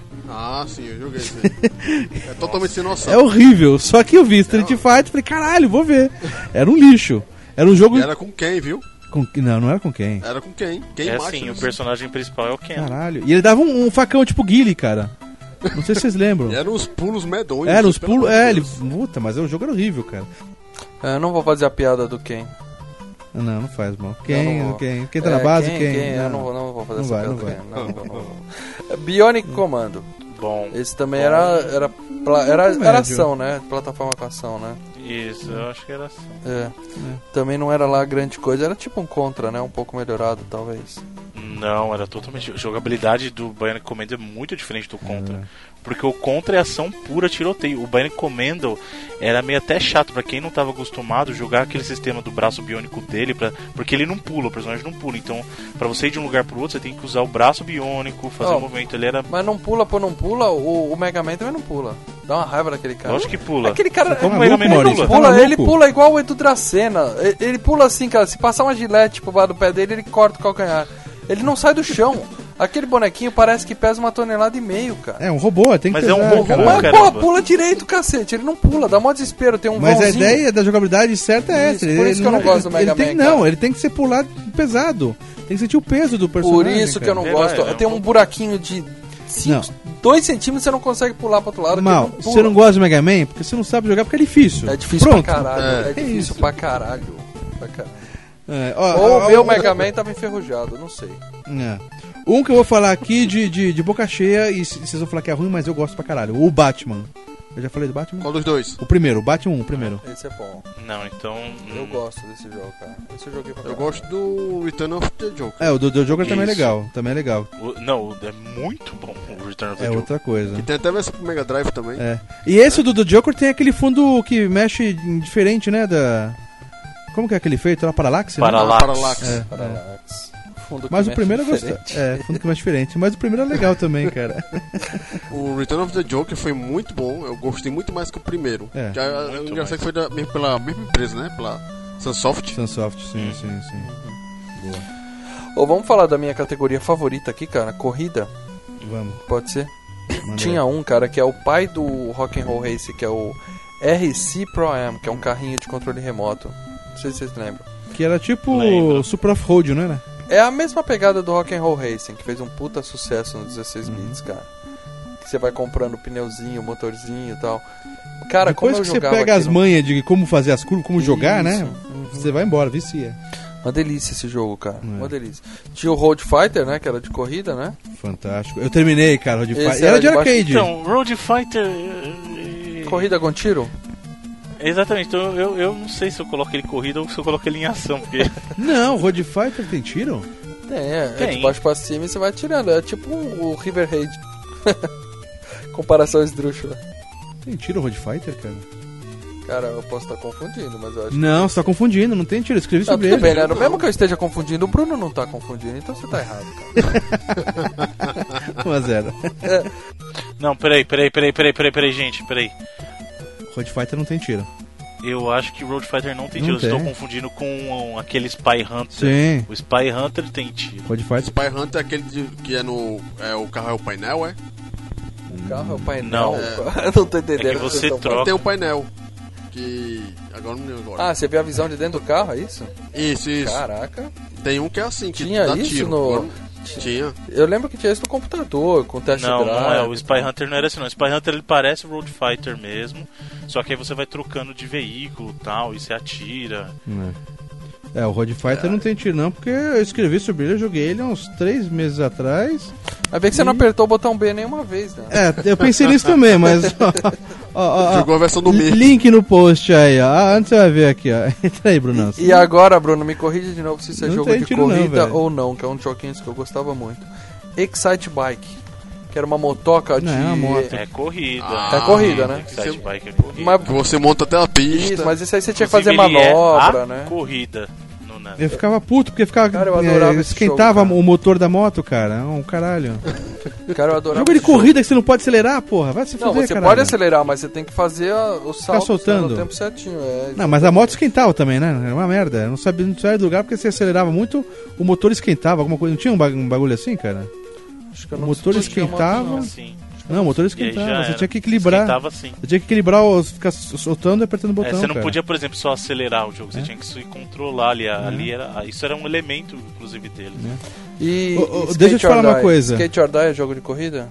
Ah, sim, eu joguei isso aí. É totalmente sem noção. É horrível. Só que eu vi Street Fighter e falei, caralho, vou ver. Era um lixo. Era um jogo. E era com quem, viu? Com... Não, não era com quem? Era com quem? Quem É macho, assim, né? o personagem principal é o Ken. Caralho. E ele dava um, um facão tipo Guile, cara. Não sei se vocês lembram. E eram uns pulos medonhos. Era uns pelo pulos. amor de É, ele. Deus. Puta, mas o jogo era horrível, cara. É, eu não vou fazer a piada do Ken. Não, não faz mal. Eu Quem? não vou. Quem? Quem tá É, na base? Quem? Quem? quem? Eu não vou, não vou fazer Não essa vai, piada não do vai. Ken. Não, não, não, não. Bionic Commando. Bom, Esse também era, era, pla- era, Muito era médio. ação, né? Plataforma com ação, né? isso, eu acho que era assim. É. Também não era lá grande coisa, era tipo um Contra, né? Um pouco melhorado, talvez. Não, era totalmente. A jogabilidade do Bionic Commando é muito diferente do Contra. Porque o Contra é ação pura tiroteio. O Bionic Commando era meio até chato pra quem não tava acostumado a jogar aquele sistema do braço biônico dele, pra, porque ele não pula, o personagem não pula. Então, pra você ir de um lugar pro outro, você tem que usar o braço biônico, fazer o Oh, um movimento. Ele era. Mas não pula por não pula, o, o Mega Man também não pula. Dá uma raiva daquele cara. Lógico que pula. Aquele cara, tá ele, maluco, ele não Maurício? Tá pula, maluco? ele pula igual o Edu Dracena. Ele, ele pula assim, cara. Se passar uma gilete por baixo do pé dele, ele corta o calcanhar. Ele não sai do chão. Aquele bonequinho parece que pesa uma tonelada e meio, cara. É um robô, tem que Mas é um pesar, robô, caralho. Mas, caramba. porra, pula direito, cacete. Ele não pula, dá mó desespero. Tem um Mas a vãozinho. ideia da jogabilidade certa é Isso, essa. por isso que eu não gosto do ele Mega tem, Man, Não, cara. ele tem que ser pulado pesado. Tem que sentir o peso do Por personagem. isso que eu não cara. gosto. É, é, Tem um buraquinho de cinco, dois centímetros, você não consegue pular pro outro lado. que Mal, ele não pula. você não gosta de Mega Man porque você não sabe jogar porque é difícil. É difícil Pronto. pra caralho. É, É. é difícil isso. pra caralho. Pra caralho. É, ó, Ou ó, o meu ó, Mega Man tava enferrujado, não sei. É. Um que eu vou falar aqui de, de, de boca cheia, e c- vocês vão falar que é ruim, mas eu gosto pra caralho. O Batman. Eu já falei do Batman? Qual dos dois? O primeiro, o Batman um, o primeiro. Esse é bom. Não, então. Eu hum, gosto desse jogo, cara. Esse eu joguei pra Eu caralho. gosto do Return of the Joker. É, o do, do Joker também é Isso. legal. Também é legal. o- não, o- é muito bom o Return of the É Joker. outra coisa. E tem até versão pro Mega Drive também. É. E esse do, do Joker tem aquele fundo que mexe diferente, né? Da. Como que é aquele feito? Era Parallax? né? Parallax. Parallax. É, é. Parallax. Fundo que Mas o mexe primeiro eu gostei. diferente. É, fundo que mexe diferente. Mas o primeiro é legal também, cara. O Return of the Joker foi muito bom. Eu gostei muito mais que o primeiro. É. Que a- Muito o engraçado mais. é que foi da, mesmo pela mesma empresa, né? Pela Sunsoft. Sunsoft, sim, sim, sim. Boa. Ô, vamos falar da minha categoria favorita aqui, cara, corrida. Vamos. Pode ser? Manda Tinha aí. um, cara, que é o pai do Rock'n'Roll Race, que é o R C Pro-Am, que é um carrinho de controle remoto. Não sei se vocês lembram. Que era tipo Lembro. o Super Off-Road, não era? É a mesma pegada do Rock'n'Roll Racing, que fez um puta sucesso no dezesseis Uhum. bits, cara. Que você vai comprando pneuzinho, motorzinho e tal. Cara, Depois como eu que você jogava pega as aquilo- manhas de como fazer as curvas, como jogar, né? Isso, Você vai embora, vicia. Uma delícia esse jogo, cara. É. Uma delícia. Tinha o Road Fighter, né? Que era de corrida, né? Fantástico. Eu terminei, cara, Road Esse Fighter. era Era de de baixo- arcade. Então, Road Fighter. eh, Corrida com tiro? Exatamente, então eu, eu não sei se eu coloco ele em corrida ou se eu coloco ele em ação, porque. Não, Road Fighter tem tiro? Tem, é. É Tem. de baixo pra cima e você vai atirando. É tipo o River Raid. Comparação esdrúxula. Tem tiro Road Fighter, cara? Cara, eu posso estar confundindo, mas eu acho Não, você tá confundindo, não tem tiro. Eu escrevi que... Não, sobre tudo ele. bem, né? Mesmo que eu esteja confundindo, o Bruno não tá confundindo, então você tá errado, cara. um a zero. Não, peraí, peraí, peraí, peraí, peraí, peraí, gente, peraí. Road Fighter não tem tiro. Eu acho que Road Fighter não tem Não tiro, eu estou tem. confundindo com um, aquele Spy Hunter. Sim. O Spy Hunter tem tiro. Road Fighter. Spy Hunter é aquele de- que é no. É, o carro é o painel, é? O carro é o painel. Não. Eu não tô entendendo. É que o você vocês tão troca. Tem o painel. Que. Agora não lembro agora. falando. Ah, você vê a visão de dentro do carro, é isso? Isso, isso. Caraca. Tem um que é assim, que Tinha dá isso tiro. no- Agora- Tinha. Eu lembro que tinha isso no computador, com test Não, drive. não é. O Spy Hunter não era assim, não. O Spy Hunter ele parece o Road Fighter mesmo. Só que aí você vai trocando de veículo e tal, e você atira. É, o Road Fighter não tem tiro não, porque eu escrevi sobre ele, eu joguei ele há uns três meses atrás. Vai ver que você não apertou o botão B nenhuma vez, né? É, eu pensei nisso também, mas... ó, ó, ó, Jogou a versão do li- meio. Link no post aí, ó. Ah, antes você vai ver aqui, ó. Entra aí, Brunão. E agora, Bruno, me corrija de novo se isso é Não jogo tem de tiro não, corrida velho. ou não, que é um dos joguinhos que eu gostava muito. Excite Bike, que era uma motoca de... Não, é uma moto. É corrida. É corrida, né? Excite Bike é corrida. Mas, Que você monta até a pista. isso, mas isso aí você tinha que fazer Inclusive, ele é manobra, a né? corrida no N E S. Eu ficava puto, porque ficava... Cara, eu adorava é, esse esquentava jogo, cara. o motor da moto, cara. É um caralho. Cara, eu adorava Jogo de esse jogo. corrida que você não pode acelerar, porra. Vai se Não, fuder, você caralho. pode acelerar, mas você tem que fazer a- o salto soltando. no tempo certinho. É, Não, mas a moto esquentava também, né? Era uma merda. Eu não sabia, não saía do lugar porque você acelerava muito, o motor esquentava, alguma coisa. Não tinha um ba- um bagulho assim, cara? acho que eu O não motor sei. esquentava. Assim. Não, o motor E aí já esquentava. Você era. tinha que equilibrar. Esquentava assim. Você tinha que equilibrar, os, ficar soltando e apertando o É, botão. você não cara. podia, por exemplo, só acelerar o jogo, você É. tinha que se controlar ali. ali era, isso era um elemento, inclusive, deles. E, Ô, ô, e Skate deixa eu te or falar uma Die? coisa. Skate or Die é jogo de corrida?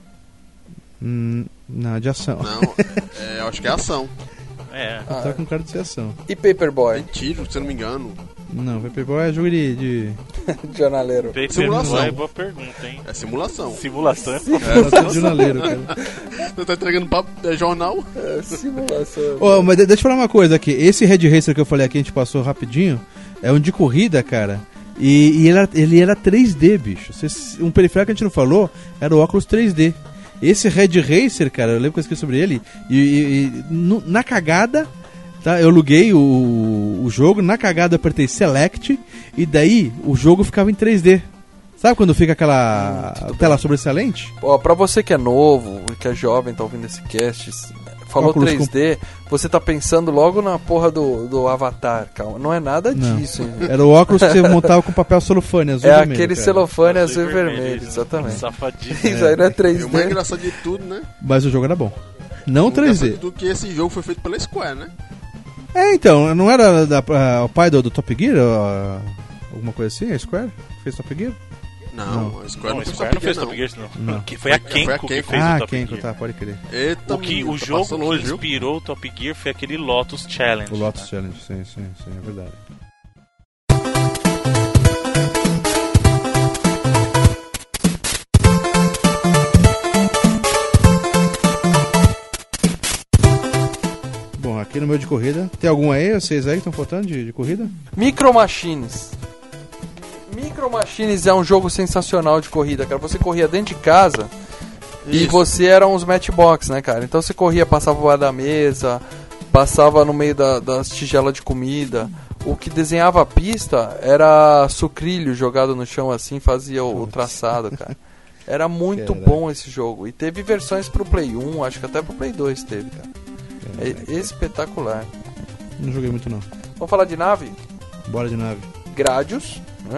Hum, não, de ação. Não, é, eu acho que é ação. É. Ah, Tá com cara de ser ação. E Paperboy? Tem tiro, se eu não me engano. Não, Paperboy é jogo de. de... Jornaleiro. Paper Simulação. Boy é boa pergunta, hein? É simulação. Simulação é É, de jornaleiro, cara. Você tá entregando papo, é jornal? É, simulação. Ô, mas de- deixa eu falar uma coisa aqui. Esse Red Racer que eu falei aqui, a gente passou rapidinho, é um de corrida, cara. E, e ele, era, ele era três D, bicho. Cês- um periférico que a gente não falou era o óculos três D. Esse Red Racer, cara, eu lembro que eu esqueci sobre ele. E, e- e no- na cagada, tá? Eu aluguei o, o jogo, na cagada eu apertei Select. E daí o jogo ficava em três D. Sabe quando fica aquela tela sobressalente? Ó, pra você que é novo, que é jovem, tá ouvindo esse cast, falou Óculos três D, você tá pensando logo na porra do, do Avatar, calma. Não é nada Não. disso, hein? Era o óculos que você montava com papel celofane azul É e vermelho, aquele cara. celofane Azul azul e vermelho, isso. exatamente. Safadíssimo. Isso aí não é três E o mais D. engraçado de tudo, né? Mas o jogo era bom. Não O três D. engraçado de tudo que esse jogo foi feito pela Square, né? É, então, não era da, ah, o pai do, do Top Gear? ah, alguma coisa assim? A Square? Que fez Top Gear? Não, a Square Não, não, o fez Square Top não fez Gear, Top Gear, não. Não. Que foi a Foi- foi a Kenko que Kenko. fez ah, o Top quem Gear. tá, pode crer. Eita, O, que, menino, o tá jogo passando que longe, viu? inspirou o Top Gear foi aquele Lotus Challenge. O Lotus né? Challenge, sim, sim, sim, é verdade. Bom, aqui no meu de corrida, tem algum aí, vocês aí que estão faltando de, de corrida? Micro Machines. Micro Machines é um jogo sensacional de corrida, cara. Você corria dentro de casa e Isso. você era uns matchbox, né, cara? Então você corria, passava por da mesa, passava no meio da- das tigelas de comida. O que desenhava a pista era sucrilho jogado no chão assim, fazia o, o traçado, cara. Era muito Caraca. bom esse jogo. E teve versões pro Play um, acho que até pro Play dois teve, cara. É espetacular. Não joguei muito não. Vamos falar de nave? Bora de nave. Gradius, né?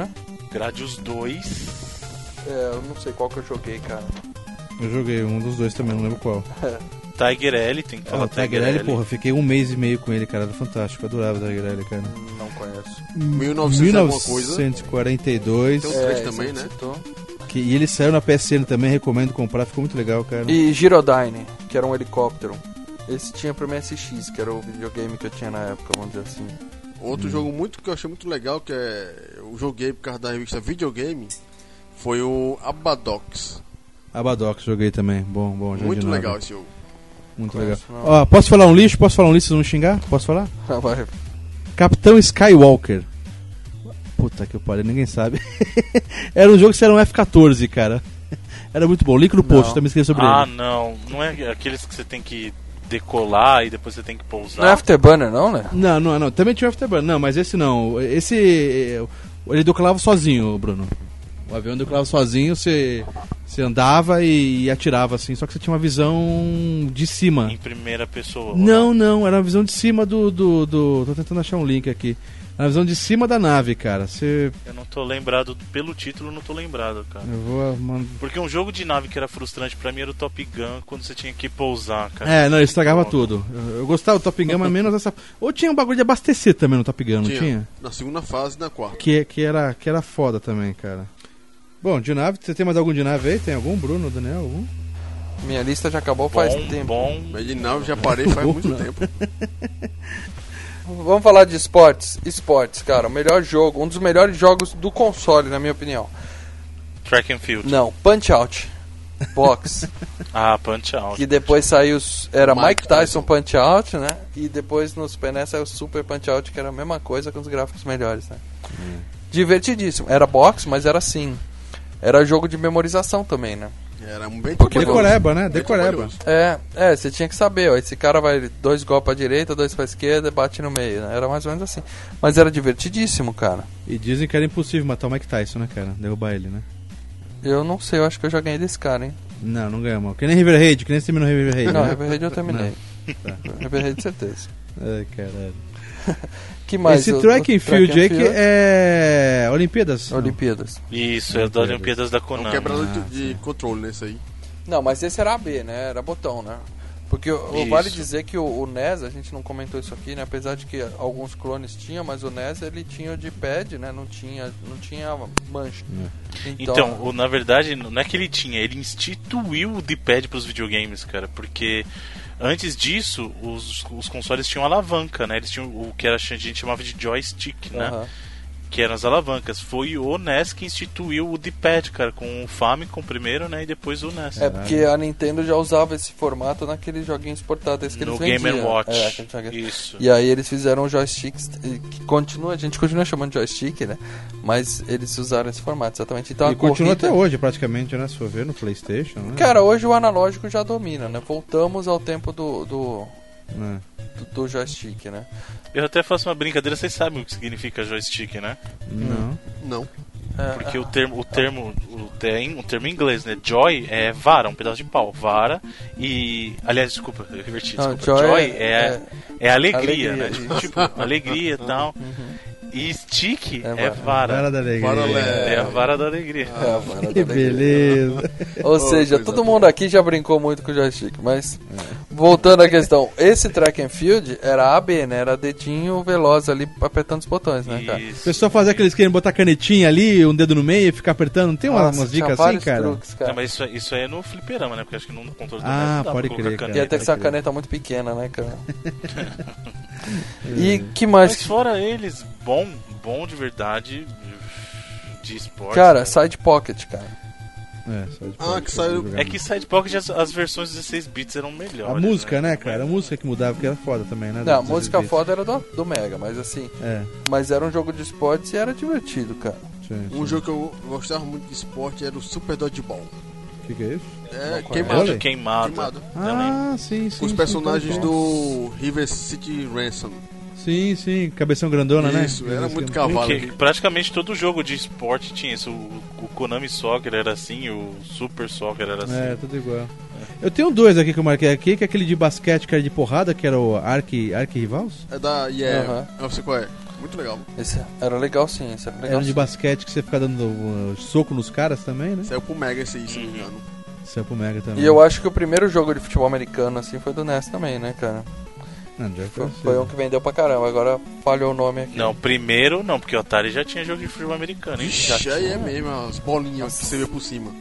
Gradius dois. É, eu não sei qual que eu joguei, cara. Eu joguei um dos dois também, não lembro qual. Tiger L, tem que falar Ah, o Tiger L, porra, fiquei um mês e meio com ele, cara, era fantástico, eu adorava o Tiger L, cara. Não conheço. mil e novecentos alguma coisa. mil novecentos e quarenta e dois. Tem o três também, né? Que, e ele saiu na P S N também, recomendo comprar, ficou muito legal, cara. E Gyrodyne, que era um helicóptero. Esse tinha pro M S X, que era o videogame que eu tinha na época, vamos dizer assim. Outro hum. jogo muito que eu achei muito legal, que é eu joguei por causa da revista Videogame, foi o Abadox. Abadox joguei também, bom, bom. Muito legal esse jogo. Muito legal. Ó, posso falar um lixo? Posso falar um lixo, vocês vão me xingar? Posso falar? Vai. Capitão Skywalker. Puta que pariu, ninguém sabe. Era um jogo que você era um F quatorze, cara. Era muito bom. Link no post, também escrevi sobre ah, ele. Ah, não. Não é aqueles que você tem que decolar e depois você tem que pousar. Não é Afterburner, não, né? Não, não, não. Também tinha o Afterburner. Não, mas esse não. Esse... Ele decolava sozinho, Bruno. O avião decolava sozinho, você... Você andava e, e atirava, assim, só que você tinha uma visão de cima. Em primeira pessoa. Não, não, era uma visão de cima do, do, do... Tô tentando achar um link aqui. Era uma visão de cima da nave, cara. Você... Eu não tô lembrado, pelo título, não tô lembrado, cara. Eu vou... Mano... Porque um jogo de nave que era frustrante pra mim era o Top Gun, quando você tinha que pousar, cara. É, não, ele estragava tudo. Eu, eu gostava do Top Gun, mas menos essa... Ou tinha um bagulho de abastecer também no Top Gun, não tinha? tinha? Na segunda fase e na quarta. Que, que, era, que era foda também, cara. Bom, de nave, você tem mais algum de nave aí? Tem algum, Bruno, Daniel? Algum? Minha lista já acabou bom, faz tempo. Bom, mas de nave já parei faz muito tempo. Vamos falar de esportes. Esportes, cara, o melhor jogo, um dos melhores jogos do console, na minha opinião. Track and Field. Não, Punch Out. Box. ah, Punch Out. Que depois saiu, era Mike, Mike Tyson, Tyson Punch Out, né? E depois no Super N E S saiu Super Punch Out, que era a mesma coisa com os gráficos melhores, né? Hum. Divertidíssimo. Era box, mas era assim. Era jogo de memorização também, né? Era um bem decoreba, né? Decoreba. É, é, você tinha que saber, ó, esse cara vai dois golpes pra direita, dois pra esquerda e bate no meio, né? Era mais ou menos assim. Mas era divertidíssimo, cara. E dizem que era impossível matar o Mike Tyson, né, cara? Derrubar ele, né? Eu não sei, eu acho que eu já ganhei desse cara, hein? Não, não ganhamos. Que nem River Raid, que nem você terminou River Raid. Não, né? River Raid eu terminei. Tá. River Raid, certeza. Ai, caralho. Que mais? Esse o, track and field aí que é Olimpíadas? Olimpíadas. Isso, é das Olimpíadas da Konami. É um quebrador Ah, de, de controle nesse aí. Não, mas esse era A B, né? Era botão, né? Porque o, vale dizer que o, o N E S, a gente não comentou isso aqui, né? Apesar de que alguns clones tinham, mas o N E S ele tinha o D-pad, né? Não tinha, não tinha mancha. É. Então, então o, na verdade, não é que ele tinha, ele instituiu o D-pad para os videogames, cara, porque antes disso, os, os consoles tinham alavanca, né? Eles tinham o que a gente chamava de joystick, né? Uhum. Que eram as alavancas. Foi o N E S que instituiu o D-pad, cara, com o Famicom primeiro, né? E depois o N E S. É, porque a Nintendo já usava esse formato naqueles joguinhos portáteis que no eles vendiam. Game and Watch. É, que Isso. E aí eles fizeram joysticks, que continua, a gente continua chamando de joystick, né? Mas eles usaram esse formato, exatamente. Então, e a continua corrida... até hoje, praticamente, né? Se for ver no PlayStation, né? Cara, hoje o analógico já domina, né? Voltamos ao tempo do... do... É. Do, do joystick, né? Eu até faço uma brincadeira, vocês sabem o que significa joystick, né? Não. Não. É, Porque o termo, o termo, o termo, o termo em inglês, né? Joy é vara, um pedaço de pau, vara e, aliás, desculpa, eu reverti, não, desculpa. Joy, Joy é, é, é alegria, alegria, né? Tipo, alegria e tal. Uhum. E stick é, é vara. Vara da alegria. Vara é a vara da alegria. Ah, é a vara que da beleza. Alegria. Ou seja, oh, todo mundo aqui já brincou muito com o joystick, mas é. voltando à questão, esse track and field era A B, né? Era dedinho veloz ali apertando os botões, né, cara? O pessoal fazia aqueles que botar canetinha ali, um dedo no meio e ficar apertando. Não tem Nossa, umas dicas assim, cara? Truques, cara. Não, mas isso, isso aí é no fliperama, né? Porque acho que no controle do ah, N E S dá pode pra crer, caneta. Ia ter que ser uma caneta muito pequena, né, cara? E que mais? Mas fora eles, bom, bom de verdade, de esporte. Cara, Side Pocket, cara. É, side ah, que saiu. É que Side Pocket as, as versões dezesseis bits eram melhores. A música, né, né, cara? A música que mudava, porque era foda também, né? Não, a música foda era do, do Mega, mas assim. É. Mas era um jogo de esportes e era divertido, cara. Sim, sim. Um jogo que eu gostava muito de esporte era o Super Dodgeball. O que, que é isso? É, queimado. queimado. Queimado. queimado. Ah, sim, sim. Com os sim, personagens sim, do River City Ransom. Sim, sim, cabeção grandona, né? Isso, era muito cavalo. Que, praticamente todo jogo de esporte tinha isso. O, o Konami Soccer era assim, o Super Soccer era assim. É, tudo igual. É. Eu tenho dois aqui que eu marquei aqui, que é aquele de basquete que era de porrada, que era o Ark, Ark Rivals. É da... Yeah, Uhum. eu não sei qual é. Muito legal. Esse era legal sim, esse era legal. Era de sim. basquete que você fica dando uh, soco nos caras também, né? Saiu pro Mega esse aí, se não me engano. Saiu pro Mega também. E eu acho que o primeiro jogo de futebol americano assim foi do N E S também, né, cara? Não, já Foi, foi, foi um que vendeu pra caramba, agora falhou o nome aqui. Não, primeiro não, porque o Atari já tinha jogo de futebol americano, hein? Ixi, aí é mesmo, as bolinhas que você vê por cima.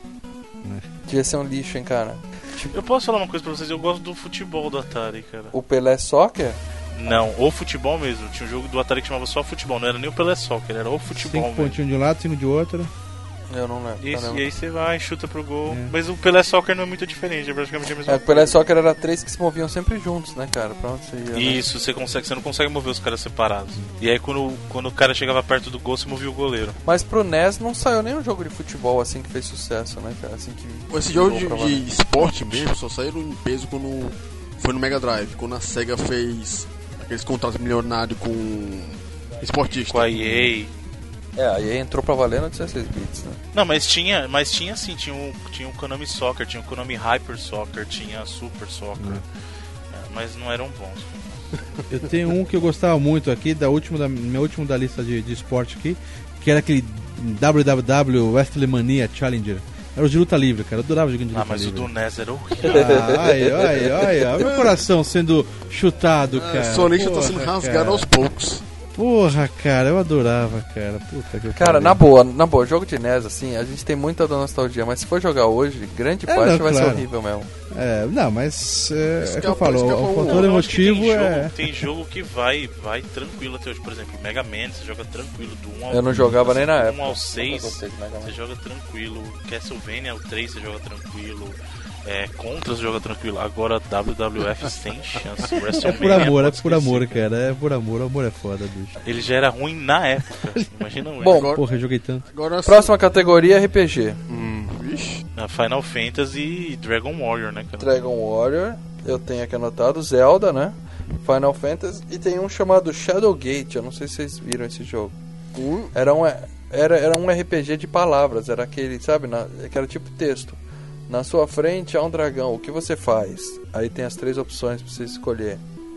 Devia ser um lixo, hein, cara. Eu posso falar uma coisa pra vocês, eu gosto do futebol do Atari, cara. O Pelé Soccer? Não, o futebol mesmo. Tinha um jogo do Atari que chamava só futebol, não era nem o Pelé Soccer, era o futebol Cinco mesmo. pontinhos de um lado, cinco de outro. Eu não lembro. Isso, caramba. e aí você vai, chuta pro gol. É. Mas o Pelé Soccer não é muito diferente, é praticamente a mesma É, o coisa. Pelé Soccer era três que se moviam sempre juntos, né, cara? Pra onde você ia, né? Isso, você consegue, você não consegue mover os caras separados. E aí quando, quando o cara chegava perto do gol, você movia o goleiro. Mas pro N E S não saiu nenhum jogo de futebol assim que fez sucesso, né, cara? Assim que Esse jogo de, virou pra valer. de esporte mesmo só saíram em peso quando foi no Mega Drive, quando a SEGA fez aqueles contratos milionários com esportista. Com a E A. É, aí entrou pra valer no dezesseis bits, né? Não, mas tinha, mas tinha sim, tinha o, tinha o Konami Soccer, tinha o Konami Hyper Soccer, tinha Super Soccer. É, mas não eram bons. Eu tenho um que eu gostava muito aqui, da última, da meu último da lista de, de esporte aqui, que era aquele W W W WrestleMania Challenger. Era o de luta livre, cara. Eu adorava jogando de Ah, luta mas o livre. do N E S era horrível. Ah, ai, ai, ai, ai, meu coração sendo chutado, cara. É, sua lista tá Porra, sendo rasgada cara. aos poucos. Porra, cara, eu adorava, cara. Puta que Cara, pariu. na boa, na boa, jogo de N E S, assim, a gente tem muita da nostalgia, mas se for jogar hoje, grande É, parte não, vai claro. ser horrível mesmo. É, não, mas é, Esse é que que é eu o- falo, esse que é o, o- o fator Eu acho que emotivo tem jogo, é... tem jogo que vai, vai tranquilo até hoje. Por exemplo, Mega Man, você joga tranquilo do um ao Eu não jogava nem na do época. um ao Eu seis, gostei de Mega Man. você joga tranquilo. Castlevania o três, você joga tranquilo. É, Contra você joga tranquilo. Agora W W F sem chance. É WrestleMania, por amor, é pode por esquecer. amor, cara. É por amor, o amor é foda, bicho. Ele já era ruim na época. Imagina hoje. Bom, Agora, Porra, eu joguei tanto. agora Próxima categoria, R P G. Hum, vixe. Na Final Fantasy e Dragon Warrior, né, cara? Dragon Warrior, eu tenho aqui anotado, Zelda, né? Final Fantasy, e tem um chamado Shadowgate, eu não sei se vocês viram esse jogo. Um, Era um, era, era um R P G de palavras, era aquele, sabe, na, que era tipo texto. Na sua frente há um dragão, o que você faz? Aí tem as três opções pra você escolher.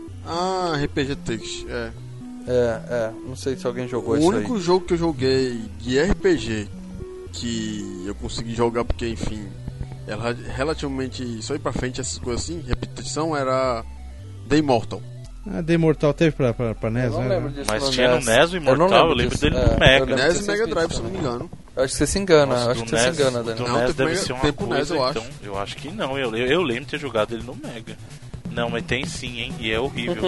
ah, R P G Text. É. É, é, não sei se alguém jogou O isso único aí. jogo que eu joguei de R P G que eu consegui jogar porque, enfim, era relativamente só ir pra frente, essas coisas assim, repetição, era The Immortal. Ah, The Immortal teve pra, pra, pra N E Eu S, não né? lembro disso Mas no tinha no N E S. N E S o Immortal, não eu lembro disso. dele no É, Mega. eu lembro N E S e desse Mega Drive, bits se não me também. engano. Eu acho que você se engana, Nossa, eu acho do que você se N E S engana, do Daniel. Não, N E S tem deve Mega- ser uma tem pro N E S, coisa, eu acho. então. Eu acho que não, eu, eu lembro de ter jogado ele no Mega. Não, mas tem sim, hein? E é horrível.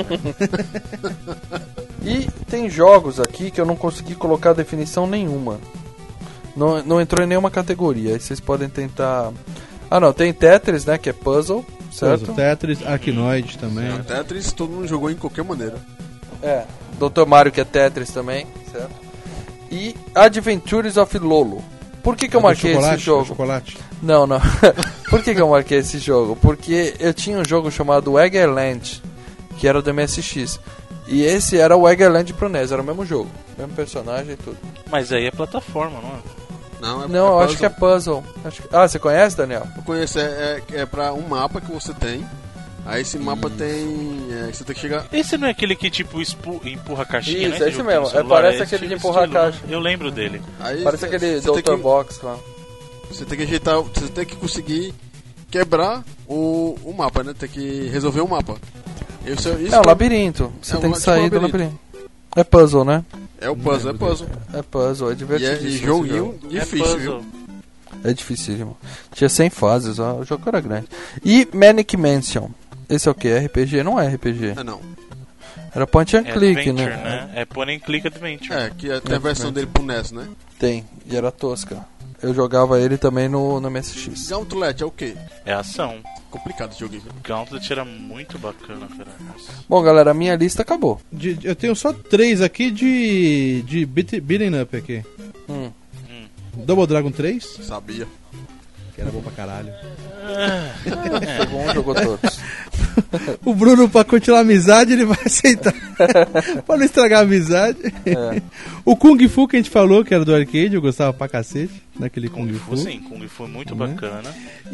E tem jogos aqui que eu não consegui colocar definição nenhuma. Não, não entrou em nenhuma categoria. Aí vocês podem tentar. Ah, não, tem Tetris, né? Que é puzzle, certo? Puzzle, Tetris, Arkanoid também. É, Tetris todo mundo jogou em qualquer maneira. É. doutor Mario, que é Tetris também, certo? E Adventures of Lolo. Por que, que eu É do marquei chocolate, esse jogo? do chocolate. Não, não. Por que, que eu marquei esse jogo? Porque eu tinha um jogo chamado Eggerland, que era do M S X. E esse era o Eggerland pro N E S, era o mesmo jogo. Mesmo personagem e tudo. Mas aí é plataforma, não é? Não, é, Não, eu é acho que é puzzle. Acho que- Ah, você conhece, Daniel? Eu conheço, é, é, é pra um mapa que você tem. Aí esse mapa tem. É, você tem que chegar. Esse não é aquele que tipo expu- empurra a caixinha, Isso, né? é Esse esse jogo que tem mesmo. no É, celular, parece é aquele esse de empurrar a estilo, né? caixa. Eu lembro dele. Aí Parece você- aquele você tem doutor que- Box lá. Você tem que ajeitar. Você tem que conseguir quebrar o, o mapa, né? Tem que resolver o mapa. Isso, isso É um labirinto. Você É um tem que tipo sair do labirinto. labirinto. É puzzle, né? é o puzzle, é puzzle. É puzzle, é E é divertidíssimo. e esse joguinho jogo. difícil, é puzzle. viu? É dificílimo. Tinha cem fases, ó, o jogo era grande. E Manic Mansion. Esse é o que? R P G? Não é R P G. É não. Era point and É click, Adventure, né? né? É Point and Click Adventure. É, que tem a versão dele pro N E S, né? Tem, e era tosca. Eu jogava ele também no, no M S X. Gauntlet é o quê? É ação. Complicado esse joguinho. Gauntlet era muito bacana, cara. Nossa. Bom, galera, a minha lista acabou. De- eu tenho só três aqui de, de beat, beating up aqui. Hum. Double Dragon três, Sabia. que era bom pra caralho. Foi bom, jogou todos. O Bruno, pra continuar a amizade, ele vai aceitar. Pra não estragar a amizade. É. O Kung Fu que a gente falou, que era do arcade, eu gostava pra cacete, daquele Kung, Kung Fu. Fu, sim. Kung Fu muito Né? bacana.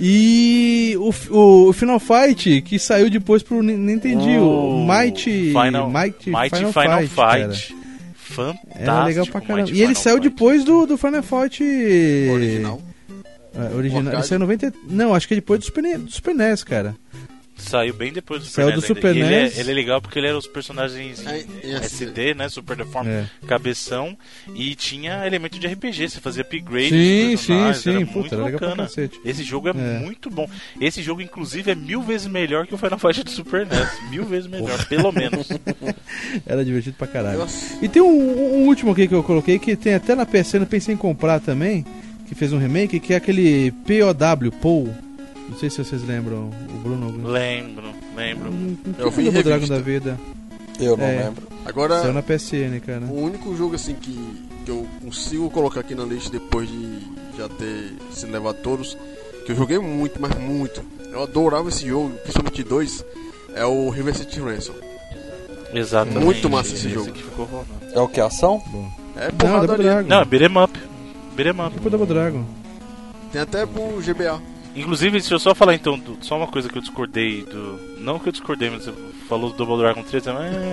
E o, o, o Final Fight, que saiu depois pro Ni- Nintendo, o Mighty, Final, Mighty, Mighty Final, Final Fight. Fight. cara. fantástico. Era legal pra caramba. Mighty E ele Final saiu Point. depois do, do Final Fight... Original. É, original. Ele Arcade. saiu em noventa... Não, acho que é depois do Super, Ne- do Super N E S, cara. Saiu bem depois do Super Saiu N E S. do Super ainda. E ele, N E é, S. ele é legal porque ele era os personagens É, em é S D, né? Super Deform, É. cabeção. E tinha elemento de R P G, você fazia upgrade Sim, dos sim, personagens, sim. era Puta, muito era legal pra bacana. cacete. Esse jogo é, É. muito bom. Esse jogo, inclusive, é mil vezes melhor que o Final Fight do Super N E S. Mil vezes melhor, pelo menos. Era divertido pra caralho. Nossa. E tem um, um último aqui que eu coloquei, que tem até na P S N, eu pensei em comprar também, que fez um remake, que é aquele P O W, Paul. Não sei se vocês lembram, o Bruno. Lembro, lembro. Um, um Eu vi em Double Dragon revista. da vida. Eu não É. lembro. Agora, Saiu na P S N, cara. o único jogo assim que, que eu consigo colocar aqui na lista depois de já ter se levado todos, que eu joguei muito, mas muito. Eu adorava esse jogo, principalmente dois, é o River City Ransom. Exatamente. Muito massa esse jogo. que ficou rolando. É o que? Ação? É Não, porrada Double ali. Dragon. Não, é beat'em up. Beat'em up. Tipo Double Dragon. Tem até pro G B A. Inclusive, se eu só falar então, do- só uma coisa que eu discordei do. Não que eu discordei, mas você falou do Double Dragon três.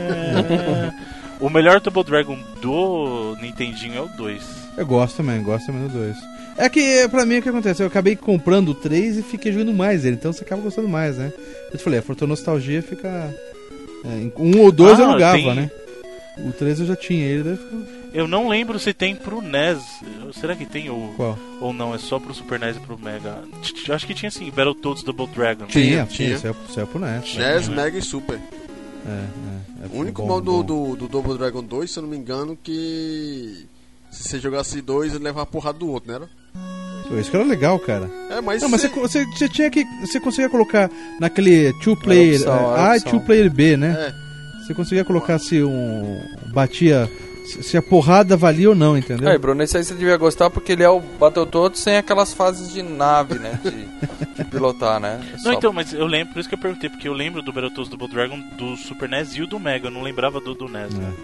É... o melhor Double Dragon do Nintendinho é o dois. Eu gosto também, gosto também do dois. É que, pra mim, o que acontece? Eu acabei comprando o três e fiquei jogando mais ele, então você acaba gostando mais, né? Eu te falei, a Fortuna Nostalgia fica... É, em um ou dois Ah, eu alugava, tem- né? O três eu já tinha ele, daí ficou... Eu não lembro se tem pro N E S. Será que tem ou, Qual? ou não? É só pro Super N E S e pro Mega? T- t- Acho que tinha sim, Battletoads Double Dragon. Tinha, tinha. tinha, saiu, saiu pro N E S. N E S, Mega e Super. É, é, é O único bom, mal do, bom. do, do Double Dragon dois, se eu não me engano, que se você jogasse dois, ele levava a porrada do outro, né? Era? Pô, isso que era legal, cara. É, mas, Não, mas você- você, você, você tinha que... Você conseguia colocar naquele two-player Era opção, é, era A e opção. two-player B, né? É, Você conseguia colocar se um... Batia... Se se a porrada valia ou não, entendeu? Aí, Bruno, esse aí você devia gostar porque ele é o Battletoads sem aquelas fases de nave, né? De, de pilotar, né? É Não, só- então, mas eu lembro, por isso que eu perguntei, porque eu lembro do Battletoads Double Dragon do Super N E S e o do Mega, eu não lembrava do do N E S. É.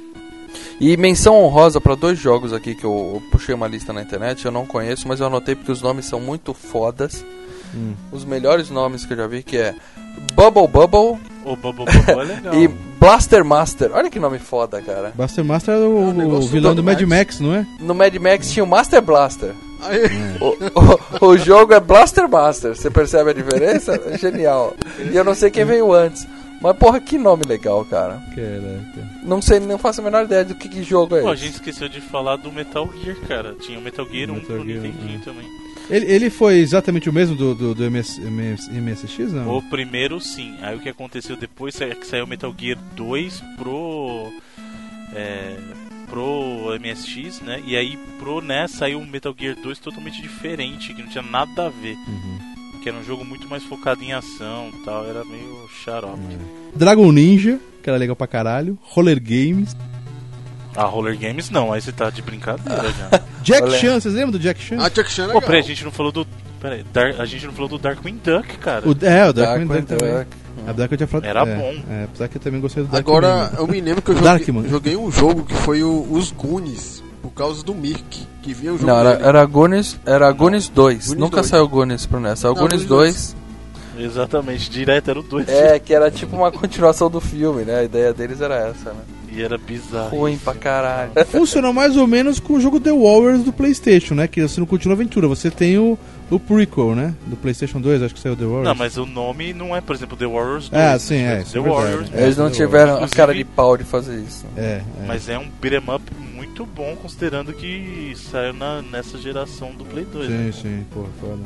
E menção honrosa pra dois jogos aqui que eu, eu puxei uma lista na internet, eu não conheço, mas eu anotei porque os nomes são muito fodas. Hum. Os melhores nomes que eu já vi, que é Bubble Bubble O Bubble Bubble é legal. e Blaster Master. Olha que nome foda, cara. Buster Master era o, É um negócio o vilão do do Mad Max. Max, não é? No Mad Max tinha o Master Blaster. aí, O, o, o jogo é Blaster Master, você percebe a diferença? É genial. E eu não sei quem veio antes. Mas porra, que nome legal, cara. Caraca. Não sei, não faço a menor ideia do que, que jogo é Pô, a esse. gente esqueceu de falar do Metal Gear, cara. Tinha o Metal Gear um Metal pro Gear, Nintendinho é. também. Ele, ele foi exatamente o mesmo do, do, do M S, M S, M S X, não? O primeiro sim. Aí o que aconteceu depois é que saiu o Metal Gear dois pro. É, pro M S X, né? E aí pro N E S saiu um Metal Gear dois totalmente diferente, que não tinha nada a ver. Uhum. Que era um jogo muito mais focado em ação e tal, era meio xarope. Dragon Ninja, que era legal pra caralho. Roller Games. Ah, Roller Games não, aí você tá de brincadeira já. Jack Olha. Chan, vocês lembram do Jack Chan? a Jack Chan é Pô, legal. peraí, a gente não falou do. Peraí, Dar- a gente não falou do Darkwing Duck, cara. O, é, o Dark Darkwing Dark também. Duck. A Dark eu tinha falado. Era é, bom. É, apesar que eu também gostei do Dark Agora, eu me lembro que eu joguei, Darkman. joguei um jogo que foi o, os Goonies, por causa do Mirk, que vinha o jogo Não, era, dele. era Goonies, era Goonies dois. Goonies Nunca dois. saiu Goonies pro N E S. Saiu Não, Goonies Goonies dois. Exatamente, direto era o dois. É, que era tipo uma continuação do filme, né? A ideia deles era essa, né? E era bizarro. Ruim pra caralho. Funcionou mais ou menos com o jogo The Warriors do PlayStation, né? Que você não continua a aventura, você tem o, o prequel, né? Do PlayStation dois, acho que saiu The Warriors. Não, mas o nome não é, por exemplo, The Warriors dois. Ah, sim, né? é, isso The é verdade. Warriors. É, Eles não The tiveram a Inclusive- cara de pau de fazer isso. É, é. Mas é um beat'em up muito bom, considerando que saiu na, nessa geração do Play dois. né? Sim, sim, porra, foda.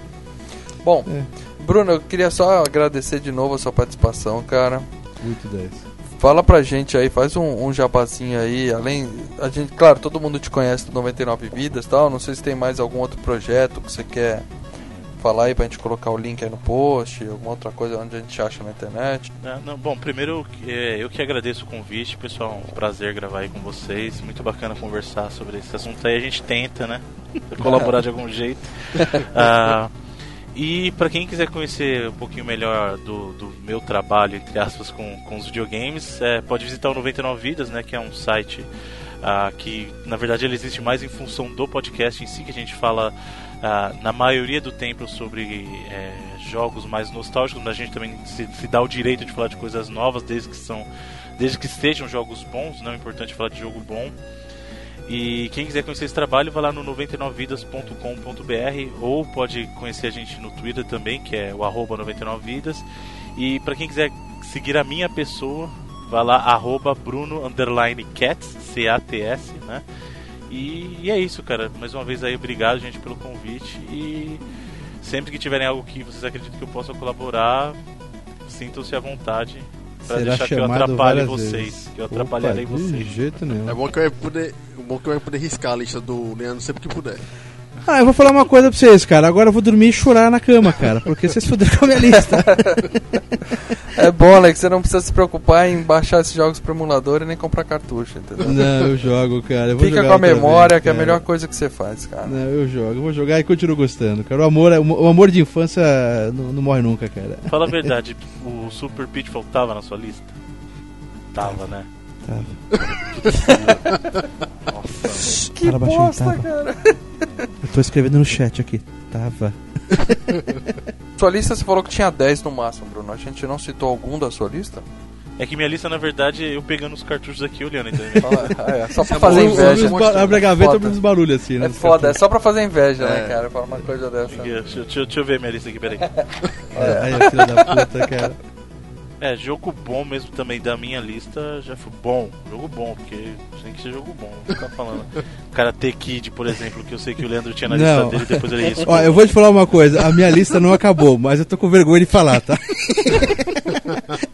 Bom, É. Bruno, eu queria só agradecer de novo a sua participação, cara. oito dez. Fala pra gente aí, faz um, um jabazinho aí, além, a gente, claro, todo mundo te conhece do noventa e nove Vidas e tal, não sei se tem mais algum outro projeto que você quer falar aí pra gente colocar o link aí no post, alguma outra coisa onde a gente acha na internet. Ah, não, bom, primeiro é, eu que agradeço o convite, pessoal. Um prazer gravar aí com vocês. Muito bacana conversar sobre esse assunto aí. A gente tenta, né? Colaborar de algum jeito. Ah, e pra quem quiser conhecer um pouquinho melhor do, do meu trabalho, entre aspas, com, com os videogames, é, pode visitar o noventa e nove Vidas, né? Que é um site Uh, que na verdade ele existe mais em função do podcast em si, que a gente fala uh, na maioria do tempo sobre é, jogos mais nostálgicos, mas a gente também se, se dá o direito de falar de coisas novas, desde que, são, desde que sejam jogos bons, não é importante falar de jogo bom. E quem quiser conhecer esse trabalho, vai lá no noventa e nove vidas ponto com ponto b r ou pode conhecer a gente no Twitter também, que é o arroba noventa e nove vidas. E para quem quiser seguir a minha pessoa, vai lá, arroba Bruno underline Cats, C A T S, né? E, e é isso, cara. Mais uma vez aí, obrigado, gente, pelo convite. E sempre que tiverem algo que vocês acreditam que eu possa colaborar, sintam-se à vontade pra Será deixar que eu chamado atrapalhe várias vocês. vezes. Que eu atrapalharei Opa, vocês. De jeito nenhum. É bom que eu vai poder, é bom que eu vai poder riscar a lista do Leandro sempre que puder. Ah, eu vou falar uma coisa pra vocês, cara. Agora eu vou dormir e chorar na cama, cara. Porque vocês fuderam com a minha lista. É bom, né? Que você não precisa se preocupar em baixar esses jogos pro emulador e nem comprar cartucho, entendeu? Não, eu jogo, cara. Eu vou Fica jogar com a outra memória, vez, que é a cara. melhor coisa que você faz, cara. Não, eu jogo, eu vou jogar e continuo gostando, cara. O amor, é- o amor de infância não, não morre nunca, cara. Fala a verdade, o Super Pitfall tava na sua lista? Tava, né? Nossa, Que Fala baixinho, bosta, tava. cara. Eu tô escrevendo no chat aqui. Tava. Sua lista você falou que tinha dez no máximo, Bruno. A gente não citou algum da sua lista? é que minha lista, na verdade, eu pegando os cartuchos aqui e olhando, entendeu? Fala- ah, é, só pra é fazer bom, inveja. bom. Ba- Abre a gaveta e Foda. abre uns barulhos assim, né? É foda, é só pra fazer inveja, né, É. cara? Falar uma coisa dessa. Deixa, deixa- deixa eu ver minha lista aqui, peraí. É, aí, filha da puta, cara. É, jogo bom mesmo também da minha lista já foi bom. Jogo bom, porque tem que ser jogo bom. Não ficar falando. Karate Kid, por exemplo, que eu sei que o Leandro tinha na Não. lista dele, depois ele riscou. Ó, eu vou te falar uma coisa, a minha lista não acabou, mas eu tô com vergonha de falar, tá?